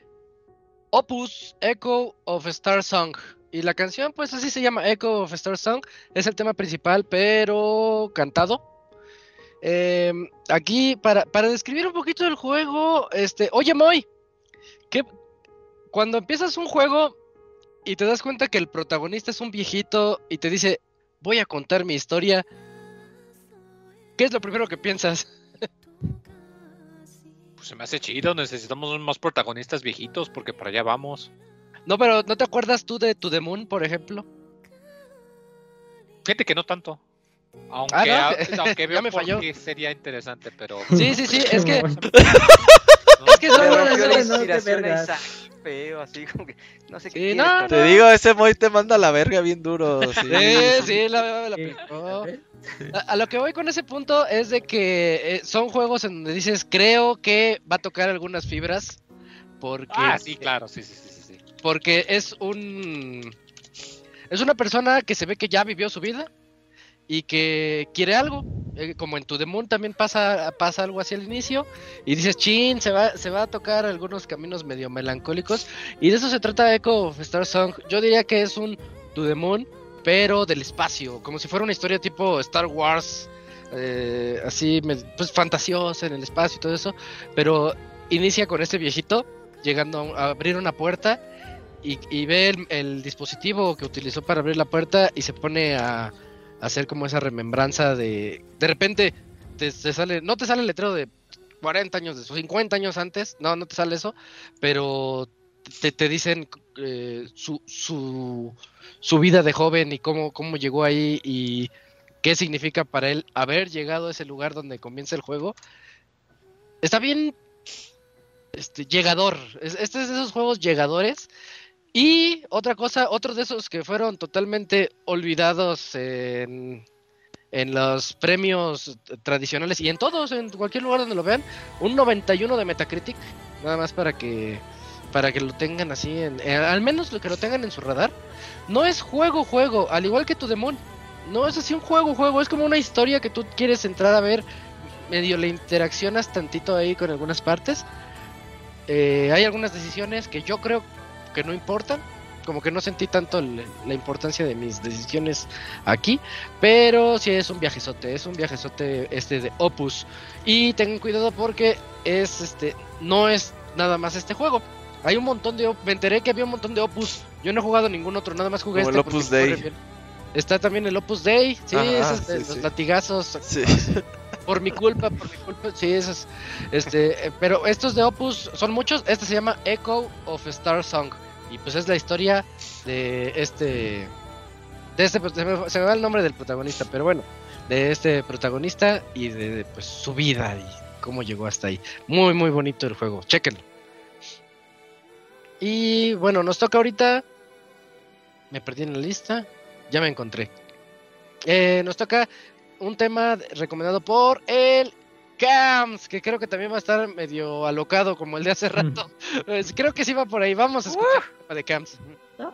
Opus Echo of Star Song. Y la canción, pues así se llama, Echo of Star Song. Es el tema principal, pero cantado. Eh, aquí, para, para describir un poquito el juego, este, oye Moy, que cuando empiezas un juego y te das cuenta que el protagonista es un viejito y te dice, voy a contar mi historia, ¿qué es lo primero que piensas? Pues se me hace chido, necesitamos más protagonistas viejitos porque para allá vamos. No, pero ¿no te acuerdas tú de To The Moon, por ejemplo? Fíjate que no tanto. Aunque, Ah, ¿no? aunque veo Ya me por falló. qué sería interesante, pero... Sí, sí, sí, es que... No, es que Le son bueno, rompió la no, no, inspiración qué a vergas. Isaac, feo, así como que no sé qué Sí, quieres no, con- Te digo, ese Moy te manda a la verga bien duro. Sí, Sí, sí, la, la Sí, aplicó. a ver. A, a lo que voy con ese punto es de que eh, son juegos en donde dices, creo que va a tocar algunas fibras, porque, Ah, sí, claro, sí, sí, sí, sí, sí. porque es un... Es una persona que se ve que ya vivió su vida y que quiere algo, eh, como en To The Moon también pasa, pasa algo así al inicio, y dices, chin, se va, se va a tocar algunos caminos medio melancólicos, y de eso se trata Echo of Star Song. Yo diría que es un To The Moon, pero del espacio, como si fuera una historia tipo Star Wars, eh, así, me- pues fantasiosa en el espacio y todo eso, pero inicia con este viejito llegando a, a abrir una puerta y, y ve el, el dispositivo que utilizó para abrir la puerta y se pone a hacer como esa remembranza de... De repente te, te sale, no te sale el letrero de cuarenta años, de cincuenta años antes, no, no te sale eso, pero te, te dicen eh, su, su, su vida de joven y cómo, cómo llegó ahí y qué significa para él haber llegado a ese lugar donde comienza el juego. Está bien este, llegador, es- este es de esos juegos llegadores. Y otra cosa, otro de esos que fueron totalmente olvidados en, en los premios tradicionales y en todos, en cualquier lugar donde lo vean, un noventa y uno de Metacritic, nada más para que para que lo tengan así, en, eh, al menos lo que lo tengan en su radar. No es juego, juego, al igual que To The Moon, no es así un juego, juego, es como una historia que tú quieres entrar a ver, medio le interaccionas tantito ahí con algunas partes. Eh, hay algunas decisiones que yo creo que no importan, como que no sentí tanto el- la importancia de mis decisiones aquí, pero sí es un viajezote, es un viajezote este de Opus, y tengan cuidado porque es este, no es nada más este juego, hay un montón de, op- me enteré que había un montón de Opus, yo no he jugado ningún otro, nada más jugué Como este el porque Opus corre Dei. bien. Está también el Opus Dei, sí, Ajá, esos de sí, los sí. latigazos, Sí. por mi culpa, por mi culpa, sí, esos, este, eh, pero estos de Opus son muchos, este se llama Echo of Star Song, y pues es la historia de este, de este, se me, se me va el nombre del protagonista, pero bueno, de este protagonista y de, de, pues su vida y cómo llegó hasta ahí. Muy muy bonito el juego, chéquenlo. Y bueno, nos toca ahorita. Me perdí en la lista, ya me encontré. Eh, nos toca un tema recomendado por el Camps, que creo que también va a estar medio alocado como el de hace rato. Mm. Creo que sí va por ahí. Vamos a escuchar uh. el tema de Camps. ¿No?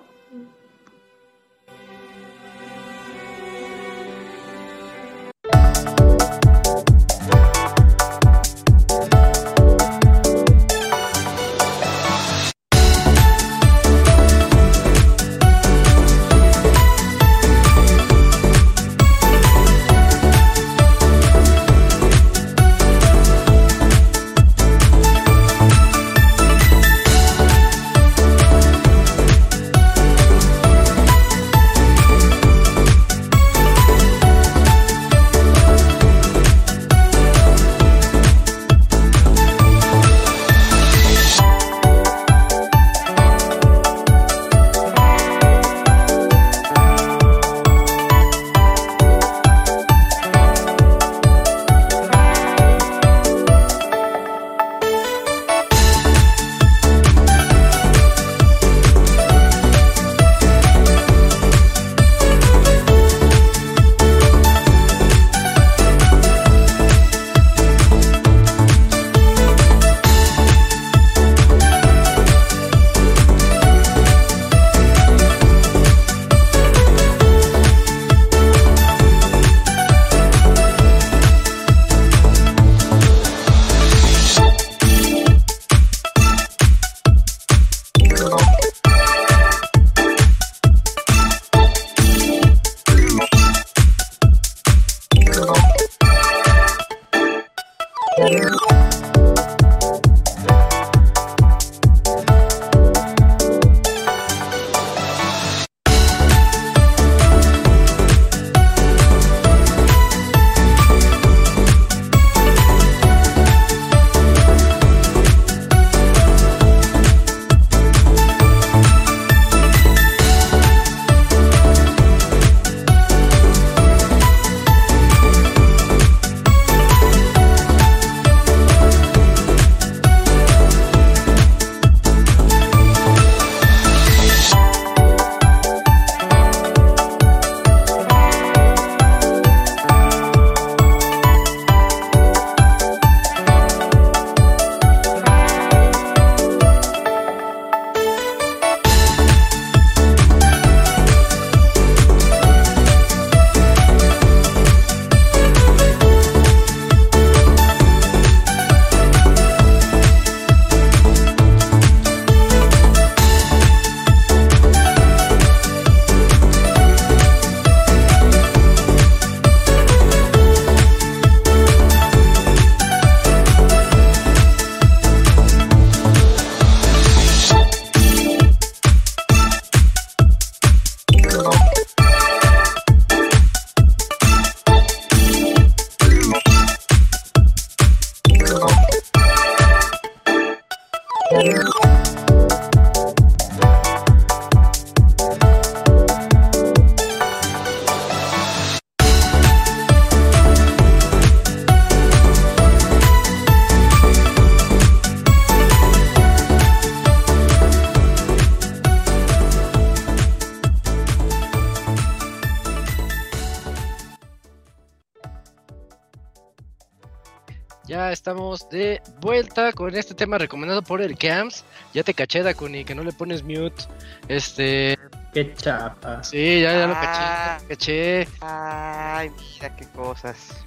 Ya estamos de vuelta con este tema recomendado por el Camps. Ya te caché, Dakuni, que no le pones mute. Este. Qué chapa. Sí, ya, ya ah, lo caché, caché. Ay, mira qué cosas.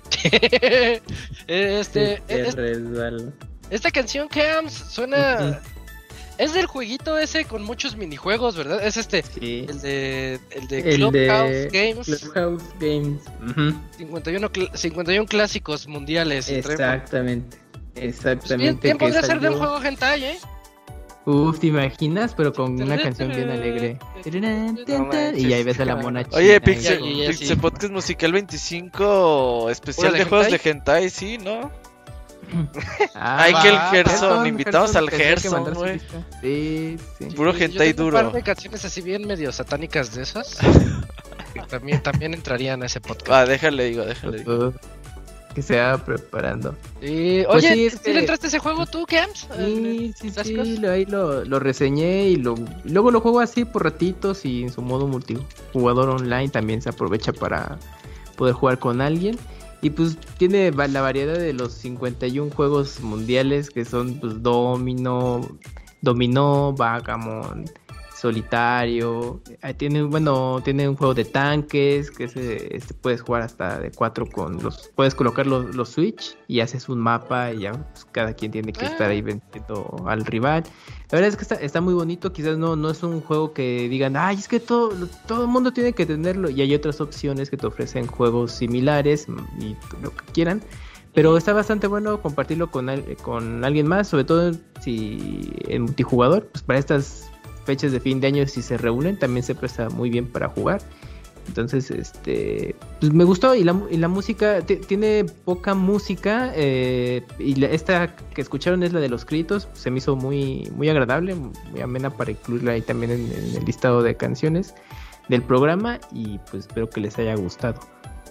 este. Qué es, resbalo. Esta canción, Camps, suena. Uh-huh. Es del jueguito ese con muchos minijuegos, ¿verdad? Es este. Sí. El de. El de el Clubhouse de Games. Clubhouse Games. Uh-huh. cincuenta y uno, cl- cincuenta y uno clásicos mundiales. Exactamente. Exactamente. Pues bien, bien podría ser de un juego hentai, ¿eh? Uf, ¿te imaginas? Pero con una canción bien alegre. No y ahí ves a la mona china. Oye, Pixel, y- y- y- Pixel Podcast Musical veinticinco, especial ¿Puro de de juegos hentai? de hentai, sí, ¿no? Ah, Ay, que el va, Gerson, invitamos al tendría que Gerson, mandar su güey. lista. Sí, sí. Puro Sí, yo hentai tengo duro. Un par de canciones así bien medio satánicas de esas. que también, también entrarían a ese podcast. Ah, déjale digo, déjale digo. Que se va preparando. Y, Pues oye, sí, es ¿sí que- le entraste a ese juego tú, Camps? Sí, sí, ¿Las sí, cosas? lo- ahí lo, lo reseñé y, lo, y luego lo juego así por ratitos y en su modo multijugador online también se aprovecha para poder jugar con alguien. Y pues tiene va- la variedad de los cincuenta y uno juegos mundiales que son pues Domino, Dominó, Vagamon, Solitario. Ah, tiene, bueno, tiene un juego de tanques que ese, este puedes jugar hasta de cuatro con los, puedes colocar los, los Switch y haces un mapa y ya pues, cada quien tiene que Ah. estar ahí venciendo al rival. La verdad es que está, está muy bonito, quizás no, no es un juego que digan, ay, es que todo, todo el mundo tiene que tenerlo, y hay otras opciones que te ofrecen juegos similares mm, y lo que quieran, pero está bastante bueno compartirlo con, al- con alguien más, sobre todo si en multijugador, pues para estas fechas de fin de año si se reúnen también se presta muy bien para jugar. Entonces, este, pues me gustó y la, mu- y la música, ti- tiene poca música, eh, y la- esta que escucharon es la de los créditos, se me hizo muy, muy agradable, muy amena para incluirla ahí también en, en el listado de canciones del programa y pues espero que les haya gustado.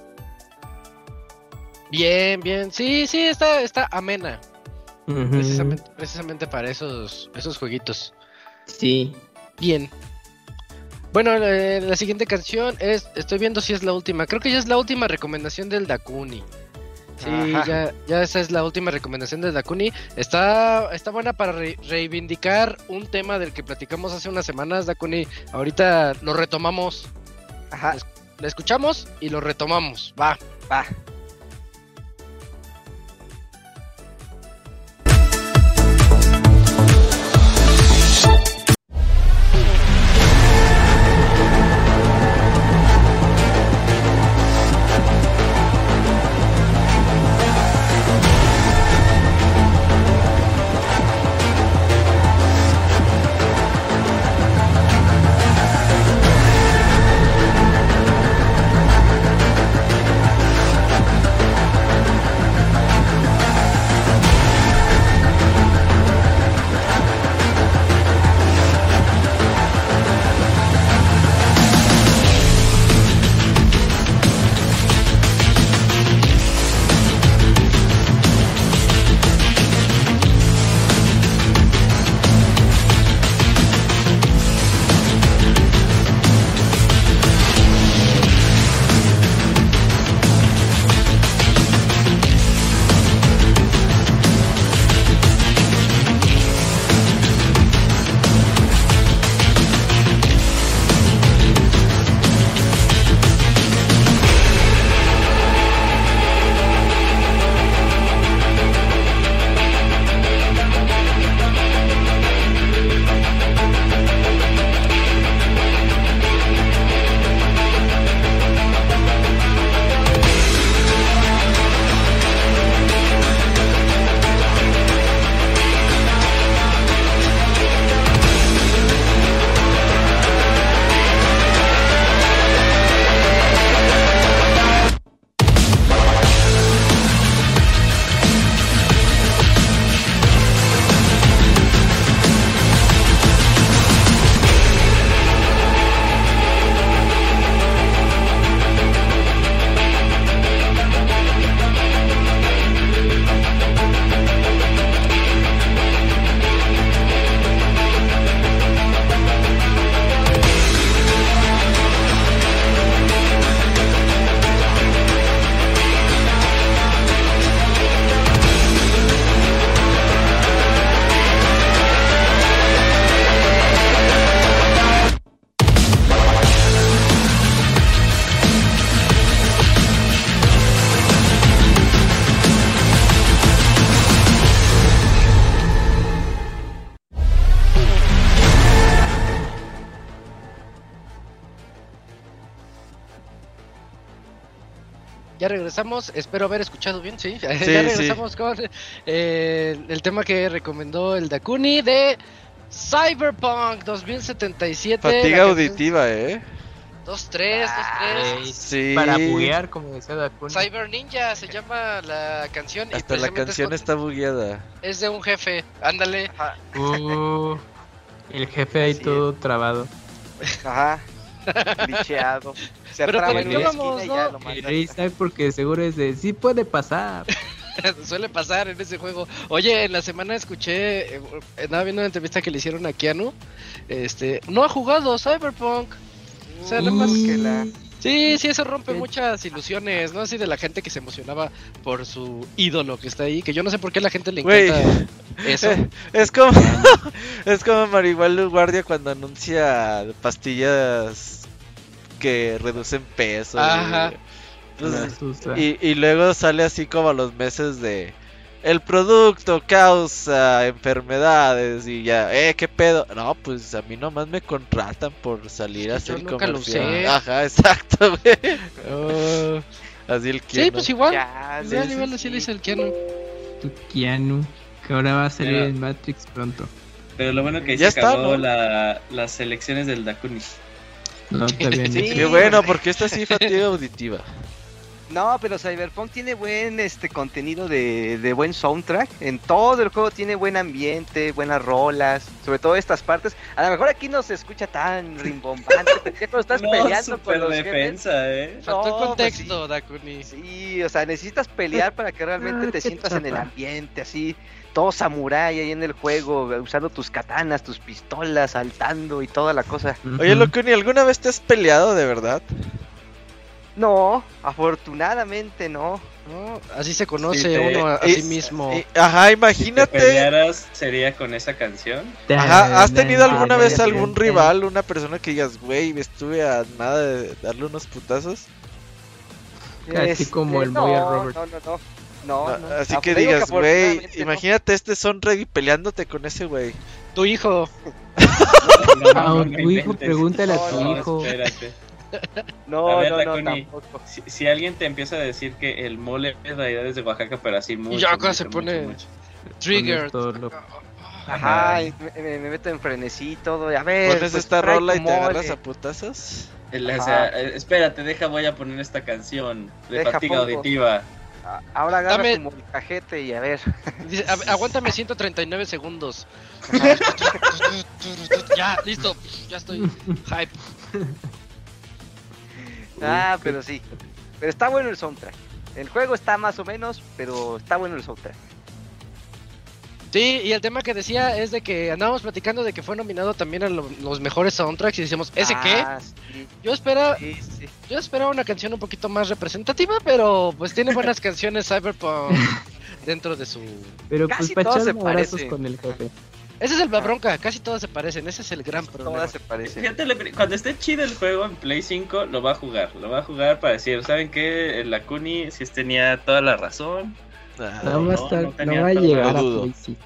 Bien, bien. Sí, sí, está, está amena. Ujú. Precisamente, precisamente para esos, esos jueguitos. Sí. Bien. Bueno, eh, la siguiente canción es, estoy viendo si es la última, creo que ya es la última recomendación del Dakuni. Sí, Ajá. ya, ya esa es la última recomendación del Dakuni. Está, está buena para re- reivindicar un tema del que platicamos hace unas semanas, Dakuni. Ahorita lo retomamos, Ajá, la escuchamos y lo retomamos. Va. va. Ya regresamos, espero haber escuchado bien, sí. Sí, ya regresamos con eh, el tema que recomendó el Dakuni de Cyberpunk dos mil setenta y siete. Fatiga auditiva, eh. dos tres, dos tres. Sí. Para buguear, como decía Dakuni. Cyber Ninja se llama la canción. y Hasta la precisamente canción es, está bugueada. es de un jefe, ándale. Ajá, Uh, el jefe ahí Así todo trabado. ajá. Glitcheado. Se Pero atrapa en una platicábamos, esquina y ya ¿no? lo Y manda. Isaac porque seguro es de, sí puede pasar. Suele pasar en ese juego. Oye, en la semana escuché, eh, andaba viendo una entrevista que le hicieron a Keanu. Este, no ha jugado Cyberpunk. O sea, nada más que la- Sí, sí, eso rompe Sí. muchas ilusiones, ¿no? Así de la gente que se emocionaba por su ídolo que está ahí, que yo no sé por qué a la gente le Güey. encanta eso. Eh, es como es como Marihuana Guardia cuando anuncia pastillas que reducen peso. Ajá. Y, pues, Me asusta. y, y luego sale así como a los meses de el producto causa enfermedades y ya, eh, qué pedo. No, pues a mí nomás me contratan por salir a Yo hacer nunca lo comercial. usé. Ajá, exacto, güey. Oh. Así el Sí, Keanu. pues igual. Ya, Igual, sí, igual sí, así sí. le dice el Keanu. Tu Keanu, que ahora va a salir Pero- en Matrix pronto. Pero lo bueno que Ya se está, acabó ¿no? la, las selecciones del Dakuni. No, todavía no. Sí. Qué bueno, porque esta sí fatiga auditiva. No, pero Cyberpunk tiene buen este contenido de, de buen soundtrack. En todo el juego tiene buen ambiente, buenas rolas, sobre todo estas partes. A lo mejor aquí no se escucha tan rimbombante, pero ya cuando estás no, peleando con super los jefes. defensa, eh. Faltó el No, pues contexto, Dakuni. Sí, o sea, necesitas pelear para que realmente Ah, te qué sientas en el chafa. ambiente, así, todo samurái ahí en el juego, usando tus katanas, tus pistolas, saltando y toda la cosa. Oye, Ujú. Locuni, ¿alguna vez te has peleado de verdad? No, afortunadamente no. No, así se conoce Sí, te- uno a, a y- sí mismo. y- ajá, Si te imagínate. pelearas, sería con esa canción. Ajá, ¿has tenido alguna Ah, vez ya, algún ya. rival, una persona que digas, güey, estuve a nada de darle unos putazos? Casi como el no, Moya Robert. No, no, no. No, No, no. así Ah, que te digo digas, güey, afortunadamente no. imagínate este Sonreg peleándote con ese güey. Tu hijo. No, no, A no, tu no hijo, inventes. pregúntale a No, tu no, hijo. Espérate. No, A ver, no, no, Dakuni. tampoco. Si, si alguien te empieza a decir que el mole en realidad es de Oaxaca, pero así mucho. ya acá mucho, se mucho, pone- mucho. Trigger. Todo loco. Ajá, y me, me- me meto en frenesí y todo. y A ver, Pones pues, esta trae rola y tu te agarras mole. a putazos. El- o Ajá. sea, eh, espérate, deja, voy a poner esta canción de Deja, fatiga pongo. auditiva. A- Ahora agarra Dame- tu molcajete y a ver. Dice, "A- aguántame ciento treinta y nueve segundos. Ya, listo. Ya estoy hype. Ah, pero sí. Pero está bueno el soundtrack. El juego está más o menos, pero está bueno el soundtrack. Sí, y el tema que decía es de que andábamos platicando de que fue nominado también a lo- los mejores soundtracks y decíamos, ¿ese qué? Ah, sí, Yo espera, sí, sí. yo esperaba una canción un poquito más representativa, pero pues tiene buenas canciones Cyberpunk dentro de su... Pero Casi pues para todos echar se abrazos parecen. con el jefe. Esa es el la bronca, casi todas se parecen, ese es el gran problema. Todas se parecen. Fíjate, le- cuando esté chido el juego en Play cinco, lo va a jugar. Lo va a jugar para decir, ¿saben qué? El Lakuni sí tenía toda la razón. Ah, No, va a no, estar, no no, tenía va a todo, llegar lo a dudo. Play cinco.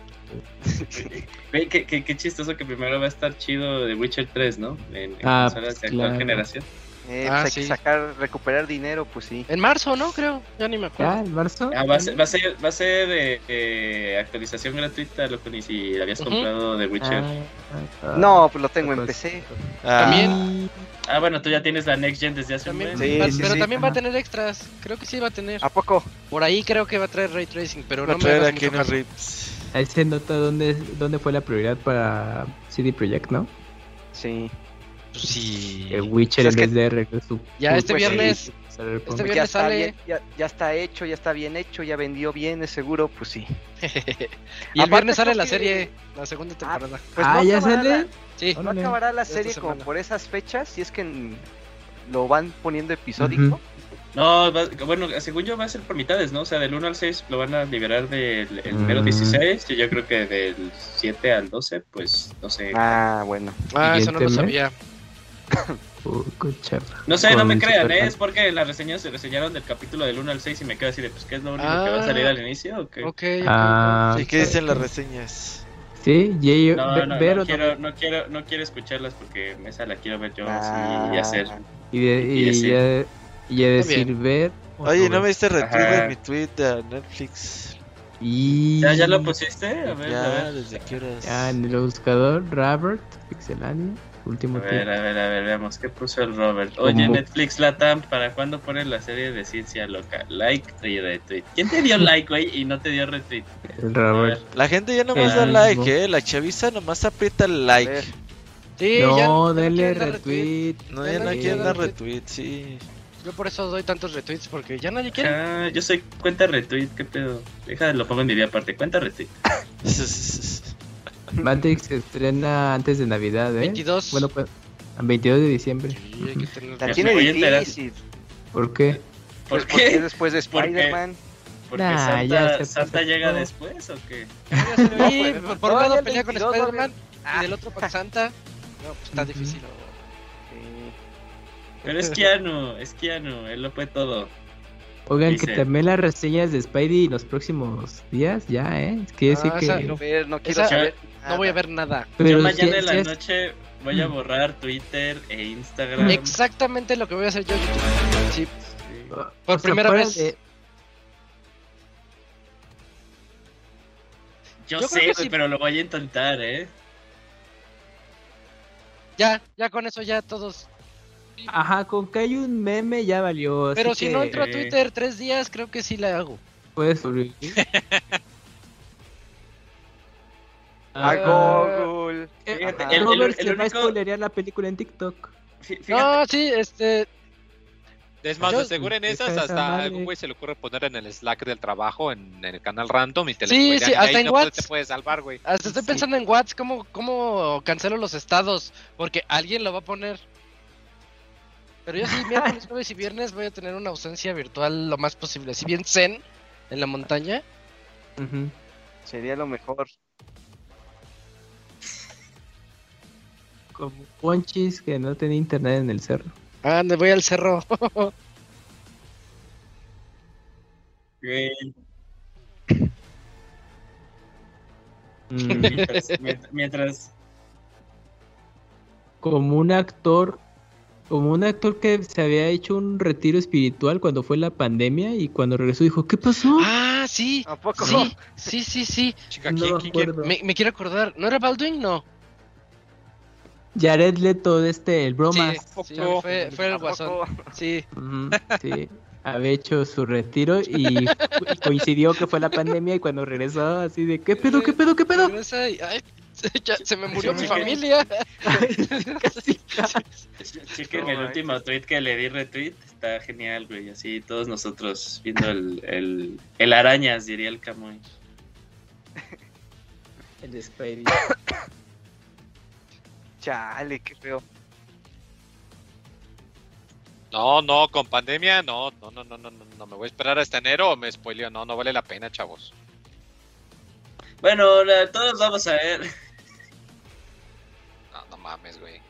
Ve, qué, qué, qué chistoso que primero va a estar chido de Witcher tres, ¿no? En, en Ah, consolas pues, de actual claro. generación. Eh, Ah, pues hay sí. que sacar, recuperar dinero, pues sí. En marzo, ¿no? Creo, ya ni me acuerdo. ¿Ya, en marzo? Ah, va a ser, va a ser, va a ser de eh, actualización gratuita, lo que si habías Ujú. comprado de Witcher. Ah, ah, No, pues lo tengo en pues, P C. ah, También. Ah, bueno, tú ya tienes la Next Gen desde hace También, un Sí, va- mes. sí, pero sí. también va a Ajá. tener extras, creo que sí va a tener. ¿A poco? Por ahí creo que va a traer Ray Tracing, pero va a no me traer hagas aquí mucho en caso. Rips. Ahí se nota dónde, dónde fue la prioridad para C D Projekt, ¿no? Sí. Pues sí. El Witcher Pues en es vez de regresar su... Ya su- este pues sí. viernes, Cyberpunk. este Pues ya viernes está sale. bien, ya, ya está hecho, ya está bien hecho, ya vendió bien, es seguro, pues sí. y el Aparte viernes sale creo la que- serie, la segunda temporada. Pues ah, no ¿ya acabará sale? la- Sí. no Órale. acabará la Esta serie como semana. por esas fechas, si es que mm, lo van poniendo episódico. Ujú. No, va- bueno, según yo va a ser por mitades, ¿no? O sea, del uno al seis lo van a liberar del el número Mm. dieciséis y yo creo que del siete al doce, pues no sé. Ah, bueno. Ah, eso no lo Siguiente sabía. Uh, qué chafa. No sé, no Con me el crean, Superman. ¿eh? Es porque en las reseñas se reseñaron del capítulo del uno al seis y me quedo así de, pues, ¿qué es lo único que va a salir al inicio o qué? Ok, ok. Ah, ¿Y qué dicen las reseñas? Sí, Jay, No, ve- no, ver no o quiero, no quiero, no quiero escucharlas porque esa la quiero ver yo así y Ah. hacer. Y, de- y y decir. ya, y ya Está decir ver. o Oye, no ¿no me ver. diste retweet Ajá. de mi tweet de Netflix? Y... ¿Ya, ya lo pusiste? A ver, a Ya, ver. ¿desde qué horas? Ah, en el buscador, Robert, Pixelania, último A ver, tiempo. a ver, a ver, veamos, ¿qué puso el Robert? Oye, Como- Netflix Latam, ¿para cuándo pones la serie de ciencia loca? Like y retweet. ¿Quién te dio like, güey, y no te dio retweet? El Robert. La gente ya nomás El da mismo. like, eh. La chaviza nomás aprieta el A ver. like. Sí, no, ya, ya no denle quieren dar retweet. No, Ya ya no nadie quieren quiere dar dar retweet, sí. Yo por eso doy tantos retweets, porque ya nadie quiere. Ah, yo soy cuenta retweet, ¿qué pedo? Deja, lo pongo en mi vida aparte, cuenta retweet. Matrix se estrena antes de Navidad, ¿eh? veintidós. Bueno, pues, el veintidós de diciembre. Sí, hay que tener- La Me tiene voy a enterar. difícil. ¿Por qué? Pues ¿Por porque qué? después de ¿Por qué? Spider-Man. ¿Porque Nah, ya Santa, se Santa pasó. llega después o qué? Sí, pues, por, por un todavía lado el pelea con veintidós, Spider-Man Ah. y del otro con Santa. No, pues está Ujú. difícil. Sí. Pero es Keanu, es Keanu, él lo fue todo. Oigan, Dice- que también las reseñas de Spidey en los próximos días, ya, ¿eh? Es que decir Ah, que... esa- Quiero ver, no quiero Esa- saber. No voy a nada. ver nada. Pero Yo si- mañana en la si es- noche voy a Mm. borrar Twitter e Instagram. Exactamente lo que voy a hacer yo. YouTube. Sí, Sí. o por sea, primera fuera vez. de- Yo, Yo sé, creo que güey, sí. pero lo voy a intentar, ¿eh? Ya, ya con eso ya todos. Ajá, con que hay un meme ya valió. así Pero si que no entro a eh, Twitter tres días, creo que sí la hago. puedes sobrevivir. A Ah, Google. eh, Fíjate, Ajá. el- Robert el se va a único- spoilerear la película en TikTok. Fí- Fíjate, No, sí, este. Es más, Yo- aseguren Deja esas, esa hasta madre. algún güey se le ocurre poner en el Slack del trabajo, en, en el canal random y te lo Sí, spoilean, sí, y hasta ahí en no puede- Whats. te puedes salvar, güey. Hasta estoy Sí. pensando en Whats, ¿cómo, cómo cancelo los estados, porque alguien lo va a poner. Pero yo sí, miércoles, jueves y viernes voy a tener una ausencia virtual lo más posible. Si bien zen en la montaña. Ujú. Sería lo mejor. Como Ponchis que no tenía internet en el cerro. Ah, me voy al cerro. güey, Mm, mientras, mientras- mientras- como un actor, como un actor que se había hecho un retiro espiritual cuando fue la pandemia y cuando regresó dijo, ¿qué pasó? Ah, sí. ¿A poco? Sí, sí, sí, sí. Chica, no ¿quién, me quién, quién? acuerdo. Me, me quiero acordar. ¿No era Baldwin? No. Jared Leto de este, el bromas. Sí, poco? fue, fue el ¿A guasón. poco? Sí. Ujú, sí, había hecho su retiro y, y coincidió que fue la pandemia y cuando regresó así de, ¿qué pedo, qué pedo, qué pedo? Regresa y, ay, ya se me murió mi Sí. familia. Casi. ch- Chequen No el último tweet que le di retweet, está genial, güey. Así todos nosotros viendo el, el, el arañas, diría el Camuy. El de Spidey. Chale, qué feo. No, no, con pandemia, no, no, no, no, no, no, no, me voy a esperar hasta enero o me spoileo, no, no vale la pena, chavos. Bueno, la- todos vamos a ver. No, no mames, güey.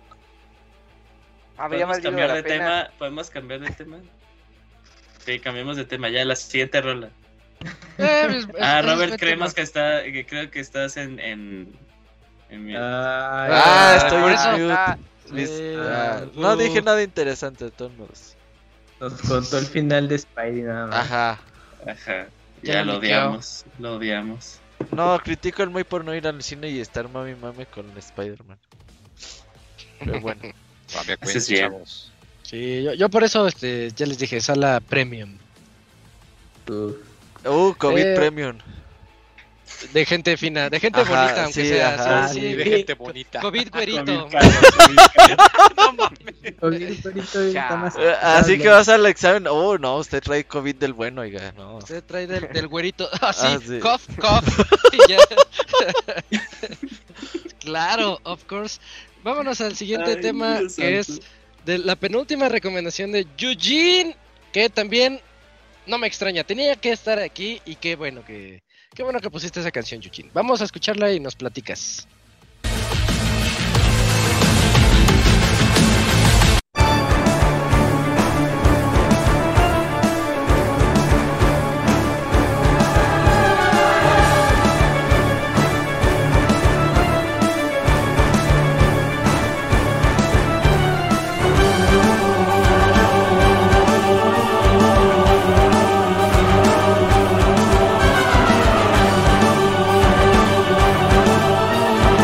Habría ¿Podemos valido cambiar la de pena. tema? ¿Podemos cambiar de tema? Sí, cambiamos de tema ya, la siguiente rola. Eh, es- Ah, es- Robert, es- creemos que está, que creo que estás en, en, en mi- Ah, estoy por en eso. mute. Ah, Mis- Eh, ah, no dije nada interesante de todos modos. Nos contó el final de Spidey nada más. Ajá. Ajá, Ya ya lo lo liqueó. odiamos, lo odiamos. No, critico el muy por no ir al cine y estar mami mame con Spider-Man. Pero bueno. Todavía Haces cuídense, bien. chavos. Sí, yo, yo por eso este, ya les dije, sala premium. Uf. Uh, COVID Eh, Premium. De gente fina, de gente Ajá, bonita, aunque sí, sea. ajá. sí, Sí, sí. de gente bonita. COVID güerito. Covid caro, Covid caro. No mames. Oye, ahorita está más Eh, Así que vas al examen. Oh, no, usted trae COVID del bueno, oiga. No. Usted trae del, del güerito. Así, Ah, sí. cough, cough. Y ya. Claro, of course. Vámonos al siguiente Ay, tema, Dios que santo. es de la penúltima recomendación de Eugene, que también no me extraña, tenía que estar aquí y qué bueno que qué bueno que pusiste esa canción, Eugene. Vamos a escucharla y nos platicas. Thank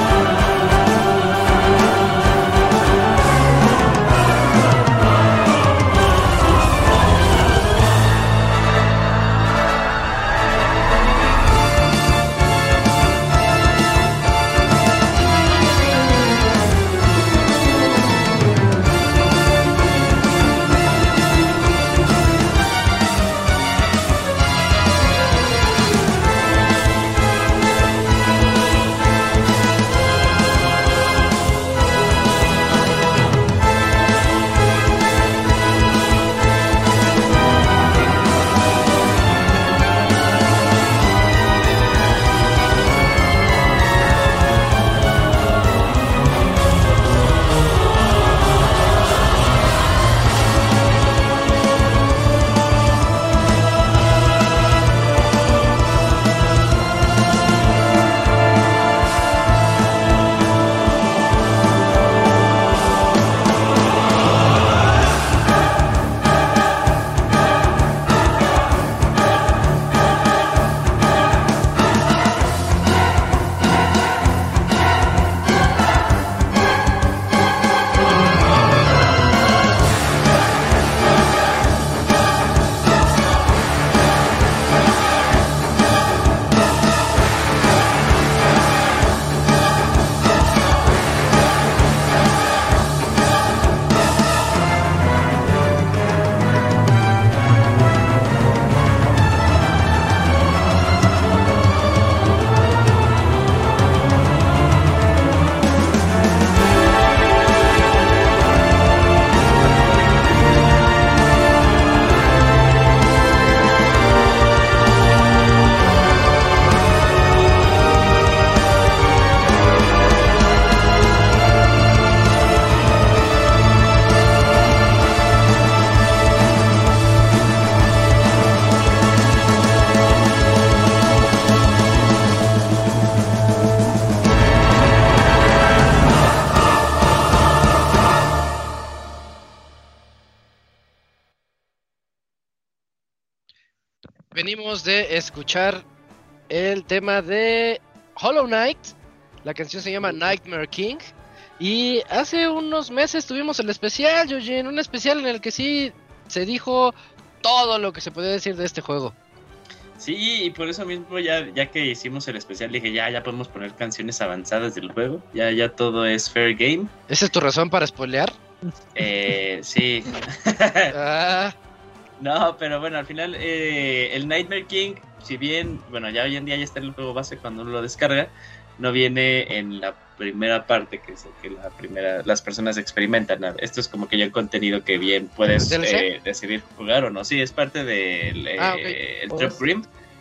venimos de escuchar el tema de Hollow Knight. La canción se llama Nightmare King. Y hace unos meses tuvimos el especial, Eugene, un especial en el que sí se dijo todo lo que se podía decir de este juego. Sí, y por eso mismo ya, ya que hicimos el especial dije, ya, ya podemos poner canciones avanzadas del juego. Ya, ya todo es fair game. ¿Esa es tu razón para spoilear? Eh, sí. Ah, No, pero bueno, al final eh, el Nightmare King, si bien, bueno, ya hoy en día ya está en el juego base cuando uno lo descarga, no viene en la primera parte, que es lo que la primera, las personas experimentan. Esto es como que ya un contenido que bien puedes ¿D L C? eh, decidir jugar o no. Sí, es parte del eh, Ah, ok. el Trap Grim.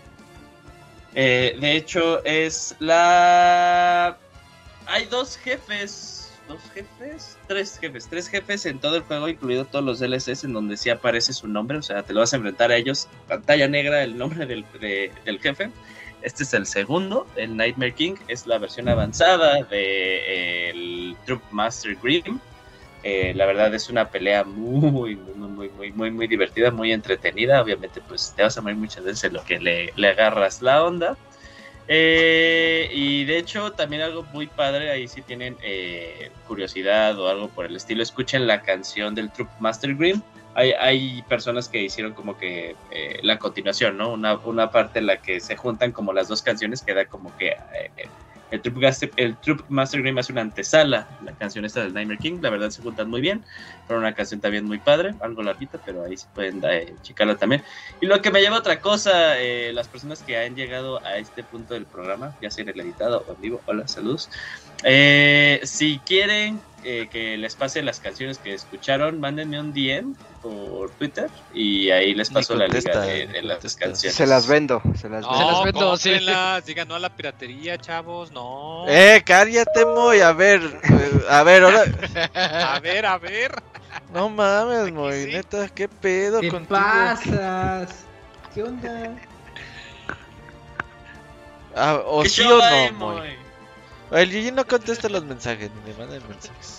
Eh, de hecho, es la... Hay dos jefes, dos jefes, tres jefes, tres jefes en todo el juego, incluido todos los D L Cs en donde sí aparece su nombre, o sea, te lo vas a enfrentar a ellos, pantalla negra, el nombre del, de, del jefe. Este es el segundo, el Nightmare King, es la versión avanzada del Troop Master Grim. Eh, la verdad es una pelea muy, muy, muy, muy, muy, muy divertida, muy entretenida. Obviamente, pues te vas a morir muchas veces en lo que le, le agarras la onda. Eh, y de hecho, también algo muy padre, ahí si tienen eh, curiosidad o algo por el estilo, escuchen la canción del Troop Master Grim. Hay, hay personas que hicieron como que eh, la continuación, ¿no? Una, una parte en la que se juntan como las dos canciones, queda como que eh, el, Troop Master, el Troop Master Grim hace una antesala, la canción esta del Nightmare King, la verdad se juntan muy bien, pero una canción también muy padre, algo larguita, pero ahí se pueden eh, checarla también. Y lo que me lleva a otra cosa, eh, las personas que han llegado a este punto del programa, ya sea en el editado o en vivo, hola, saludos. Eh, si quieren eh, que les pase las canciones que escucharon, mándenme un D M por Twitter y ahí les paso Ni la contesta, liga de, ni de las contesta. canciones. Se las vendo, se las vendo. Se las No, vendo, sí. cómprenlas, digan no a la piratería, chavos, no. Eh, cállate, Moy, a ver, eh, a ver, ahora... A ver, a ver. No mames, Aquí Moy, sí. neta, ¿qué pedo ¿Qué contigo? pasas? ¿Qué onda? Ah, o ¿Qué sí show o hay, no, Moy. Moy? El Gigi no contesta los mensajes, ni me manda mensajes.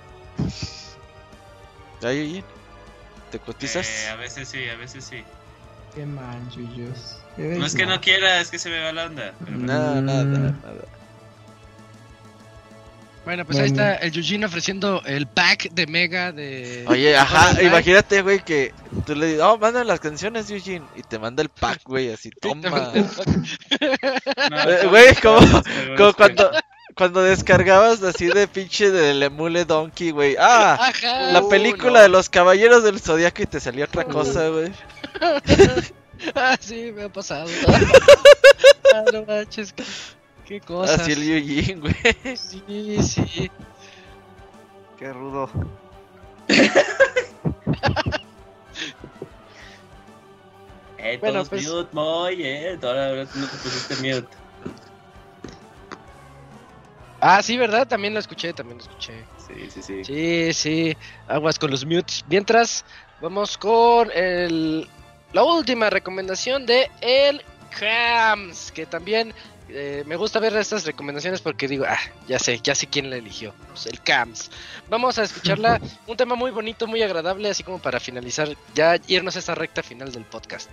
¿Ya, Gigi? ¿Te cotizas? Eh, a veces sí, a veces sí. Qué mal, Yuyos. No es que no quiera, es que se me va la onda. Pero bueno. Nada, nada, Mm. nada. bueno, pues ahí Bueno. está el Eugene ofreciendo el pack de Mega de... Oye, ajá, Hollow Knight. imagínate, güey, que tú le dices, oh, manda las canciones, Eugene, y te manda el pack, güey, así, toma. No, Eh, güey, como, pero como es que- cuando, cuando descargabas así de pinche del emule Donkey, güey. Ah, Ajá. la Uh, película no. de los caballeros del Zodiaco y te salía otra cosa, güey. Ah, sí, me ha pasado. Ah, no manches, qué, qué cosas. Así el Eugene, güey. Sí, sí. Qué rudo. Eh, Bueno, todos pues- mute, Moy, eh. Ahora ahora tú no te pusiste mute. Ah, sí, ¿verdad? También lo escuché, también lo escuché. Sí, sí, sí. Sí, sí. Aguas con los mutes. Mientras, vamos con el, la última recomendación de el Crams, que también eh, me gusta ver estas recomendaciones porque digo, ah, ya sé, ya sé quién la eligió. Pues el Cams. Vamos a escucharla. Un tema muy bonito, muy agradable, así como para finalizar, ya irnos a esta recta final del podcast.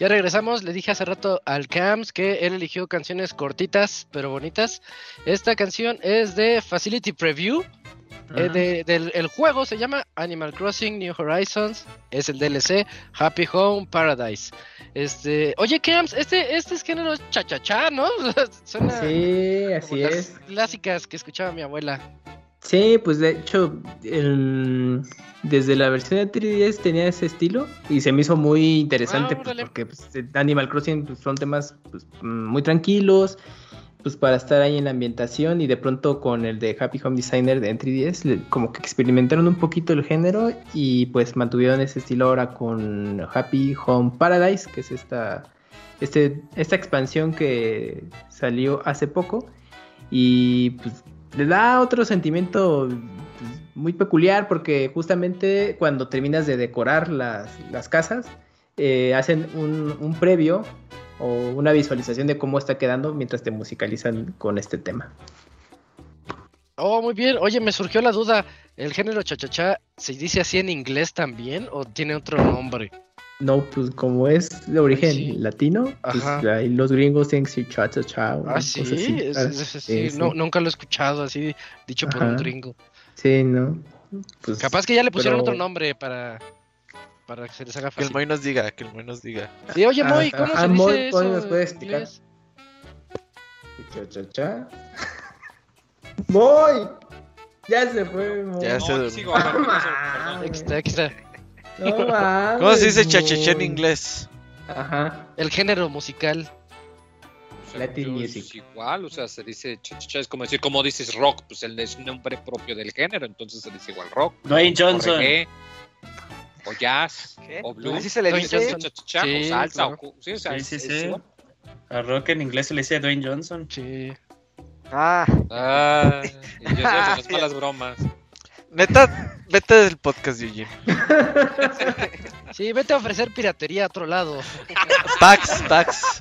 Ya regresamos, le dije hace rato al Cams que él eligió canciones cortitas pero bonitas. Esta canción es de Facility Preview. Eh, de, del el juego se llama Animal Crossing New Horizons, es el D L C Happy Home Paradise. Este, oye Cams, este este es género cha-cha-cha, ¿no? Suena Sí, como así las es. clásicas que escuchaba mi abuela. Sí, pues de hecho, el- desde la versión de tres D S tenía ese estilo y se me hizo muy interesante Ah, pues, órale. porque pues, Animal Crossing pues, son temas pues, mm, muy tranquilos, pues para estar ahí en la ambientación, y de pronto con el de Happy Home Designer de tres D S le- como que experimentaron un poquito el género y pues mantuvieron ese estilo ahora con Happy Home Paradise, que es esta, este, esta expansión que salió hace poco y pues le da otro sentimiento pues, muy peculiar, porque justamente cuando terminas de decorar las, las casas, eh, hacen un, un previo o una visualización de cómo está quedando mientras te musicalizan con este tema. Oh, muy bien. Oye, me surgió la duda, ¿el género cha-cha-cha se dice así en inglés también o tiene otro nombre? No, pues como es de origen Sí. latino, pues Ajá. ahí los gringos tienen que decir cha cha cha. o Ah, sí, cosas así. es- Ah, es- es- sí, sí, sí. no, nunca lo he escuchado así dicho por un Ajá. gringo. Sí, ¿no? Pues, Capaz que ya le pusieron pero- otro nombre para, para que se les haga Que el fácil. Moy nos diga, que el Moy nos diga. Sí, oye, Moy, Ajá, ¿cómo ajá, se dice Moy, eso Moy, ¿nos puede en explicar? inglés? Cha cha cha. ¡Voy! Ya se fue, Moy. Ya se No, durmió. sigo, a ver, ¿qué pasó? Perdón. Extra, extra. No mames, ¿Cómo se dice chachacha en Moy. inglés? Ajá. El género musical. Según Latin yo, music. Es igual, o sea, se dice cha-cha-cha, es como decir, como dices rock, pues él es un nombre propio del género, entonces se dice igual rock, Dwayne o Johnson. reggae, o jazz, ¿Qué? o blues, Así se le Dwayne dice. Johnson. cha-cha-cha, Sí, o salsa, claro. o cu- sí, o sea, Sí, es- sí, es sí. igual. A rock en inglés se le dice Dwayne Johnson. Sí. Ah, Ah, y yo soy de las malas bromas. Neta, vete del podcast, Eugene. Sí, vete a ofrecer piratería a otro lado. Pax, Pax.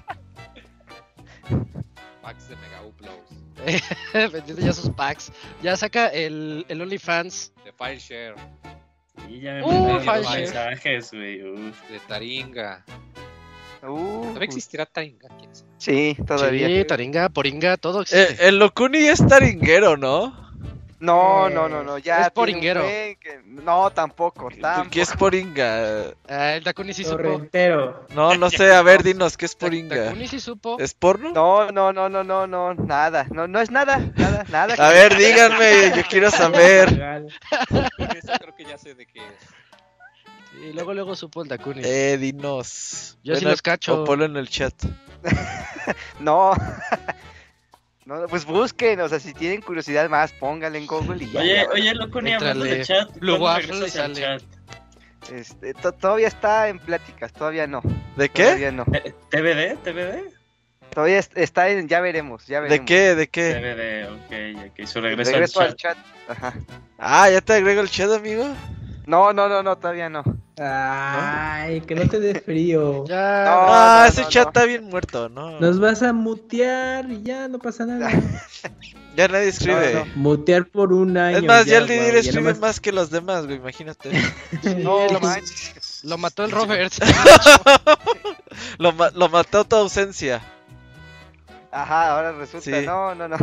Packs de Mega Uploads, Vendiendo ya sus packs. Ya saca el, el OnlyFans. de Fileshare, Y ya me Uh, mandaron Fire. dos mensajes, güey. uf. de Taringa. uh, ¿Todavía existirá Taringa? ¿Quién sabe? sí, todavía. Sí, taringa, poringa, todo Eh, existe. el Locuni es taringuero, ¿no? No, no, no, no, ya. Es tiene un poringuero. buen que- No, tampoco. tampoco. ¿Qué es poringa? Ah, el Dakuni sí supo. Torrentero. No, no sé, a ver, dinos, ¿qué es poringa? Dakuni sí supo. ¿Es porno? No, no, no, no, no, no, nada. No, no es nada, nada, nada. A ver, díganme, yo quiero saber. Eso creo que ya sé de qué es. Y luego, luego supo el Dakuni. Eh, dinos. Yo sí Bueno, los cacho. O ponlo en el chat. No. No, pues busquen, o sea, si tienen curiosidad más, pónganle en Google y ya. Oye, ya, oye, loco, ni hablando Éntrale. de chat. Blue ¿cuándo Waffle regresas y al sale. chat? Este, to- todavía está en pláticas, todavía no. ¿De qué? Todavía no. Eh, ¿T V D? ¿T V D? Todavía est- está en, ya veremos, ya veremos. ¿De qué? ¿De qué? T V D, ok, ok. Su regreso, Regreso al al chat. chat. Ajá. Ah, ¿ya te agrego el chat, amigo? No, no, no, no, todavía no. Ay, que no te dé frío. Ya. No, Ah, no, ese no, chat no. está bien muerto, ¿no? Nos vas a mutear y ya no pasa nada. Ya nadie escribe. No, no. Mutear por un año. Es más, ya el guau, Didier ya escribe nomás- más que los demás, güey, imagínate. No, lo, manches. lo mató el Robert. lo, ma- lo mató tu ausencia. Ajá, ahora resulta, Sí. no, no, no.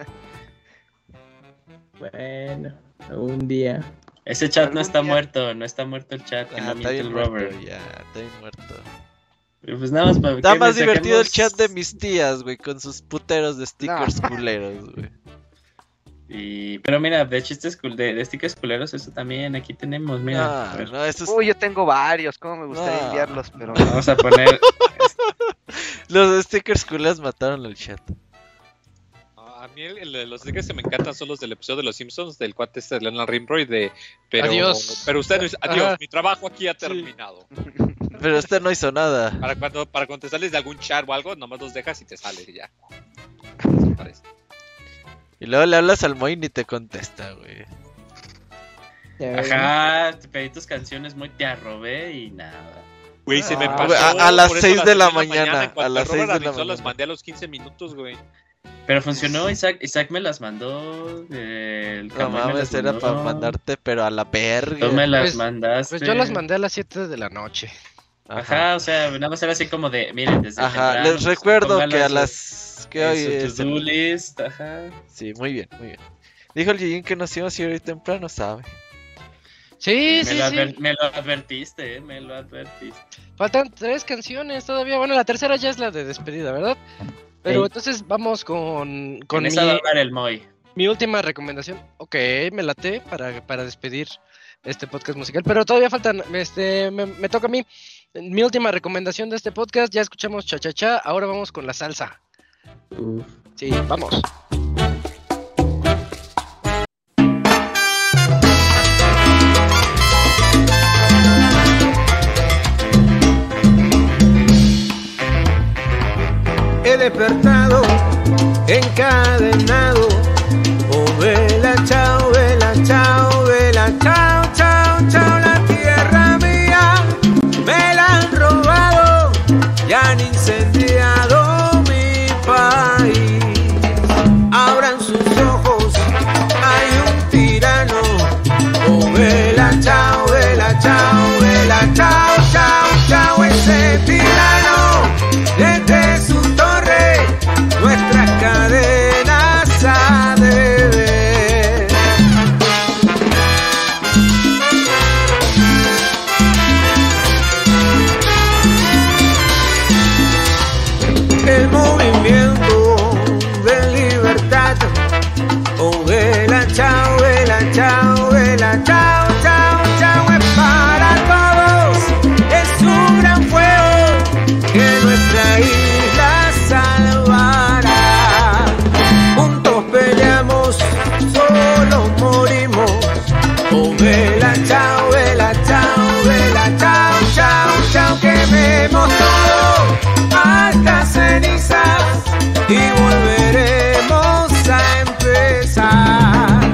Bueno, un día. Ese chat no Algún está día. muerto, no está muerto el chat, que Ah, no está miente bien el muerto, Robert. ya, está bien muerto. Pues nada más para Está que más le divertido el saquemos- chat de mis tías, güey, con sus puteros de stickers culeros, güey. Y... Pero mira, de chistes cul- de, de stickers culeros, eso también aquí tenemos, mira. A No, ver, no, eso es... Uy, yo tengo varios, cómo me gustaría No. enviarlos, pero no. Vamos a poner... Los stickers culeros mataron el chat. A mí el- el- los stickers que me encantan son los del episodio de Los Simpsons, del cuate este de Leonard Rimroy de... Pero, Adiós. Pero usted no dice, adiós, Ajá. mi trabajo aquí ha terminado. Pero este no hizo nada. Para cuando, para cuando te sales de algún chat o algo, nomás los dejas y te sales y ya. Desaparece. Y luego le hablas al Moy y ni te contesta, güey. Ya ves, Ajá, te pedí tus canciones muy te arrobé y nada. Güey, se me Ah, pasó. güey, a- a las por eso seis las de la seis mañana, en cuanto a las Robert seis de la avisó, las mañana. mandé a los quince minutos, güey. Pero funcionó, Isaac, Isaac me las mandó. eh, El No Camuy me mames, las era mandó. para mandarte, pero a la verga. Tú me las Pues- mandaste. Pues yo las mandé a las siete de la noche. Ajá, o sea, nada más era así como de, miren, desde Ajá, temprano, les recuerdo pónganlo que a en su- las... que hoy en es su el- to-do list, ajá. Sí, muy bien, muy bien. Dijo el Yujin que nos íbamos a ir hoy temprano, sabe. Sí, me, sí, lo sí. adver- me lo advertiste, eh, me lo advertiste. Faltan tres canciones todavía. Bueno, la tercera ya es la de despedida, ¿verdad? Pero Ey. entonces vamos con, con Con mi, esa va a hablar el Moy. mi última recomendación. Ok, me late para, para despedir este podcast musical. Pero todavía faltan, este, me, me toca a mí. Mi última recomendación de este podcast. Ya escuchamos cha cha cha. Ahora vamos con la salsa. Uf. Sí, vamos. He despertado, encadenado. Oh, vela, chao, vela, chao, vela, chao, chao, chao. La tierra mía me la han robado y han incendiado mi país. Abran sus ojos, hay un tirano. Oh, vela, chao, vela, chao, vela, chao, chao, chao. Ese tirano desde su torre nuestras cadenas ha de ver. El movimiento de libertad. Oh, vela, chao, vela, chao, vela, chao, chao, chao. Es para todos, es un gran fuego que nuestra isla salvará. Juntos peleamos, solo morimos. Oh, vela, chao, vela, chao, vela, chao, chao, chao. Quememos todo hasta cenizas y volveremos a empezar.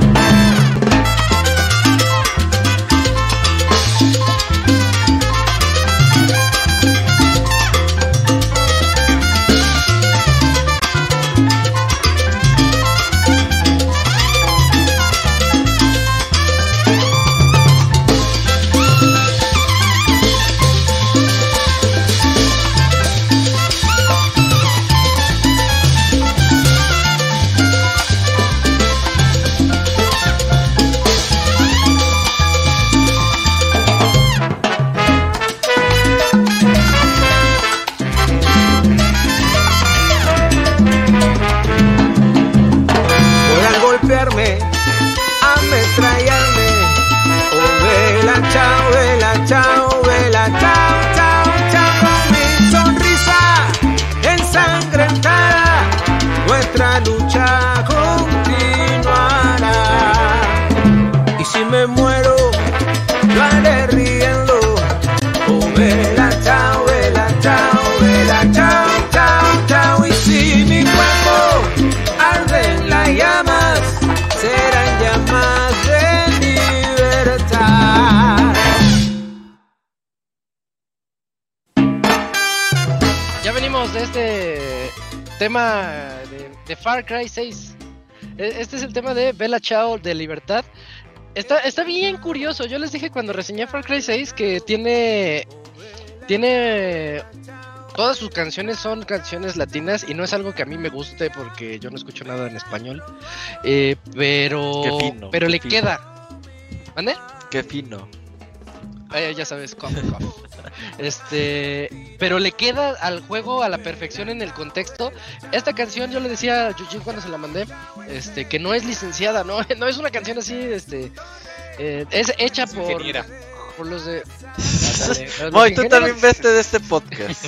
Puedan golpearme, ametrallarme. Oh, vela, chao, vela, chao, vela, chao, chao, chao. Con mi sonrisa ensangrentada, nuestra lucha continuará. Y si me muero, lo haré riendo. Oh, vela, chao, vela, chao, vela, chao, chao, chao. Y si mi cuerpo arde en las llamas, serán llamas de libertad. Ya venimos de este tema de, de Far Cry seis. E- Este es el tema de Bella Ciao de Libertad. Está, está bien curioso. Yo les dije cuando reseñé Far Cry seis que tiene. Tiene. Todas sus canciones son canciones latinas y no es algo que a mí me guste porque yo no escucho nada en español. Eh, pero. Qué fino, pero qué le fino. queda. ¿Mande? Qué fino. Eh, ya sabes, cough, cough. Este, pero le queda al juego a la perfección en el contexto. Esta canción yo le decía a Yujin cuando se la mandé, este, que no es licenciada, no, no es una canción así, este, eh, es hecha Es por, ingeniera. por los de. Ándale, los Moy, tú ingenieros. también vete de este podcast.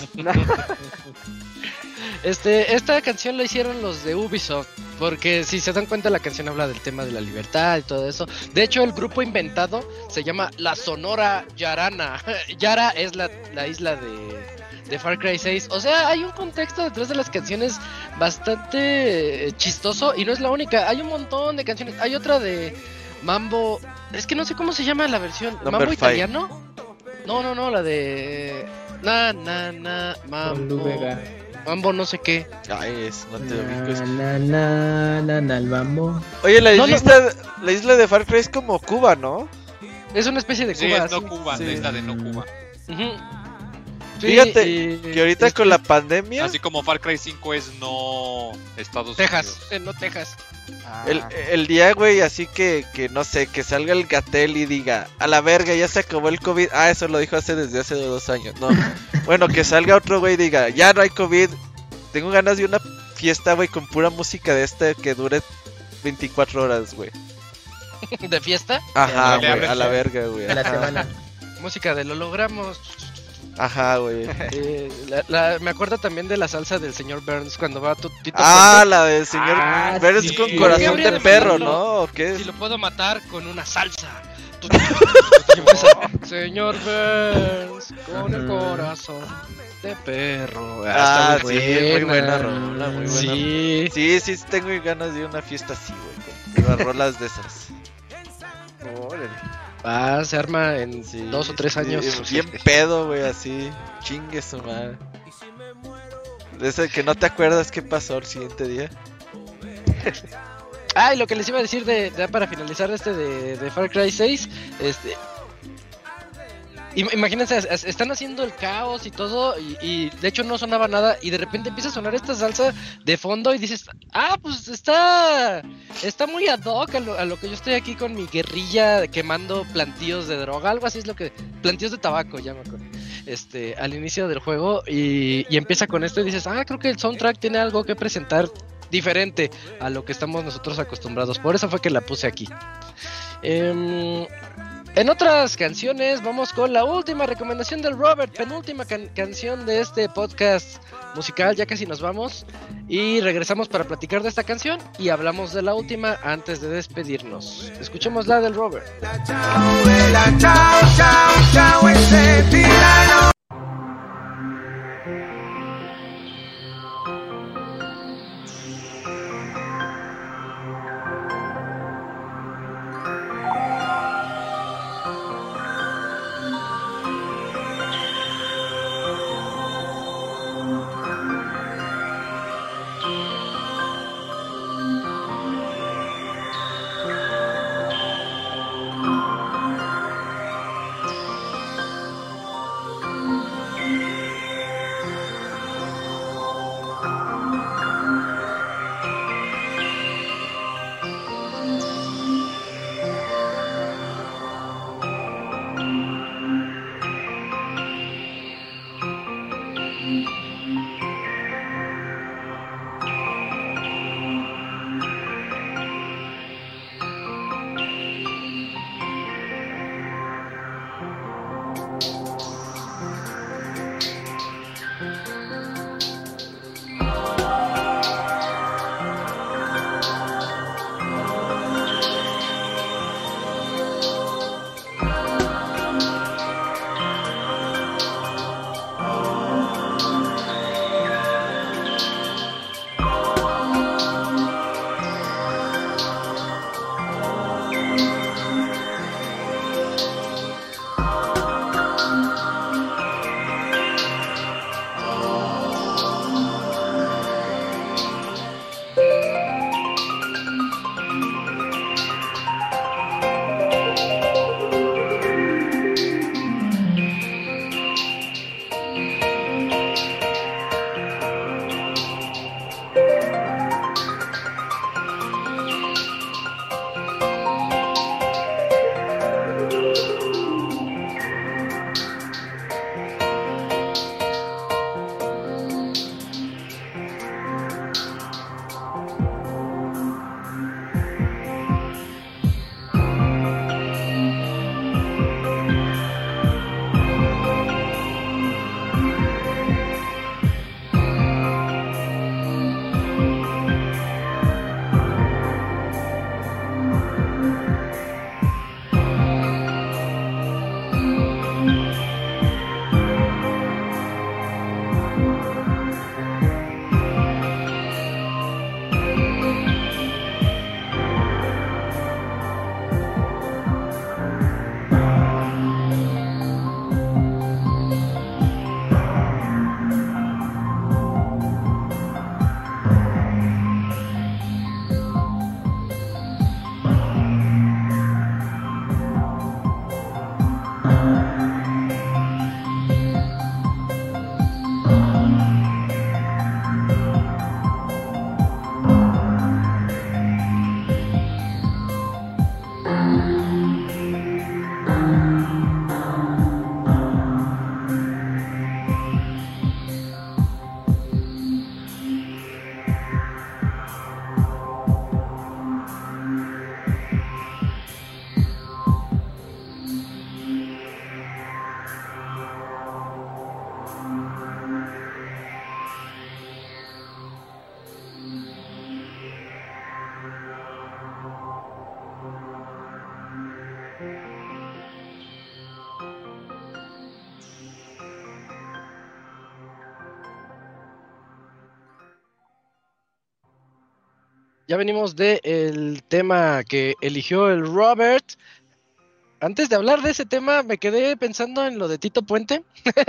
Este, esta canción la hicieron los de Ubisoft, porque si se dan cuenta la canción habla del tema de la libertad y todo eso. De hecho, el grupo inventado se llama La Sonora Yarana. Yara es la, la isla de, de Far Cry seis. O sea, hay un contexto detrás de las canciones bastante eh, chistoso y no es la única. Hay un montón de canciones. Hay otra de Mambo, es que no sé cómo se llama la versión. Number ¿Mambo five. italiano? No, no, no, la de Na, na, na, Con Mambo. Lu Vega. Mambo no sé qué. Ay, es, no te ubicas. Na, na, na, na, na, el bambo. Oye, la No, no, isla, la isla de Far Cry es como Cuba, ¿no? Es una especie de Sí, Cuba. es no sí. Cuba, Sí. la isla de no Cuba. Ujú. Sí, Fíjate y- que ahorita este, con la pandemia, Así como Far Cry cinco es no Estados Texas, Unidos. eh, no Texas. Ah, el, el día, güey, así que, que no sé, que salga el Gatel y diga, a la verga, ya se acabó el COVID. Ah, eso lo dijo hace desde hace dos años. No, bueno, que salga otro güey y diga, ya no hay COVID. Tengo ganas de una fiesta, güey, con pura música de este que dure veinticuatro horas, güey. ¿De fiesta? Ajá, le güey, abres a la el- verga, güey. A la Ajá. semana. Música de lo logramos. Ajá, güey. Eh, la- la- me acuerdo también de la salsa del señor Burns cuando va tu Tito Ah, Puente. la del señor Ah, Veres sí. con ¿Por qué corazón habría de de perro, matarlo? ¿no? ¿O qué? Si lo puedo matar con una salsa. Tu, tu, tu, tu, tu, y empieza, señor Burns, con el Ujú. corazón de perro. Ah, está sí, muy buena rola, muy buena. Sí. Sí, sí, tengo ganas de una fiesta así, güey, con las rolas de esas. órale. Ah, se arma en Sí, dos o tres sí, años. Bien pedo, güey, así. Chingue su madre. De ese que no te acuerdas qué pasó el siguiente día. Ah, y lo que les iba a decir de, ya para finalizar este de, de Far Cry seis, este... im- Imagínense, es- es- están haciendo el caos y todo, y, y de hecho no sonaba nada, y de repente empieza a sonar esta salsa de fondo y dices, ah, pues está está muy ad hoc a lo, a lo que yo estoy aquí con mi guerrilla quemando plantíos de droga, algo así es lo que... Plantíos de tabaco, ya me acuerdo. Este, al inicio del juego, y, y empieza con esto y dices, ah, creo que el soundtrack tiene algo que presentar diferente a lo que estamos nosotros acostumbrados. Por eso fue que la puse aquí. Em, en otras canciones vamos con la última recomendación del Robert, penúltima can- canción de este podcast musical, ya casi nos vamos y regresamos para platicar de esta canción y hablamos de la última antes de despedirnos. Escuchemos la del Robert. Chao, vela, chao, chao, chao, ese tirano. ya venimos del tema que eligió el Robert. Antes de hablar de ese tema, me quedé pensando en lo de Tito Puente.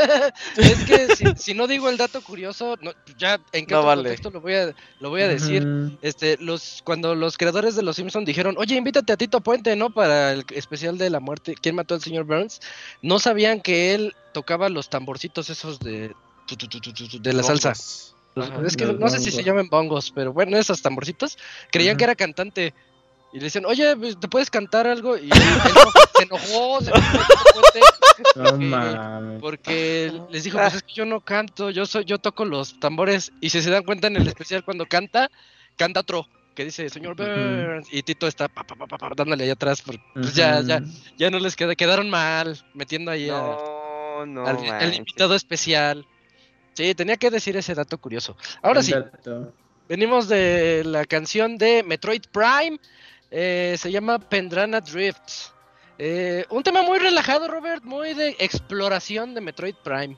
Es que si, si no digo el dato curioso, no, ya en qué No otro vale. contexto lo voy a, lo voy a decir. Ujú. Este, los, cuando los creadores de Los Simpson dijeron, oye, invítate a Tito Puente, ¿no? Para el especial de la muerte, ¿quién mató al señor Burns? No sabían que él tocaba los tamborcitos esos de, tu, tu, tu, tu, tu, de la salsa. Bongos. Los- Ajá. es que Los no sé si se bongos. llaman bongos, pero bueno, esos tamborcitos. Creían Ujú. que era cantante. Y le decían, oye, pues, ¿te puedes cantar algo? Y él no- se enojó, se enojó Tito Puente, No porque, mames. porque les dijo, pues es que yo no canto, yo soy, yo toco los tambores. Y si se dan cuenta en el especial cuando canta, canta otro que dice, señor Burns. Y Tito está pa, pa, pa, pa, pa, dándole allá atrás, porque pues ya, ya, Ujú. ya no les queda, quedaron mal, metiendo ahí a- No, no, al, al manches. invitado especial. Sí, tenía que decir ese dato curioso. Ahora Buen sí, dato. venimos de la canción de Metroid Prime. eh, se llama Pendrana Drifts. Eh, un tema muy relajado, Robert, muy de exploración de Metroid Prime.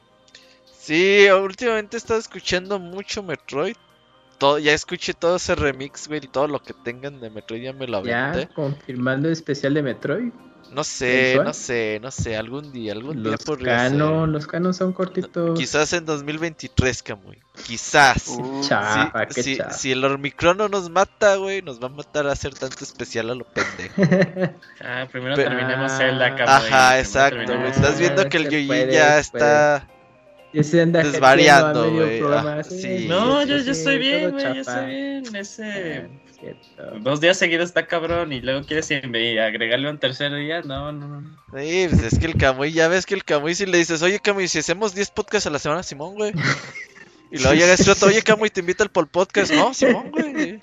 Sí, últimamente he estado escuchando mucho Metroid. Todo, ya escuché todo ese remix, güey, y todo lo que tengan de Metroid ya me lo Ya aventé. confirmando el especial de Metroid. No sé, ¿Mensual? no sé, no sé, algún día, algún día Los podría canon, ser. los canon son cortitos. Quizás en dos mil veintitrés, Camuy. Quizás. Uh, Chafa, Si, qué si, chafa. si el Ormicron no nos mata, güey, nos va a matar a hacer tanto especial a lo pendejo. Ah, primero Pe- terminemos Ah, Zelda, cabrón. Ajá, Primero exacto, terminemos güey. Ah, Estás Zelda. viendo que el se Yuji puede, ya se puede. está Y se anda desvariando, jeteando a medio güey. programa, Ah, sí, sí. No, sí, yo, sí, yo estoy bien, todo güey, yo chafa. estoy bien. Ese. Ah, cierto. Dos días seguidos está cabrón y luego quieres inve- agregarle un tercer día. No, no, no. Sí, pues es que el Camuy, ya ves que el Camuy si le dices, oye Camuy, si hacemos diez podcasts a la semana, Simón, güey. Y luego llega este otro, oye Camuy, te invito al Pol Podcast, no, Simón, güey.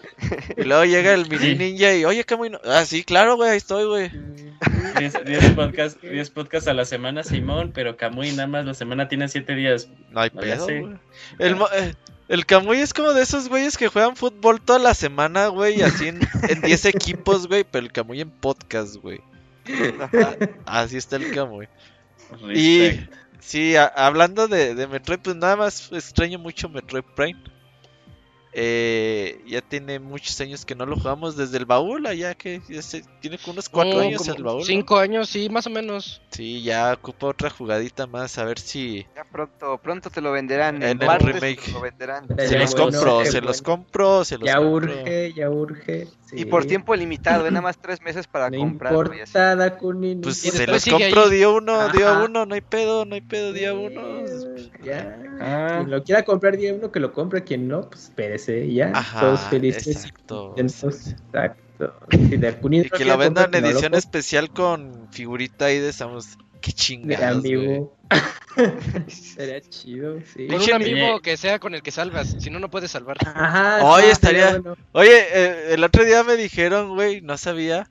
Y luego llega el mini ninja y, oye Camuy, no. Ah, sí, claro, güey, ahí estoy, güey. diez podcasts diez podcast a la semana, Simón, pero Camuy nada más la semana tiene siete días. No hay No, ya pedo, sé. güey. El, mo- eh, el Camuy es como de esos güeyes que juegan fútbol toda la semana, güey, así en en diez equipos, güey, pero el Camuy en podcast, güey. Ajá, así está el Camuy. Y Respect. sí, a- hablando de, de Metroid, pues nada más extraño mucho Metroid Prime. Eh, ya tiene muchos años que no lo jugamos desde el baúl, allá que ya se, tiene como unos cuatro Oh, años como el baúl. ¿no? Cinco años, sí, más o menos. Sí, ya ocupa otra jugadita más, a ver si Ya pronto, pronto te lo venderán. En En el partes remake. te lo venderán. Sería se los bueno, compro, qué se los bueno. compro, se los Ya compro. urge, ya urge. Y sí. por tiempo limitado, ¿eh? Nada más tres meses para No comprarlo. y así. importa, Dakuni. no Pues Y se después los sigue compro ahí. día uno, día Ajá. uno, no hay pedo, no hay pedo, día uno. Ya. Ah. Quien lo quiera comprar día uno, que lo compre. Quien no, pues espérese. y Ya. Ajá, Todos felices. exacto, contentos, Exacto. Si Dakuni Y no que quiere lo vendan comprar, en que no lo edición compre, especial con figurita ahí de Samus. Qué de chingados, güey. amigo. Sería chido, sí. Con Pinche un amigo Oye. que sea con el que salvas, si no, no puedes salvar. Ajá. Oye, sí, estaría- sería bueno. Oye, eh, el otro día me dijeron, güey, no sabía,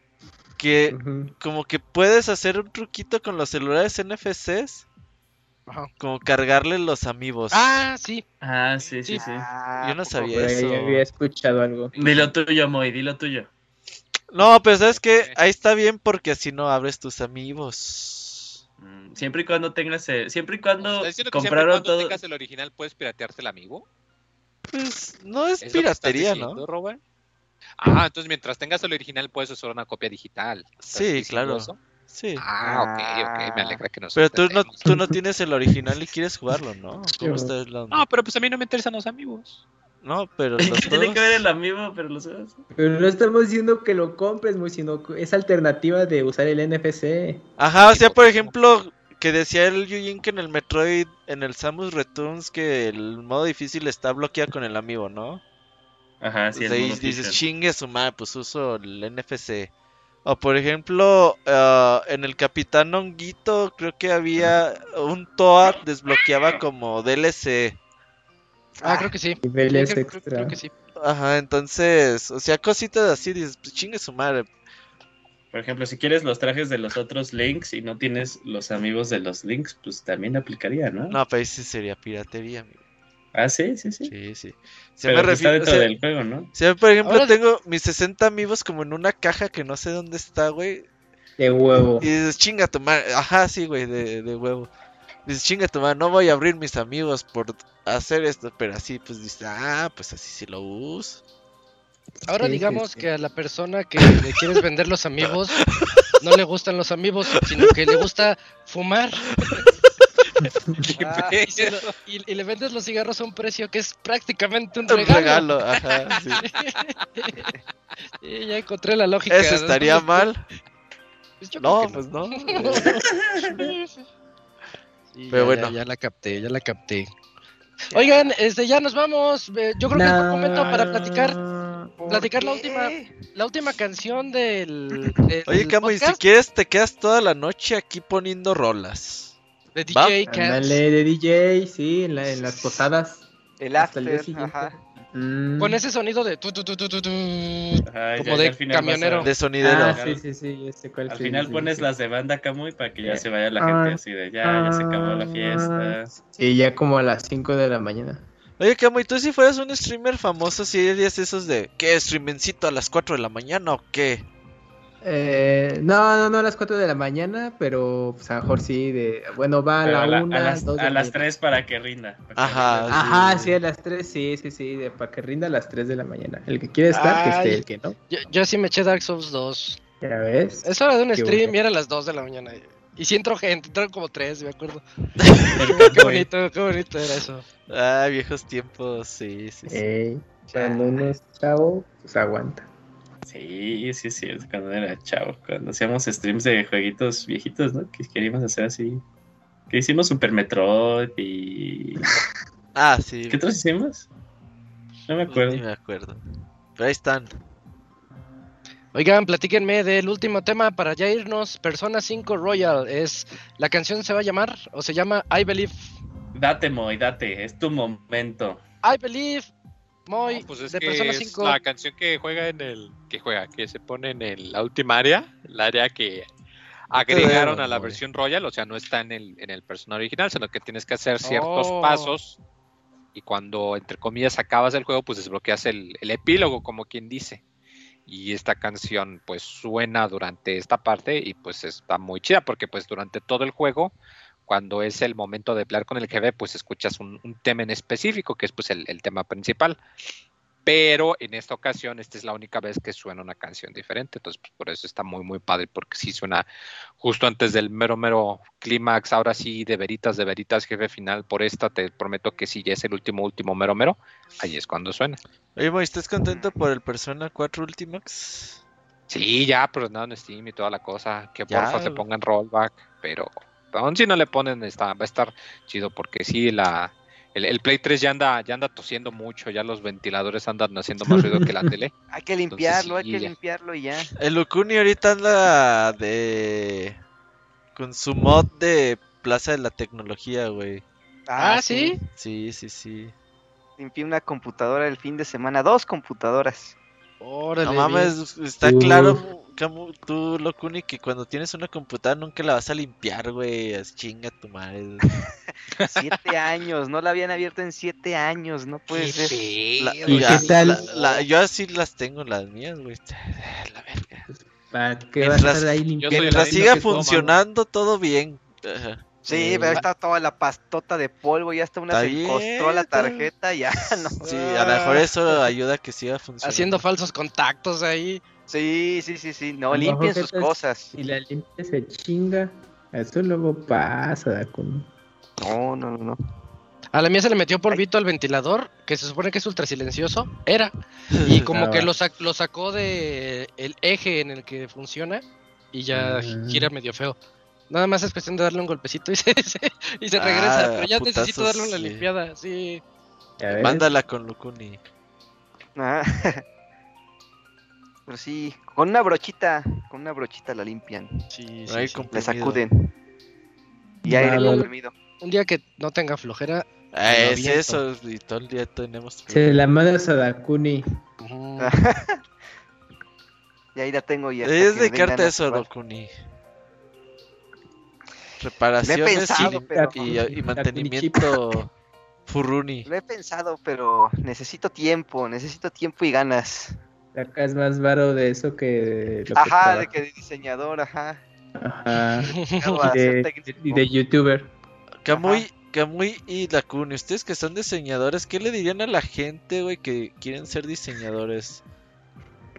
que Ujú. como que puedes hacer un truquito con los celulares N F Cs, Ajá. como cargarle los amigos. Ah, sí. Ah, sí, sí, Sí. sí. Ah, Yo no ¿a poco? sabía Por ahí eso. había escuchado algo. Dilo tuyo, Moy, dilo tuyo. No, pero sabes que ahí está bien porque así no abres tus amigos. Mm, Siempre y cuando tengas. eh, Siempre y cuando ¿Estás diciendo que siempre y compraron cuando todo. tengas el original puedes piratearte el amigo? Pues no es ¿Es lo que estás piratería, diciendo, ¿no? Robert? Ah, entonces mientras tengas el original puedes usar una copia digital. ¿Estás Sí, diciendo claro. eso? Sí. Ah, ok, ok, me alegra que nos Pero tú no, entendemos. tú no tienes el original y quieres jugarlo, ¿no? ¿Cómo está el onda? No, pero pues a mí no me interesan los amigos. No, pero los ¿Qué tiene juegos... que ver el amigo? Pero los juegos. Pero no estamos diciendo que lo compres, muy, sino que es alternativa de usar el N F C. Ajá, o Sí, sea, por porque- ejemplo, que decía el Yujin que en el Metroid, en el Samus Returns, que el modo difícil está bloqueado con el amigo, ¿no? Ajá, sí, Pues el ahí modo dices, teacher. chingue su madre, pues uso el N F C. O por ejemplo, ah, en el Capitán Honguito, creo que había un Toad desbloqueaba como D L C. Ah, creo que sí. Niveles Sí, creo, creo- extra. creo que sí. Ajá, entonces, o sea, cositas así, dices, pues chingue su madre. Por ejemplo, si quieres los trajes de los otros links y no tienes los amigos de los links, pues también aplicaría, ¿no? No, pero ahí sí sería piratería, amigo. Ah, sí, sí, sí. Sí, sí. Se Pero me pues está refiero, o dentro sea, del juego, ¿no? o sea, por ejemplo, Ahora- tengo mis sesenta amigos como en una caja que no sé dónde está, güey. De huevo. Y dices, chinga tu madre. Ajá, sí, güey, de, de huevo. Dices, chinga tu madre, no voy a abrir mis amigos por hacer esto. Pero así, pues dices, ah, pues así sí lo uso. Ahora Sí, digamos sí, sí. que a la persona que le quieres vender los amigos no le gustan los amigos, sino que le gusta fumar. Ah, Y, se lo- y- y le vendes los cigarros a un precio que es prácticamente un Un regalo. regalo, ajá, sí. Y ya encontré la lógica. ¿Eso estaría Pues, mal? pues yo No, creo que pues no. Sí, Pero ya, bueno. ya, ya la capté, ya la capté. Oigan, este, ya nos vamos. Eh, Yo creo que es buen momento para platicar, ¿por platicar la qué? última, la última canción del, del Oye, Camo, y si podcast quieres te quedas toda la noche aquí poniendo rolas. de D ¿va? J Cats. Ándale, de D J, sí, en, la, en las posadas. El Hasta el día after, siguiente. ajá. Mm. Con ese sonido de tu, tu, tu, tu, tu, tu, Ajá, como ya- ya de al final vas a- camionero. De sonidero. Ah, sí, sí, sí, ya sé cuál. Al sí, final sí, pones sí. las de banda Camuy para que ya Eh, se vaya la ah, gente así de ya, ya se acabó la fiesta. Sí, ya como a las cinco de la mañana. Oye, Camo, ¿y tú si fueras un streamer famoso, si harías esos de ¿qué? ¿Streamencito a las cuatro de la mañana o qué? Eh, no, no, no a las cuatro de la mañana, pero pues a lo mejor sí, de, bueno, va a Pero la a, la- una, a las, dos de a la las mañana. tres para que rinda. para que Ajá. rinda. Ajá, Sí. sí, a las tres, sí, sí, sí, de, para que rinda a las tres de la mañana. El que quiere estar, que Ay. esté, el que no. Yo, yo sí me eché Dark Souls dos. Ya ves. Es hora de un Qué stream bueno. y era a las dos de la mañana. Y sí entró gente, entraron como tres, me acuerdo. El Qué bonito, qué bonito era eso. Ah, viejos tiempos, sí, sí, sí. Ey, cuando uno es chavo, pues aguanta. Sí, sí, sí, es cuando era chavo, cuando hacíamos streams de jueguitos viejitos, ¿no? Que queríamos hacer así. Que hicimos Super Metroid y... Ah, sí. ¿Qué otros hicimos? No me Pues acuerdo. ni me acuerdo. Pero ahí están. Oigan, platíquenme del último tema para ya irnos. Persona cinco Royal es... La canción se va a llamar, o se llama I Believe. Date, Moy, date, es tu momento. I Believe, Moy, No, pues es de que Persona es cinco. la canción que juega en el que juega que se pone en el- la última área, el área que agregaron veo, a la güey. versión Royal, o sea, no está en el en el Persona original, sino que tienes que hacer ciertos Oh. pasos y cuando entre comillas acabas el juego, pues desbloqueas el, el epílogo, como quien dice. Y esta canción pues suena durante esta parte y pues está muy chida porque pues durante todo el juego, cuando es el momento de pelear con el jefe, pues escuchas un, un tema en específico que es pues el, el tema principal. Pero en esta ocasión, esta es la única vez que suena una canción diferente, entonces pues, por eso está muy muy padre, porque sí suena justo antes del mero mero clímax, ahora sí de veritas, de veritas, jefe final, por esta te prometo que si ya es el último último mero mero, ahí es cuando suena. Oye, Moy, ¿estás contento por el Persona cuatro Ultimax? Sí, ya, pero nada en Steam y toda la cosa, que Ya, porfa le güey. pongan rollback, pero aún si no le ponen, está, va a estar chido, porque sí, la... El, el Play tres ya anda, ya anda tosiendo mucho, ya los ventiladores andan haciendo más ruido que la tele. Hay que limpiarlo, Entonces, sí, hay que ya. limpiarlo y ya. El Lukuni ahorita anda de... con su mod de Plaza de la Tecnología, güey. Ah, ¿sí? Sí, sí, sí. Limpié una computadora el fin de semana, dos computadoras. Órale, No bien. mames, está Uh. claro, Camu, tú, Locuni, que cuando tienes una computadora nunca la vas a limpiar, güey. Es chinga tu madre. Siete años, no la habían abierto en siete años, no puede Qué ser. La- feo. ¿Y ya, qué tal? la- la- yo así las tengo, las mías, güey. La verga. ¿Para qué vas a Mientras- estar ahí yo soy limpiando? la Mientras única siga que toma, funcionando, todo bien. Ajá. Sí, Eh, pero está toda la pastota de polvo, ya hasta una Está se bien, encostró la está- tarjeta, ya no. Sí, a lo mejor eso ayuda a que siga funcionando. Haciendo falsos contactos ahí. Sí, sí, sí, sí, no, A lo limpien mejor sus que te- cosas. Si la limpia se chinga. Eso luego pasa, Dakuni. No, no, no, no. A la mía se le metió polvito al ventilador, que se supone que es ultra silencioso. Era. Y como Ah, que va. lo, sac- lo sacó de el eje en el que funciona y ya Mm. gira medio feo. Nada más es cuestión de darle un golpecito y se, se- y se Ah, regresa. Pero ya putazos, necesito darle una sí. limpiada, sí. Ya ves. Mándala con Lukuni. Ah. Pero sí, con una brochita, con una brochita la limpian, Sí, Ahí sí, sí. con- le Comprimido. sacuden. Y aire Vale. comprimido. Un día que no tenga flojera. Ah, Lo es aviento. eso, y todo el día tenemos. Se la mandas a Dakuni. ujú. Y ahí la tengo y hasta Debes que me den dedicarte a ganas eso, de jugar. Lukuni. Reparaciones pensado, y, pero- y- y mantenimiento furruni. Lo he pensado, pero necesito tiempo, necesito tiempo y ganas. Sacas más varo de eso que lo que Ajá, de trabajas. que de diseñador, ajá. Ajá. Algo a Y ser de, técnico. y de youtuber. Kamui, Kamui y Dakuni, ustedes que son diseñadores, ¿qué le dirían a la gente, güey, que quieren ser diseñadores?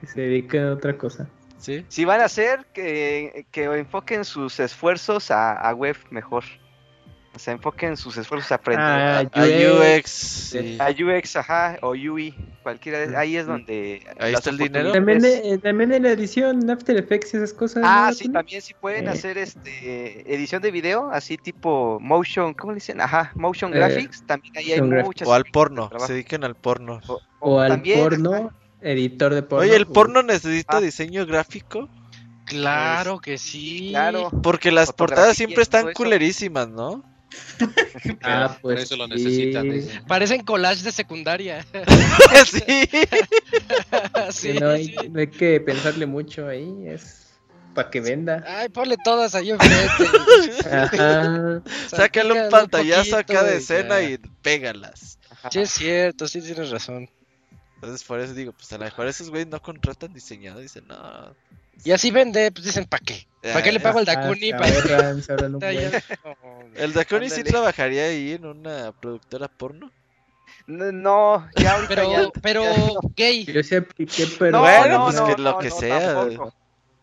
que se dediquen a otra cosa. ¿Sí? Si van a hacer, que, que enfoquen sus esfuerzos a, a web mejor. O sea, enfoquen sus esfuerzos a aprender. Ah, A U X. Sí. A U X, ajá, o U I, cualquiera. de- Ahí es donde. Ahí las está el dinero. oportunidades- También, eh, también en la edición, After Effects y esas cosas. Ah, ¿no? sí, también sí pueden Eh. hacer este edición de video, así tipo motion, ¿cómo le dicen? Ajá, motion Eh, graphics. También ahí hay motion graphics. muchas. O al herramientas de porno. trabajo. Se dediquen al porno. O, O al también, porno, ajá. editor de porno. Oye, ¿el o- porno necesita Ah. diseño gráfico? Claro que sí. Claro. Porque las Fotografía, portadas siempre están todo eso. culerísimas, ¿no? Ah, Por pues eso lo sí. necesitan, dicen. Parecen collage de secundaria. Sí. sí, Sí, no, hay, sí. no hay que pensarle mucho ahí, es para que venda. Ay, ponle todas ahí enfrente. Ajá. Sácale un Salpícale pantallazo acá poquito de y escena ya. y pégalas. Ajá. Sí, es cierto, sí tienes razón. Entonces por eso digo, pues a lo mejor esos güeyes no contratan diseñador, dicen, no. Y así vende, pues dicen, ¿para qué? ¿Para qué le pago al Dakuni? Ah, ¿Para se qué? ahorran, se ahorran un buen. ¿El Dakuni sí Ándale. trabajaría ahí en una productora porno? No, no, ya ahorita Pero, ya- pero, ya no. gay. Yo sí apliqué, pero. No, Bueno, no, pues no, que lo no, que no, sea. tampoco.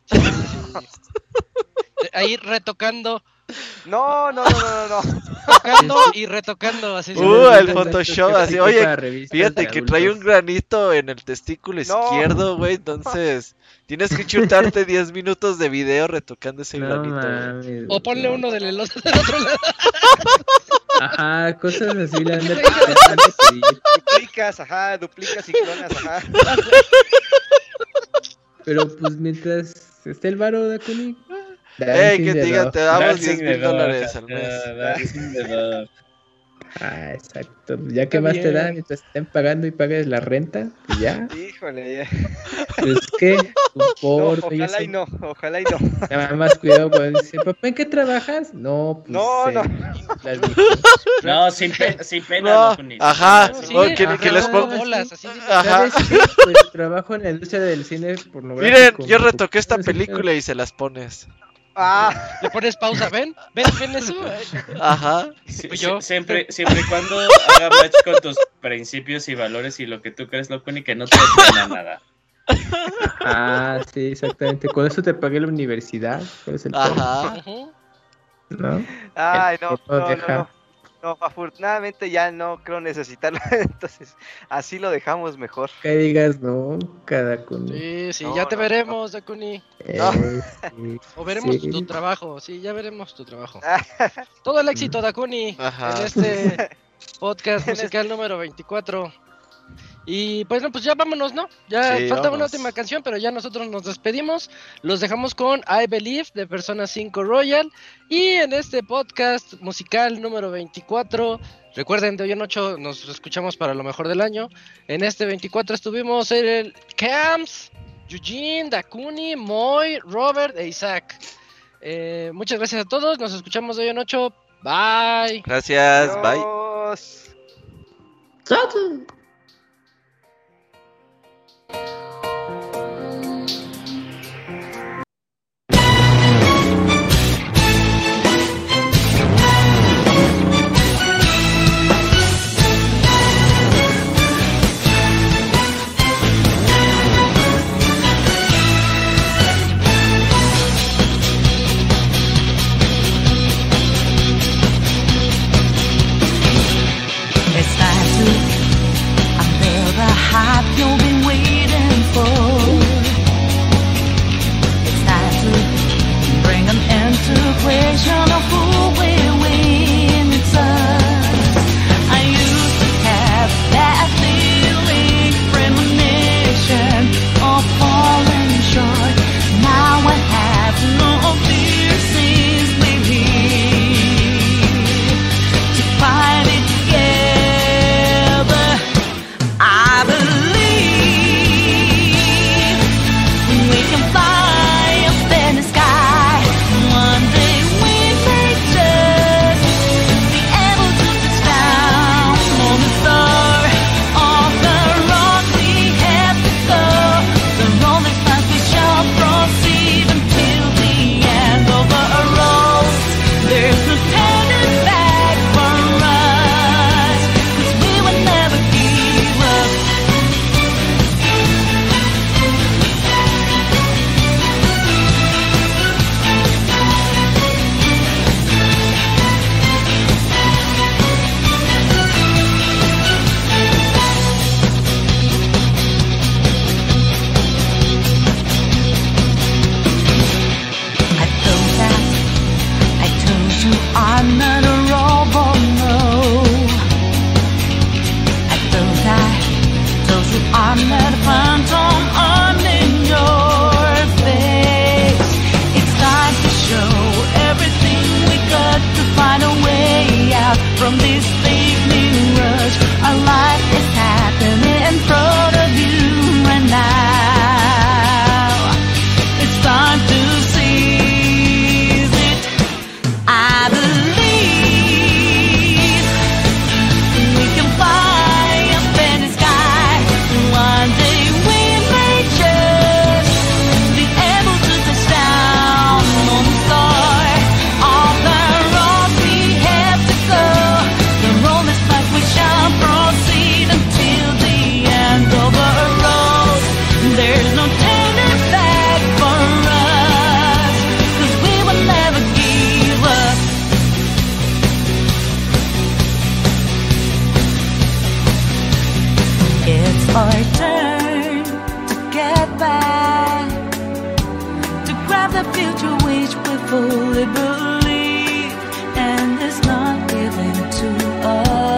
Ahí retocando, No, no, no, no, no, no. tocando y retocando, así se Uh, llama. el Photoshop, así, apliqué oye, para revistas Fíjate de que trae un adultos. granito en el testículo No. izquierdo, güey, entonces tienes que chutarte diez minutos de video retocando ese No granito, güey. mames. O ponle uno del, del otro lado. Ajá, cosas así le han de Sí, han de pedir. Duplicas, ajá, duplicas y clonas, ajá. Pero pues mientras esté el varo de Dakuni. Ey, que te digan, te damos Dancing diez the mil Dog, dólares al ajá, mes. Dancing the Dog. Ah, exacto. Ya que Está más te bien. da mientras estén pagando y pagues la renta, pues ya. Híjole, ya. Pues qué, tu No, porno y ojalá eso. y no, ojalá y no. Nada más cuidado cuando dice, papá, ¿en qué trabajas? No, pues. No, eh, no. las difusas. No, sin, pe sin pena, No, Dakuni, sin ajá, pena, sin Sí, o pena. que, ajá, que les como pongo. bolas, así sí. Ajá. ¿Sabes qué? Pues trabajo en la industria del cine pornográfico. Miren, yo retoqué esta No sé, película y se las pones. Ah, Le pones pausa, ven, ven, ven eso. Ajá. Sí, Pues sí, yo. siempre, siempre y cuando haga match con tus principios y valores y lo que tú crees, Dakuni, que no te pena nada. Ah, sí, exactamente. Con eso te pagué la universidad. ¿Cuál es el Ajá. Ujú. problema? ¿No? ay, no, porno no, no, deja. no. No, afortunadamente ya no creo necesitarlo, entonces así lo dejamos mejor. Que digas no, cada con. Sí, sí, No, ya te no, veremos, Dakuni. Eh, No. sí, O veremos sí. tu trabajo, sí, ya veremos tu trabajo. Ah, Todo el éxito, Dakuni, Ajá. en este podcast musical número veinticuatro. Y pues, no, pues ya vámonos, ¿no? Ya Sí, falta una vámonos. última canción, pero ya nosotros nos despedimos. Los dejamos con I Believe de Persona cinco Royal. Y en este podcast musical número veinticuatro, recuerden, de hoy en ocho nos escuchamos para lo mejor del año. En este veinticuatro estuvimos en el Camps, Eugene, Dakuni, Moy, Robert e Isaac. Eh, muchas gracias a todos, nos escuchamos de hoy en ocho. Bye. Gracias, bye. adiós. It's time to have the future which we fully believe, and it's not given to us.